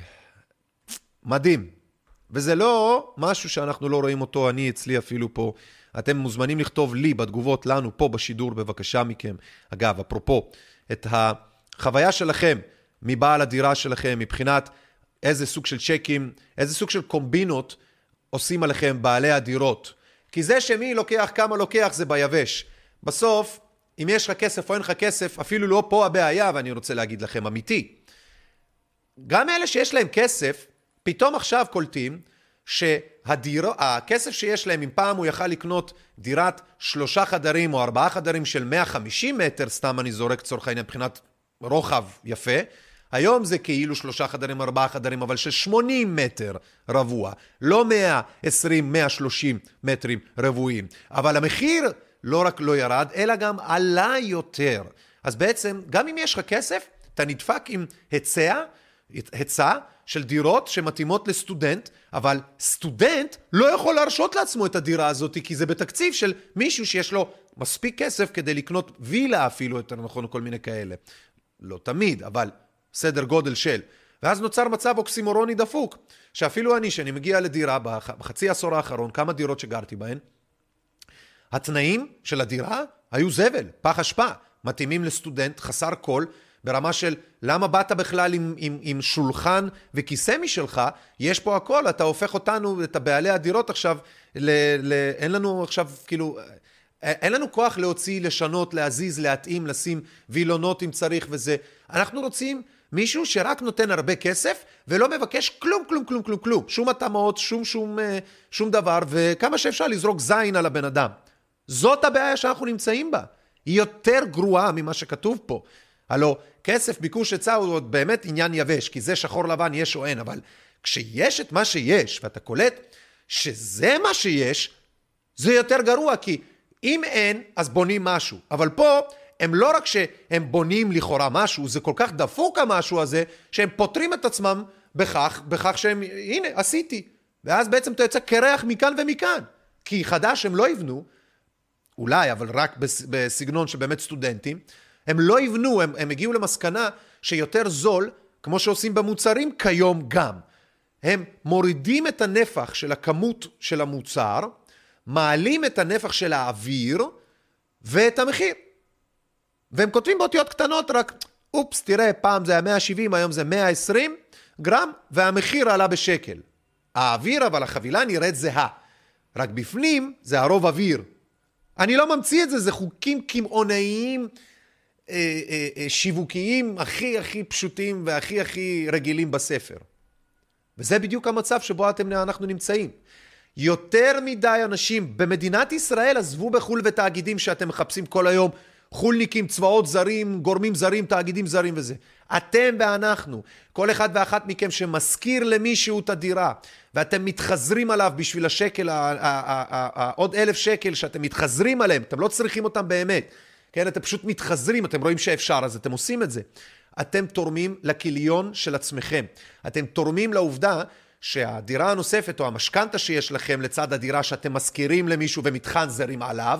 מדהים. וזה לא משהו שאנחנו לא רואים אותו, אני אצלי אפילו פה. אתם מוזמנים לכתוב לי בתגובות לנו פה בשידור, בבקשה מכם. אגב, אפרופו, את החוויה שלכם מבעל הדירה שלכם, מבחינת איזה סוג של צ'קים, איזה סוג של קומבינות עושים עליכם בעלי הדירות. כי זה שמי לוקח, כמה לוקח, זה ביבש. בסוף, אם יש לך כסף או אין לך כסף, אפילו לא פה הבעיה, ואני רוצה להגיד לכם אמיתי. גם אלה שיש להם כסף, פתאום עכשיו קולטים שהכסף שיש להם, אם פעם הוא יכל לקנות דירת שלושה חדרים או ארבעה חדרים של מאה וחמישים מטר, סתם אני זורק צורך העניין, מבחינת רוחב יפה, היום זה כאילו שלושה חדרים, ארבעה חדרים, אבל של שמונים מטר רבוע, לא מאה ועשרים, מאה ושלושים מטרים רבועים. אבל המחיר לא רק לא ירד, אלא גם עלה יותר. אז בעצם, גם אם יש לך כסף, אתה נדפק עם היצע, היצע של דירות שמתאימות לסטודנט, אבל סטודנט לא יכול להרשות לעצמו את הדירה הזאת, כי זה בתקציב של מישהו שיש לו מספיק כסף כדי לקנות וילה אפילו, יותר נכון, כל מיני כאלה. לא תמיד, אבל סדר גודל של. ואז נוצר מצב אוקסימורוני דפוק, שאפילו אני, שאני מגיע לדירה בחצי עשור האחרון, כמה דירות שגרתי בהן, התנאים של הדירה היו זבל, פח אשפה, מתאימים לסטודנט חסר כל, ברמה של למה באת בכלל עם, עם, עם שולחן וכיסא משלך, יש פה הכל, אתה הופך אותנו, את הבעלי הדירות עכשיו, ל, ל, אין לנו עכשיו כאילו, אין לנו כוח להוציא, לשנות, להזיז, להתאים, לשים וילונות אם צריך וזה. אנחנו רוצים מישהו שרק נותן הרבה כסף, ולא מבקש כלום, כלום, כלום, כלום, כלום. שום התאמות, שום, שום, שום דבר, וכמה שאפשר לזרוק זין על הבן אדם. זאת הבעיה שאנחנו נמצאים בה. היא יותר גרועה ממה שכתוב פה. הלא כסף, ביקוש, היצע הוא עוד באמת עניין יבש, כי זה שחור לבן יש או אין, אבל כשיש את מה שיש, ואתה קולט שזה מה שיש, זה יותר גרוע, כי אם אין, אז בונים משהו. אבל פה, הם לא רק שהם בונים לכאורה משהו, זה כל כך דפוק המשהו הזה, שהם פותרים את עצמם בכך, בכך שהם, הנה, עשיתי. ואז בעצם אתה יוצא קרח מכאן ומכאן. כי חדש הם לא יבנו, אולי, אבל רק בסגנון שבאמת סטודנטים, הם לא יבנו, הם, הם הגיעו למסקנה שיותר זול, כמו שעושים במוצרים כיום גם. הם מורידים את הנפח של הכמות של המוצר, מעלים את הנפח של האוויר ואת המחיר. והם כותבים באותיות קטנות רק, אופס, תראה, פעם זה היה מאה שבעים, היום זה מאה ועשרים גרם, והמחיר עלה בשקל. האוויר, אבל החבילה נראית זהה. רק בפנים זה הרוב אוויר. אני לא ממציא את זה, זה חוקים כמעונאיים, אה, אה, אה, שיווקיים, הכי הכי פשוטים והכי הכי רגילים בספר. וזה בדיוק המצב שבו אתם, אנחנו נמצאים. יותר מדי אנשים במדינת ישראל עזבו בחול ותאגידים שאתם מחפשים כל היום, חולניקים, צבאות זרים, גורמים זרים, תאגידים זרים וזה. אתם ואנחנו, כל אחד ואחת מכם שמזכיר למישהו את הדירה, ואתם מתחזרים עליו בשביל השקל, עוד אלף שקל שאתם מתחזרים עליהם, אתם לא צריכים אותם באמת, כן? אתם פשוט מתחזרים, אתם רואים שאפשר, אז אתם עושים את זה. אתם תורמים לכיליון של עצמכם. אתם תורמים לעובדה שהדירה הנוספת או המשכנתה שיש לכם לצד הדירה שאתם מזכירים למישהו ומתחנזרים עליו,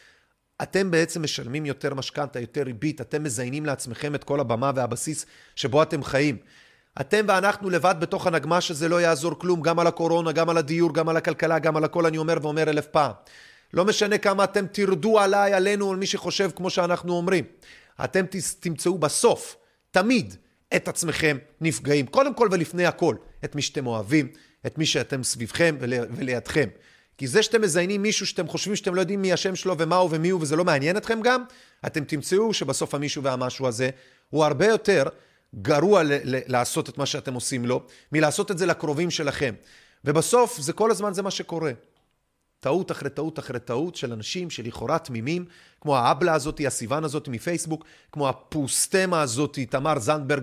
אתם בעצם משלמים יותר משכנתה, יותר ריבית, אתם מזיינים לעצמכם את כל הבמה והבסיס שבו אתם חיים. אתם ואנחנו לבד בתוך הנגמש שזה לא יעזור כלום, גם על הקורונה, גם על הדיור, גם על הכלכלה, גם על הכל, אני אומר ואומר אלף פעם. לא משנה כמה אתם תרדו עליי, עלינו, על מי שחושב כמו שאנחנו אומרים. אתם תמצאו בסוף, תמיד, את עצמכם נפגעים. קודם כל ולפני הכל, את מי שאתם אוהבים, את מי שאתם סביבכם ולידכם. כי זה שאתם מזיינים מישהו שאתם חושבים שאתם לא יודעים מי השם שלו ומה הוא ומי הוא וזה לא מעניין אתכם גם, אתם תמצאו שבסוף המישהו והמשהו הזה הוא הרבה יותר גרוע ל- ל- לעשות את מה שאתם עושים לו, מלעשות את זה לקרובים שלכם. ובסוף זה כל הזמן זה מה שקורה. טעות אחרי טעות אחרי טעות של אנשים שלכאורה תמימים, כמו האבלה הזאת, הסיוון הזאת מפייסבוק, כמו הפוסטמה הזאת, תמר זנדברג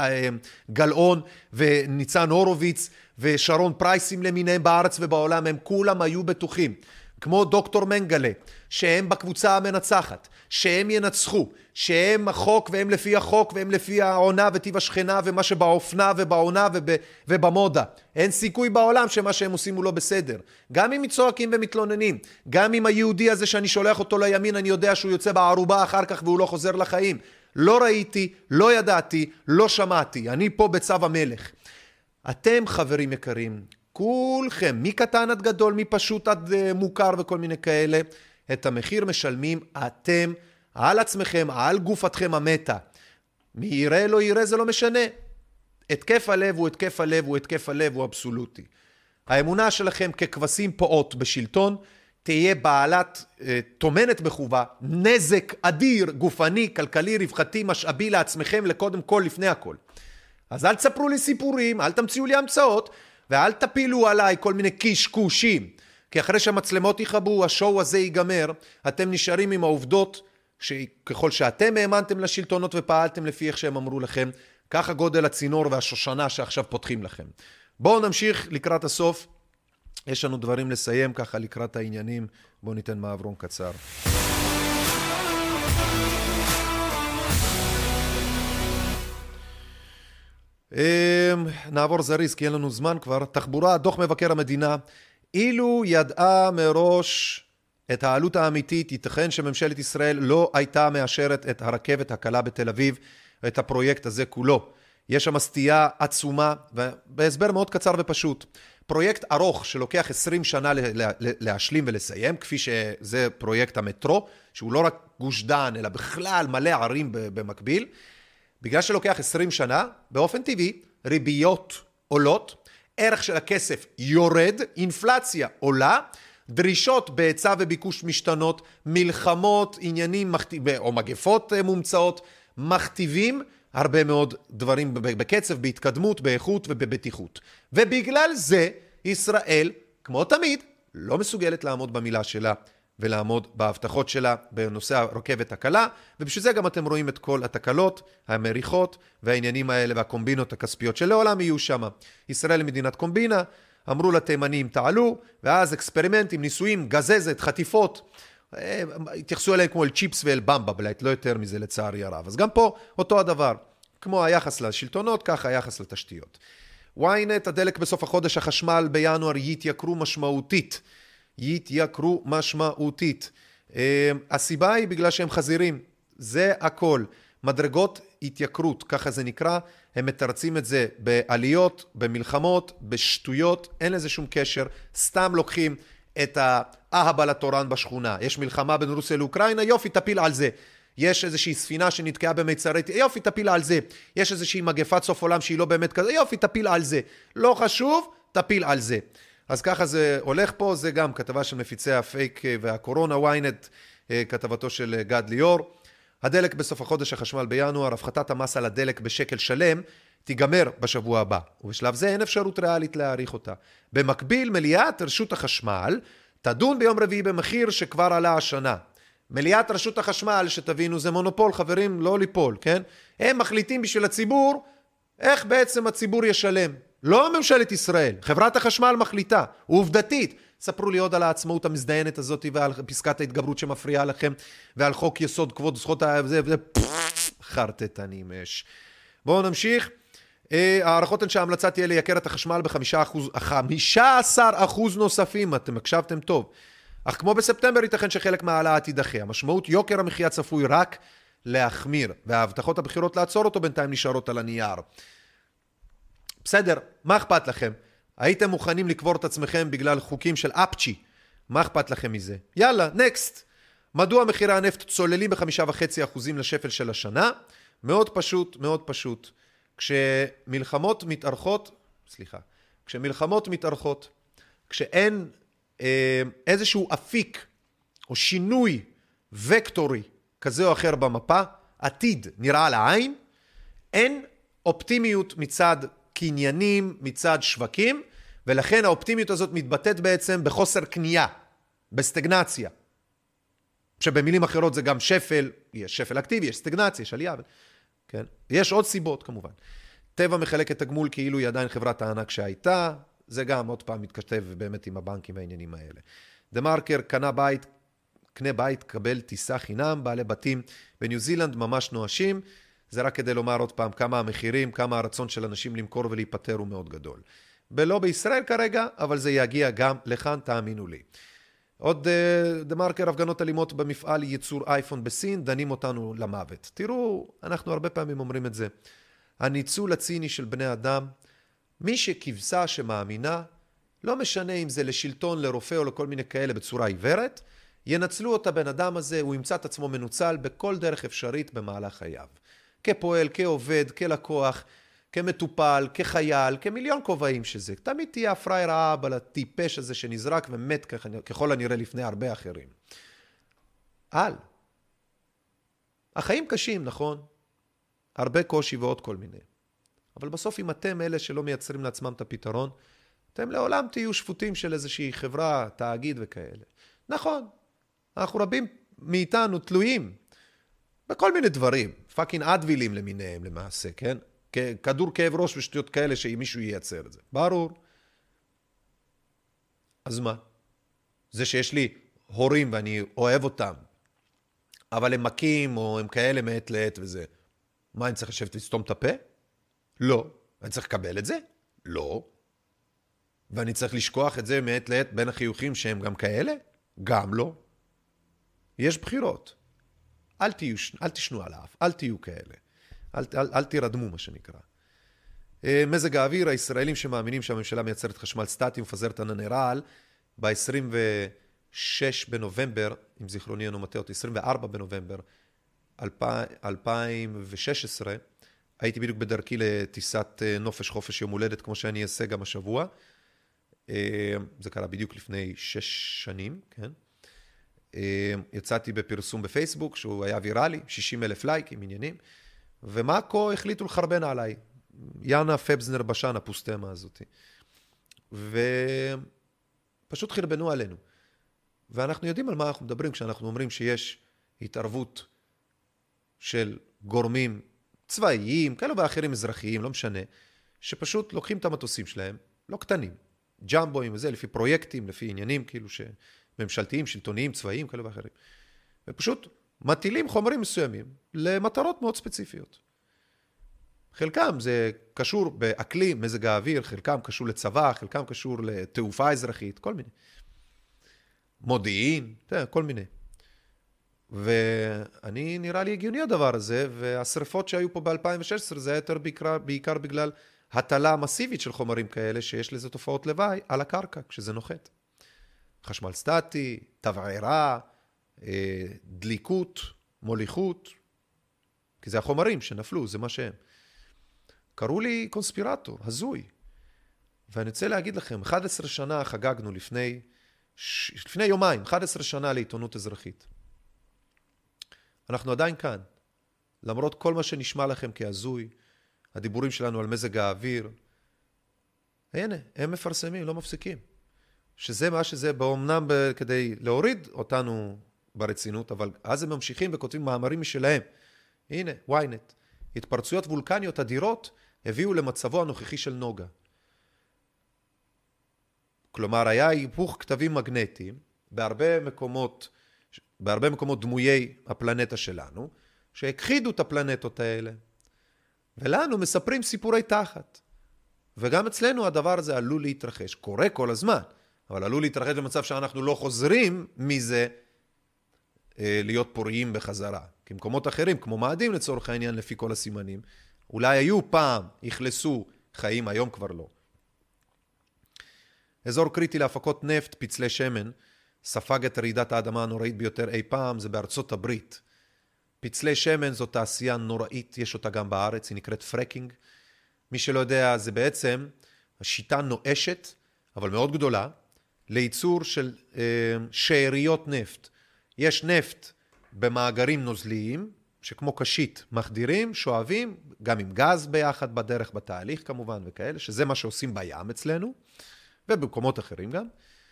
וגלעון וניצן הורוביץ ושרון פרייסים למיניהם בארץ ובעולם, הם כולם היו בטוחים, כמו דוקטור מנגלה, שהם בקבוצה המנצחת, שהם ינצחו, שהם החוק והם לפי החוק והם לפי העונה וטיב השכנה ומה שבאופנה ובעונה וב, ובמודה. אין סיכוי בעולם שמה שהם עושים הוא לא בסדר. גם אם צועקים ומתלוננים, גם אם היהודי הזה שאני שולח אותו לימין, אני יודע שהוא יוצא בערובה אחר כך והוא לא חוזר לחיים. לא ראיתי, לא ידעתי, לא שמעתי. אני פה בצו המלך. אתם חברים יקרים, כולכם, מקטן עד גדול, מפשוט עד מוכר וכל מיני כאלה, את המחיר משלמים אתם על עצמכם, על גופתכם המתה. מי יראה לא יראה זה לא משנה. התקף הלב הוא התקף הלב הוא התקף הלב הוא אבסולוטי. האמונה שלכם ככבשים פועות בשלטון תהיה בעלת אה, תומנת בחובה, נזק אדיר, גופני, כלכלי, רווחתי, משאבי לעצמכם לקודם כל לפני הכל. אז אל תספרו לי סיפורים, אל תמציאו לי המצאות, ואל תפילו עליי כל מיני קשקושים. כי אחרי שהמצלמות יחבו, השואו הזה ייגמר, אתם נשארים עם העובדות, שככל שאתם האמנתם לשלטונות ופעלתם לפי איך שהם אמרו לכם, ככה גודל הצינור והשושנה שעכשיו פותחים לכם. בואו נמשיך לקראת הסוף. יש לנו דברים לסיים ככה לקראת העניינים. בואו ניתן מעברון קצר. נעבור זריז כי אין לנו זמן כבר. תחבורה, דוח מבקר המדינה. אילו ידעה מראש את העלות האמיתית, ייתכן שממשלת ישראל לא הייתה מאשרת את הרכבת הקלה בתל אביב, את הפרויקט הזה כולו. יש שם סטייה עצומה, ובהסבר מאוד קצר ופשוט. פרויקט ארוך שלוקח עשרים שנה להשלים ולסיים, כפי שזה פרויקט המטרו, שהוא לא רק גוש דן, אלא בכלל מלא ערים במקביל. בגלל שלוקח עשרים שנה, באופן טבעי, ריביות עולות, ערך של הכסף יורד, אינפלציה עולה, דרישות בהיצע וביקוש משתנות, מלחמות, עניינים או מגפות מומצאות, מכתיבים הרבה מאוד דברים בקצב, בהתקדמות, באיכות ובבטיחות. ובגלל זה ישראל, כמו תמיד, לא מסוגלת לעמוד במילה שלה, ולעמוד בהבטחות שלה בנושא הרכבת הקלה, ובשביל זה גם אתם רואים את כל התקלות, המריחות והעניינים האלה והקומבינות הכספיות שלעולם יהיו שם. ישראל היא מדינת קומבינה, אמרו לתימנים תעלו, ואז אקספרימנטים, ניסויים, גזזת, חטיפות, התייחסו אליהם כמו אל צ'יפס ואל במבה, בלית, לא יותר מזה לצערי הרב. אז גם פה אותו הדבר, כמו היחס לשלטונות, ככה היחס לתשתיות. ynet, הדלק בסוף החודש, החשמל בינואר יתייקרו משמעותית. יתייקרו משמעותית. הסיבה היא בגלל שהם חזירים. זה הכל. מדרגות התייקרות, ככה זה נקרא. הם מתרצים את זה בעליות, במלחמות, בשטויות. אין לזה שום קשר. סתם לוקחים את האהבה לתורן בשכונה. יש מלחמה בין רוסיה לאוקראינה, יופי, תפיל על זה. יש איזושהי ספינה שנתקעה במיצרי, יופי, תפיל על זה. יש איזושהי מגפת סוף עולם שהיא לא באמת כזה, יופי, תפיל על זה. לא חשוב, תפיל על זה. אז ככה זה הולך פה, זה גם כתבה של מפיצי הפייק והקורונה, ynet, כתבתו של גד ליאור. הדלק בסוף החודש, החשמל בינואר, הפחתת המס על הדלק בשקל שלם, תיגמר בשבוע הבא, ובשלב זה אין אפשרות ריאלית להעריך אותה. במקביל, מליאת רשות החשמל תדון ביום רביעי במחיר שכבר עלה השנה. מליאת רשות החשמל, שתבינו, זה מונופול, חברים, לא ליפול, כן? הם מחליטים בשביל הציבור, איך בעצם הציבור ישלם. לא ממשלת ישראל, חברת החשמל מחליטה, עובדתית. ספרו לי עוד על העצמאות המזדיינת הזאת, ועל פסקת ההתגברות שמפריעה לכם, ועל חוק יסוד כבוד זכות, זה, זה, חרטט אני מש. בואו נמשיך. הערכות הן שההמלצה תהיה לייקר את החשמל בחמישה אחוז, חמישה עשר אחוז נוספים, אתם הקשבתם טוב. אך כמו בספטמבר ייתכן שחלק מהעלאה תידחה. המשמעות יוקר המחיה צפוי רק להחמיר, וההבטחות הבחירות לעצור אותו בינתיים נשארות על הנייר. בסדר, מה אכפת לכם? הייתם מוכנים לקבור את עצמכם בגלל חוקים של אפצ'י. מה אכפת לכם מזה? יאללה, נקסט. מדוע מחירי הנפט צוללים בחמישה וחצי אחוזים לשפל של השנה? מאוד פשוט, מאוד פשוט. כשמלחמות מתארכות, סליחה, כשמלחמות מתארכות, כשאין אה, איזשהו אפיק או שינוי וקטורי כזה או אחר במפה, עתיד נראה לעין, אין אופטימיות מצד קניינים, מצד שווקים, ולכן האופטימיות הזאת מתבטאת בעצם בחוסר קנייה, בסטגנציה. שבמילים אחרות זה גם שפל, יש שפל אקטיבי, יש סטגנציה, יש עלייה, כן? יש עוד סיבות כמובן. טבע מחלק את הגמול כאילו היא עדיין חברת הענק שהייתה, זה גם עוד פעם מתכתב באמת עם הבנקים והעניינים האלה. דה מרקר קנה בית, קנה בית, קבל טיסה חינם, בעלי בתים בניו זילנד ממש נואשים, זה רק כדי לומר עוד פעם כמה המחירים, כמה הרצון של אנשים למכור ולהיפטר הוא מאוד גדול. ולא בישראל כרגע, אבל זה יגיע גם לכאן, תאמינו לי. עוד דה מרקר, הפגנות אלימות במפעל ייצור אייפון בסין, דנים אותנו למוות. תראו, אנחנו הרבה פעמים אומרים את זה. הניצול הציני של בני אדם, מי שכבשה שמאמינה, לא משנה אם זה לשלטון, לרופא או לכל מיני כאלה בצורה עיוורת, ינצלו אותה בן אדם הזה, הוא ימצא את עצמו מנוצל בכל דרך אפשרית במהלך חייו. כפועל, כעובד, כלקוח, כמטופל, כחייל, כמיליון כובעים שזה. תמיד תהיה הפראי רעה על הטיפש הזה שנזרק ומת ככל הנראה לפני הרבה אחרים. על. החיים קשים, נכון? הרבה קושי ועוד כל מיני. אבל בסוף אם אתם אלה שלא מייצרים לעצמם את הפתרון, אתם לעולם תהיו שפוטים של איזושהי חברה, תאגיד וכאלה. נכון, אנחנו רבים מאיתנו תלויים בכל מיני דברים, פאקינג אדווילים למיניהם למעשה, כן? כדור כאב ראש ושטויות כאלה שאם מישהו ייצר את זה. ברור. אז מה? זה שיש לי הורים ואני אוהב אותם, אבל הם מכים או הם כאלה מעת לעת וזה. מה, אני צריך לשבת לסתום את הפה? לא. אני צריך לקבל את זה? לא. ואני צריך לשכוח את זה מעת לעת בין החיוכים שהם גם כאלה? גם לא. יש בחירות. אל תהיו, אל תשנו עליו, אל תהיו כאלה. אל, אל, אל תירדמו, מה שנקרא. מזג האוויר, הישראלים שמאמינים שהממשלה מייצרת חשמל סטטי ומפזרת ענני רעל, ב-עשרים ושש בנובמבר, אם זיכרוני אינו מטעה אותי, עשרים וארבעה בנובמבר אלפיים ושש עשרה, הייתי בדיוק בדרכי לטיסת נופש חופש יום הולדת, כמו שאני אעשה גם השבוע. זה קרה בדיוק לפני שש שנים, כן? יצאתי בפרסום בפייסבוק, שהוא היה ויראלי, שישים אלף לייקים, עניינים, ומאקו החליטו לחרבן עליי. יאנה פבזנר בשן, הפוסטמה הזאת. ופשוט חרבנו עלינו. ואנחנו יודעים על מה אנחנו מדברים כשאנחנו אומרים שיש התערבות של גורמים צבאיים, כאלה ואחרים אזרחיים, לא משנה, שפשוט לוקחים את המטוסים שלהם, לא קטנים, ג'מבוים וזה, לפי פרויקטים, לפי עניינים כאילו שממשלתיים, שלטוניים, צבאיים, כאלה ואחרים. ופשוט מטילים חומרים מסוימים למטרות מאוד ספציפיות. חלקם זה קשור באקלים, מזג האוויר, חלקם קשור לצבא, חלקם קשור לתעופה אזרחית, כל מיני. מודיעין, כל מיני. ואני נראה לי הגיוני הדבר הזה, והשריפות שהיו פה ב-אלפיים ושש עשרה זה היה יותר בעיקר, בעיקר בגלל הטלה מסיבית של חומרים כאלה, שיש לזה תופעות לוואי על הקרקע, כשזה נוחת. חשמל סטטי, תבערה, דליקות, מוליכות, כי זה החומרים שנפלו, זה מה שהם. קראו לי קונספירטור, הזוי. ואני רוצה להגיד לכם, אחת עשרה שנה חגגנו לפני, לפני יומיים, אחת עשרה שנה לעיתונות אזרחית. אנחנו עדיין כאן, למרות כל מה שנשמע לכם כהזוי, הדיבורים שלנו על מזג האוויר, הנה, הם מפרסמים, לא מפסיקים. שזה מה שזה, באומנם כדי להוריד אותנו ברצינות, אבל אז הם ממשיכים וכותבים מאמרים משלהם. הנה, וויינט. התפרצויות וולקניות אדירות הביאו למצבו הנוכחי של נוגה. כלומר, היה היפוך כתבים מגנטיים בהרבה מקומות, בהרבה מקומות דמויי הפלנטה שלנו, שהכחידו את הפלנטות האלה. ולנו מספרים סיפורי תחת. וגם אצלנו הדבר הזה עלול להתרחש. קורה כל הזמן, אבל עלול להתרחש במצב שאנחנו לא חוזרים מזה אה, להיות פוריים בחזרה. כי מקומות אחרים, כמו מאדים לצורך העניין לפי כל הסימנים, אולי היו פעם, יחלסו חיים, היום כבר לא. אזור קריטי להפקות נפט, פצלי שמן, ספג את רעידת האדמה הנוראית ביותר אי פעם, זה בארצות הברית. פצלי שמן זו תעשייה נוראית, יש אותה גם בארץ, היא נקראת פרקינג. מי שלא יודע, זה בעצם השיטה נואשת, אבל מאוד גדולה, לייצור של אה, שאריות נפט. יש נפט במאגרים נוזליים, שכמו קשית מחדירים, שואבים, גם עם גז ביחד בדרך, בתהליך כמובן וכאלה, שזה מה שעושים בים אצלנו, ובמקומות אחרים גם.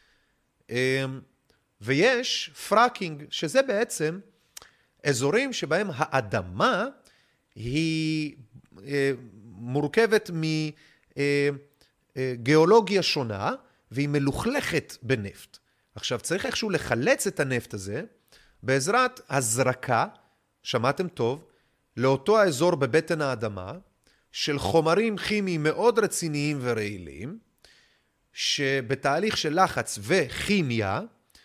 ויש פרקינג, שזה בעצם אזורים שבהם האדמה היא מורכבת מגיאולוגיה שונה, והיא מלוכלכת בנפט. עכשיו, צריך איכשהו לחלץ את הנפט הזה, בעזרת הזרקה, שמעתם טוב, לאותו האזור בבטן האדמה, של חומרים כימיים מאוד רציניים ורעילים, שבתהליך של לחץ וכימיה,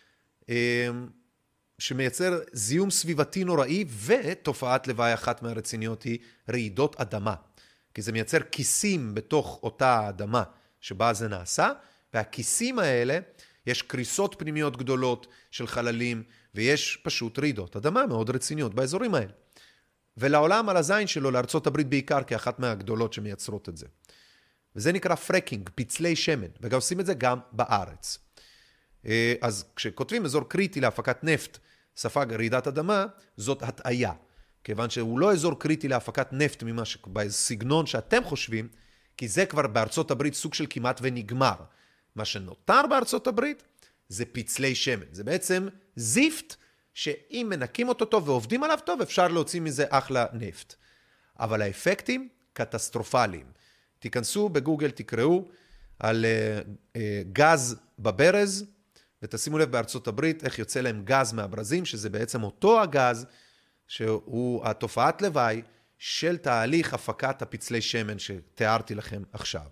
שמייצר זיהום סביבתי נוראי, ותופעת לוואי אחת מהרציניות היא רעידות אדמה. כי זה מייצר כיסים בתוך אותה האדמה שבה זה נעשה, והכיסים האלה, יש קריסות פנימיות גדולות של חללים, ויש פשוט רעידות אדמה מאוד רציניות באזורים האלה. ולעולם על הזין שלו, לארצות הברית בעיקר, כאחת מהגדולות שמייצרות את זה. וזה נקרא פרקינג, פצלי שמן, וגם עושים את זה גם בארץ. אז כשכותבים אזור קריטי להפקת נפט, ספג רעידת אדמה, זאת הטעיה. כיוון שהוא לא אזור קריטי להפקת נפט ממה שבסגנון שאתם חושבים, כי זה כבר בארצות הברית סוג של כמעט ונגמר. מה שנותר בארצות הברית זה פצלי שמן. זה בעצם זיפט שאם מנקים אותו טוב ועובדים עליו טוב, אפשר להוציא מזה אחלה נפט. אבל האפקטים קטסטרופליים. תיכנסו בגוגל, תקראו על uh, uh, גז בברז, ותשימו לב בארצות הברית איך יוצא להם גז מהברזים, שזה בעצם אותו הגז שהוא התופעת לוואי של תהליך הפקת הפצלי שמן שתיארתי לכם עכשיו.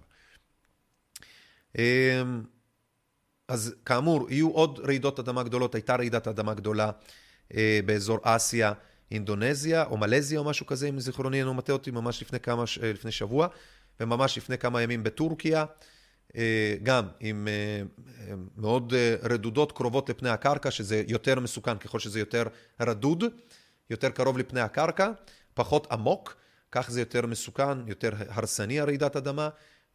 אז כאמור, יהיו עוד רעידות אדמה גדולות, הייתה רעידת אדמה גדולה באזור אסיה, אינדונזיה או מלזיה או משהו כזה, אם זיכרוני אינו מטעה אותי, ממש לפני כמה, לפני שבוע, וממש לפני כמה ימים בטורקיה, גם עם מאוד רדודות קרובות לפני הקרקע, שזה יותר מסוכן ככל שזה יותר רדוד, יותר קרוב לפני הקרקע, פחות עמוק, כך זה יותר מסוכן, יותר הרסני הרעידת אדמה,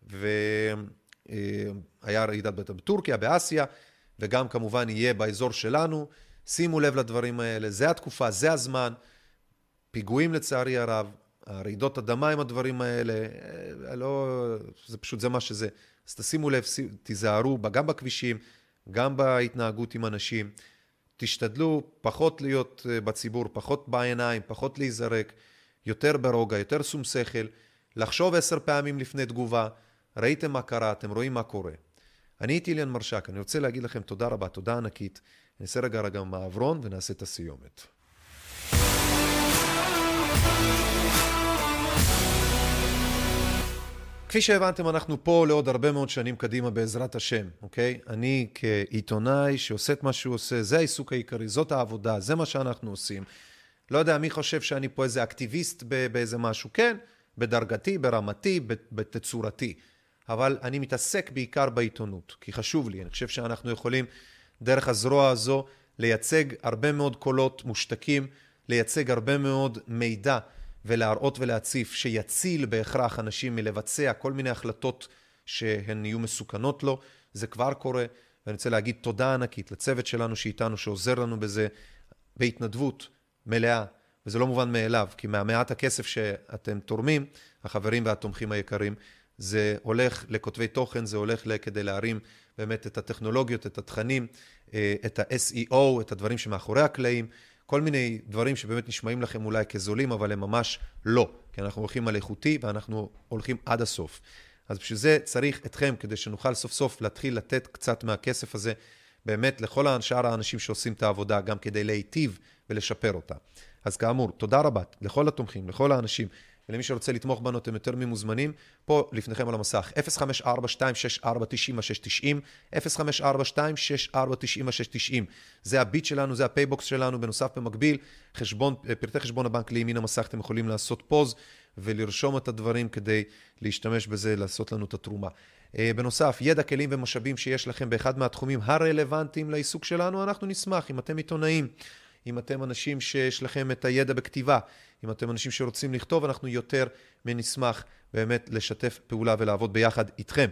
והיה רעידת בטורקיה, באסיה, וגם כמובן יהיה באזור שלנו. שימו לב לדברים האלה, זה התקופה, זה הזמן, פיגועים לצערי הרב, הרעידות אדמה עם הדברים האלה, לא, זה פשוט זה מה שזה. אז תשימו לב, תיזהרו גם בכבישים, גם בהתנהגות עם אנשים, תשתדלו פחות להיות בציבור, פחות בעיניים, פחות להיזרק, יותר ברוגע, יותר שום שכל, לחשוב עשר פעמים לפני תגובה, ראיתם מה קרה, אתם רואים מה קורה. אני הייתי איליאן מרשק, אני רוצה להגיד לכם תודה רבה, תודה ענקית. נעשה רגע רגע מעברון ונעשה את הסיומת. כפי שהבנתם, אנחנו פה לעוד הרבה מאוד שנים קדימה בעזרת השם, אוקיי? אני כעיתונאי שעושה את מה שהוא עושה, זה העיסוק העיקרי, זאת העבודה, זה מה שאנחנו עושים. לא יודע מי חושב שאני פה איזה אקטיביסט באיזה משהו, כן? בדרגתי, ברמתי, בתצורתי. אבל אני מתעסק בעיקר בעיתונות, כי חשוב לי, אני חושב שאנחנו יכולים דרך הזרוע הזו לייצג הרבה מאוד קולות מושתקים, לייצג הרבה מאוד מידע ולהראות ולהציף שיציל בהכרח אנשים מלבצע כל מיני החלטות שהן יהיו מסוכנות לו. זה כבר קורה, ואני רוצה להגיד תודה ענקית לצוות שלנו שאיתנו, שעוזר לנו בזה בהתנדבות מלאה, וזה לא מובן מאליו, כי מהמעט הכסף שאתם תורמים, החברים והתומכים היקרים, זה הולך לכותבי תוכן, זה הולך כדי להרים באמת את הטכנולוגיות, את התכנים, את ה-אס אי או, את הדברים שמאחורי הקלעים, כל מיני דברים שבאמת נשמעים לכם אולי כזולים, אבל הם ממש לא, כי אנחנו הולכים על איכותי ואנחנו הולכים עד הסוף. אז בשביל זה צריך אתכם, כדי שנוכל סוף סוף להתחיל לתת קצת מהכסף הזה, באמת לכל שאר האנשים שעושים את העבודה, גם כדי להיטיב ולשפר אותה. אז כאמור, תודה רבה לכל התומכים, לכל האנשים, ולמי שרוצה לתמוך בנו, אתם יותר ממוזמנים, פה לפניכם על המסך, אפס חמש ארבע שתיים שש ארבע תשעים שש תשעים, אפס חמש ארבע שתיים שש ארבע תשעים שש תשעים, זה הביט שלנו, זה הפייבוקס שלנו, בנוסף במקביל, חשבון, פרטי חשבון הבנק לימין המסך, אתם יכולים לעשות פוז, ולרשום את הדברים כדי להשתמש בזה, לעשות לנו את התרומה. בנוסף, ידע, כלים ומשאבים שיש לכם באחד מהתחומים הרלוונטיים לעיסוק שלנו, אנחנו נשמח, אם אתם עיתונאים, אם אתם אנשים שיש לכם את הידע בכתיבה, אם אתם אנשים שרוצים לכתוב, אנחנו יותר מנשמח באמת לשתף פעולה ולעבוד ביחד איתכם.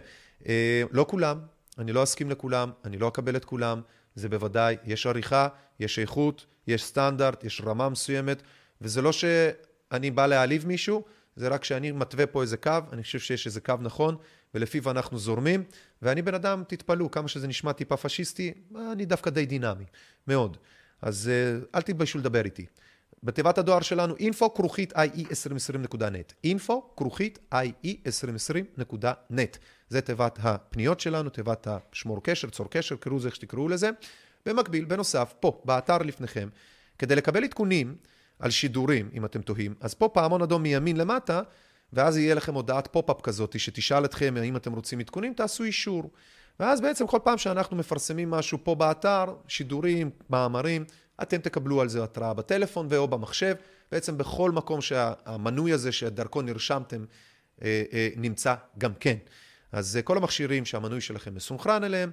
לא כולם, אני לא אסכים לכולם, אני לא אקבל את כולם, זה בוודאי, יש עריכה, יש איכות, יש סטנדרט, יש רמה מסוימת, וזה לא שאני בא להעליב מישהו, זה רק שאני מתווה פה איזה קו, אני חושב שיש איזה קו נכון, ולפיו אנחנו זורמים, ואני בן אדם, תתפלו, כמה שזה נשמע טיפה פשיסטי, אני דווקא די דינמי, מאוד. אז אל תתביישו לדבר איתי. בתיבת הדואר שלנו, info כרוכית איי אי עשרים עשרים נקודה נט. info כרוכית איי אי עשרים עשרים נקודה נט. זה תיבת הפניות שלנו, תיבת השמור קשר, צור קשר, קראו זה איך שתקראו לזה. במקביל, בנוסף, פה, באתר לפניכם, כדי לקבל עדכונים על שידורים, אם אתם תוהים, אז פה פעמון אדום מימין למטה, ואז יהיה לכם הודעת פופ-אפ כזאת, שתשאל אתכם, אם אתם רוצים עדכונים, תעשו אישור. ואז בעצם כל פעם שאנחנו מפרסמים משהו פה באתר, שידורים, מאמרים, אתם תקבלו על זה התראה בטלפון ואו במחשב, בעצם בכל מקום שהמנוי הזה שדרכו נרשמתם נמצא גם כן. אז כל המכשירים שהמנוי שלכם מסונכרן אליהם,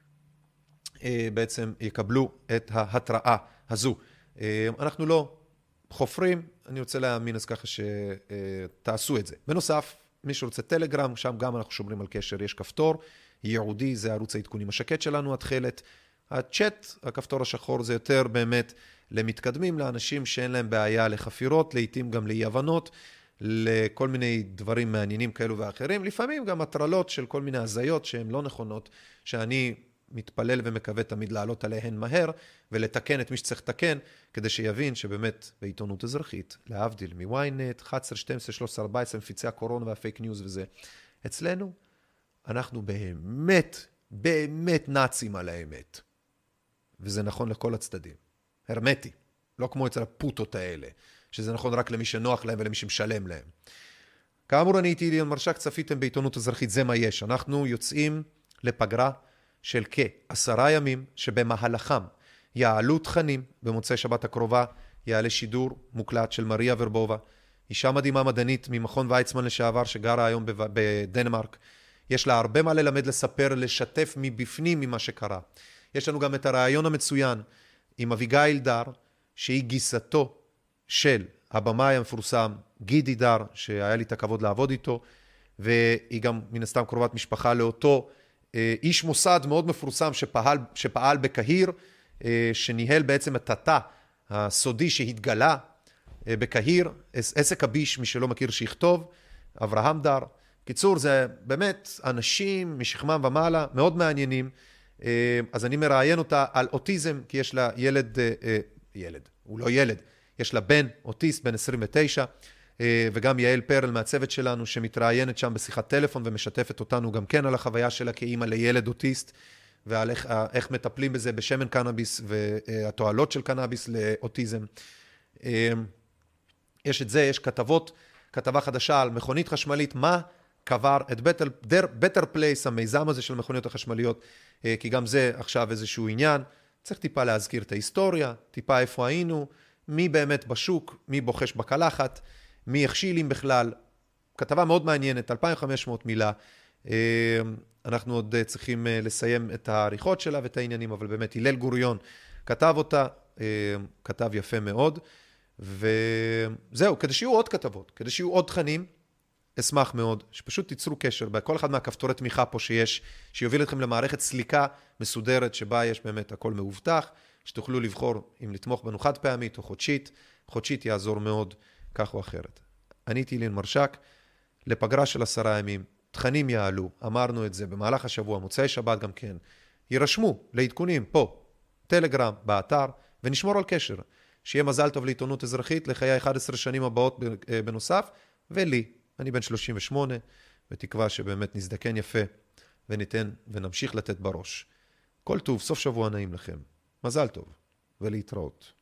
בעצם יקבלו את ההתראה הזו. אנחנו לא חופרים, אני רוצה להאמין אז ככה שתעשו את זה. בנוסף, מי שרוצה טלגרם, שם גם אנחנו שומרים על קשר, יש כפתור ייעודי, זה ערוץ העדכונים השקט שלנו, התחלת. הצ'אט, הכפתור השחור, זה יותר באמת למתקדמים, לאנשים שאין להם בעיה לחפירות, לעתים גם לאי הבנות, לכל מיני דברים מעניינים כאלו ואחרים, לפעמים גם הטרלות של כל מיני הזיות שהן לא נכונות, שאני מתפלל ומקווה תמיד לעלות עליהן מהר, ולתקן את מי שצריך לתקן, כדי שיבין שבאמת בעיתונות אזרחית, להבדיל מ-ynet, אחת עשרה, שתים עשרה, שלוש עשרה, ארבע עשרה, מפיצי הקורונה והפייק ניוז וזה, אצלנו אנחנו באמת, באמת נאצים על האמת. וזה נכון לכל הצדדים. הרמטי. לא כמו אצל הפוטות האלה, שזה נכון רק למי שנוח להם ולמי שמשלם להם. כאמור, אני הייתי איליאן מרשק, צפיתם בעיתונות אזרחית, זה מה יש. אנחנו יוצאים לפגרה של כעשרה ימים, שבמהלכם יעלו תכנים, במוצאי שבת הקרובה יעלה שידור מוקלט של מריה ורבובה, אישה מדהימה מדענית ממכון ויצמן לשעבר, שגרה היום בדנמרק. יש לה הרבה מה ללמד, לספר, לשתף מבפנים ממה שקרה. יש לנו גם את הרעיון המצוין עם אביגיל דר, שהיא גיסתו של הבמאי המפורסם גידי דר, שהיה לי את הכבוד לעבוד איתו, והיא גם מן הסתם קרובת משפחה לאותו איש מוסד מאוד מפורסם שפעל, שפעל בקהיר, שניהל בעצם את התא הסודי שהתגלה בקהיר, עסק הביש, מי שלא מכיר שיכתוב, אברהם דר. קיצור, זה באמת אנשים משכמם ומעלה, מאוד מעניינים, אז אני מראיין אותה על אוטיזם, כי יש לה ילד, ילד, הוא לא ילד, יש לה בן אוטיסט, בן עשרים ותשע, וגם יעל פרל מהצוות שלנו, שמתראיינת שם בשיחת טלפון, ומשתפת אותנו גם כן על החוויה שלה כאימא לילד אוטיסט, ועל איך, איך מטפלים בזה בשמן קנאביס, והתועלות של קנאביס לאוטיזם. יש את זה, יש כתבות, כתבה חדשה על מכונית חשמלית, מה קבר את Better, Better Place, המיזם הזה של מכוניות החשמליות, כי גם זה עכשיו איזשהו עניין. צריך טיפה להזכיר את ההיסטוריה, טיפה איפה היינו, מי באמת בשוק, מי בוחש בקלחת, מי הכשילים בכלל. כתבה מאוד מעניינת, אלפיים וחמש מאות מילה. אנחנו עוד צריכים לסיים את העריכות שלה ואת העניינים, אבל באמת הלל גוריון כתב אותה, כתב יפה מאוד. וזהו, כדי שיהיו עוד כתבות, כדי שיהיו עוד תכנים, אשמח מאוד, שפשוט תיצרו קשר בכל אחד מהכפתורי תמיכה פה שיש, שיוביל אתכם למערכת סליקה מסודרת, שבה יש באמת הכל מאובטח, שתוכלו לבחור אם לתמוך בנו חד פעמית או חודשית, חודשית יעזור מאוד, כך או אחרת. אני אילן מרשק, לפגרה של עשרה ימים, תכנים יעלו, אמרנו את זה במהלך השבוע, מוצאי שבת גם כן, יירשמו לעדכונים פה, טלגרם, באתר, ונשמור על קשר. שיהיה מזל טוב לעיתונות אזרחית, לחיי אחת עשרה שנים הבאות בנוסף, ולי, אני בן שלושים ושמונה, ותקווה שבאמת נזדקן יפה, וניתן ונמשיך לתת בראש. כל טוב, סוף שבוע נעים לכם. מזל טוב, ולהתראות.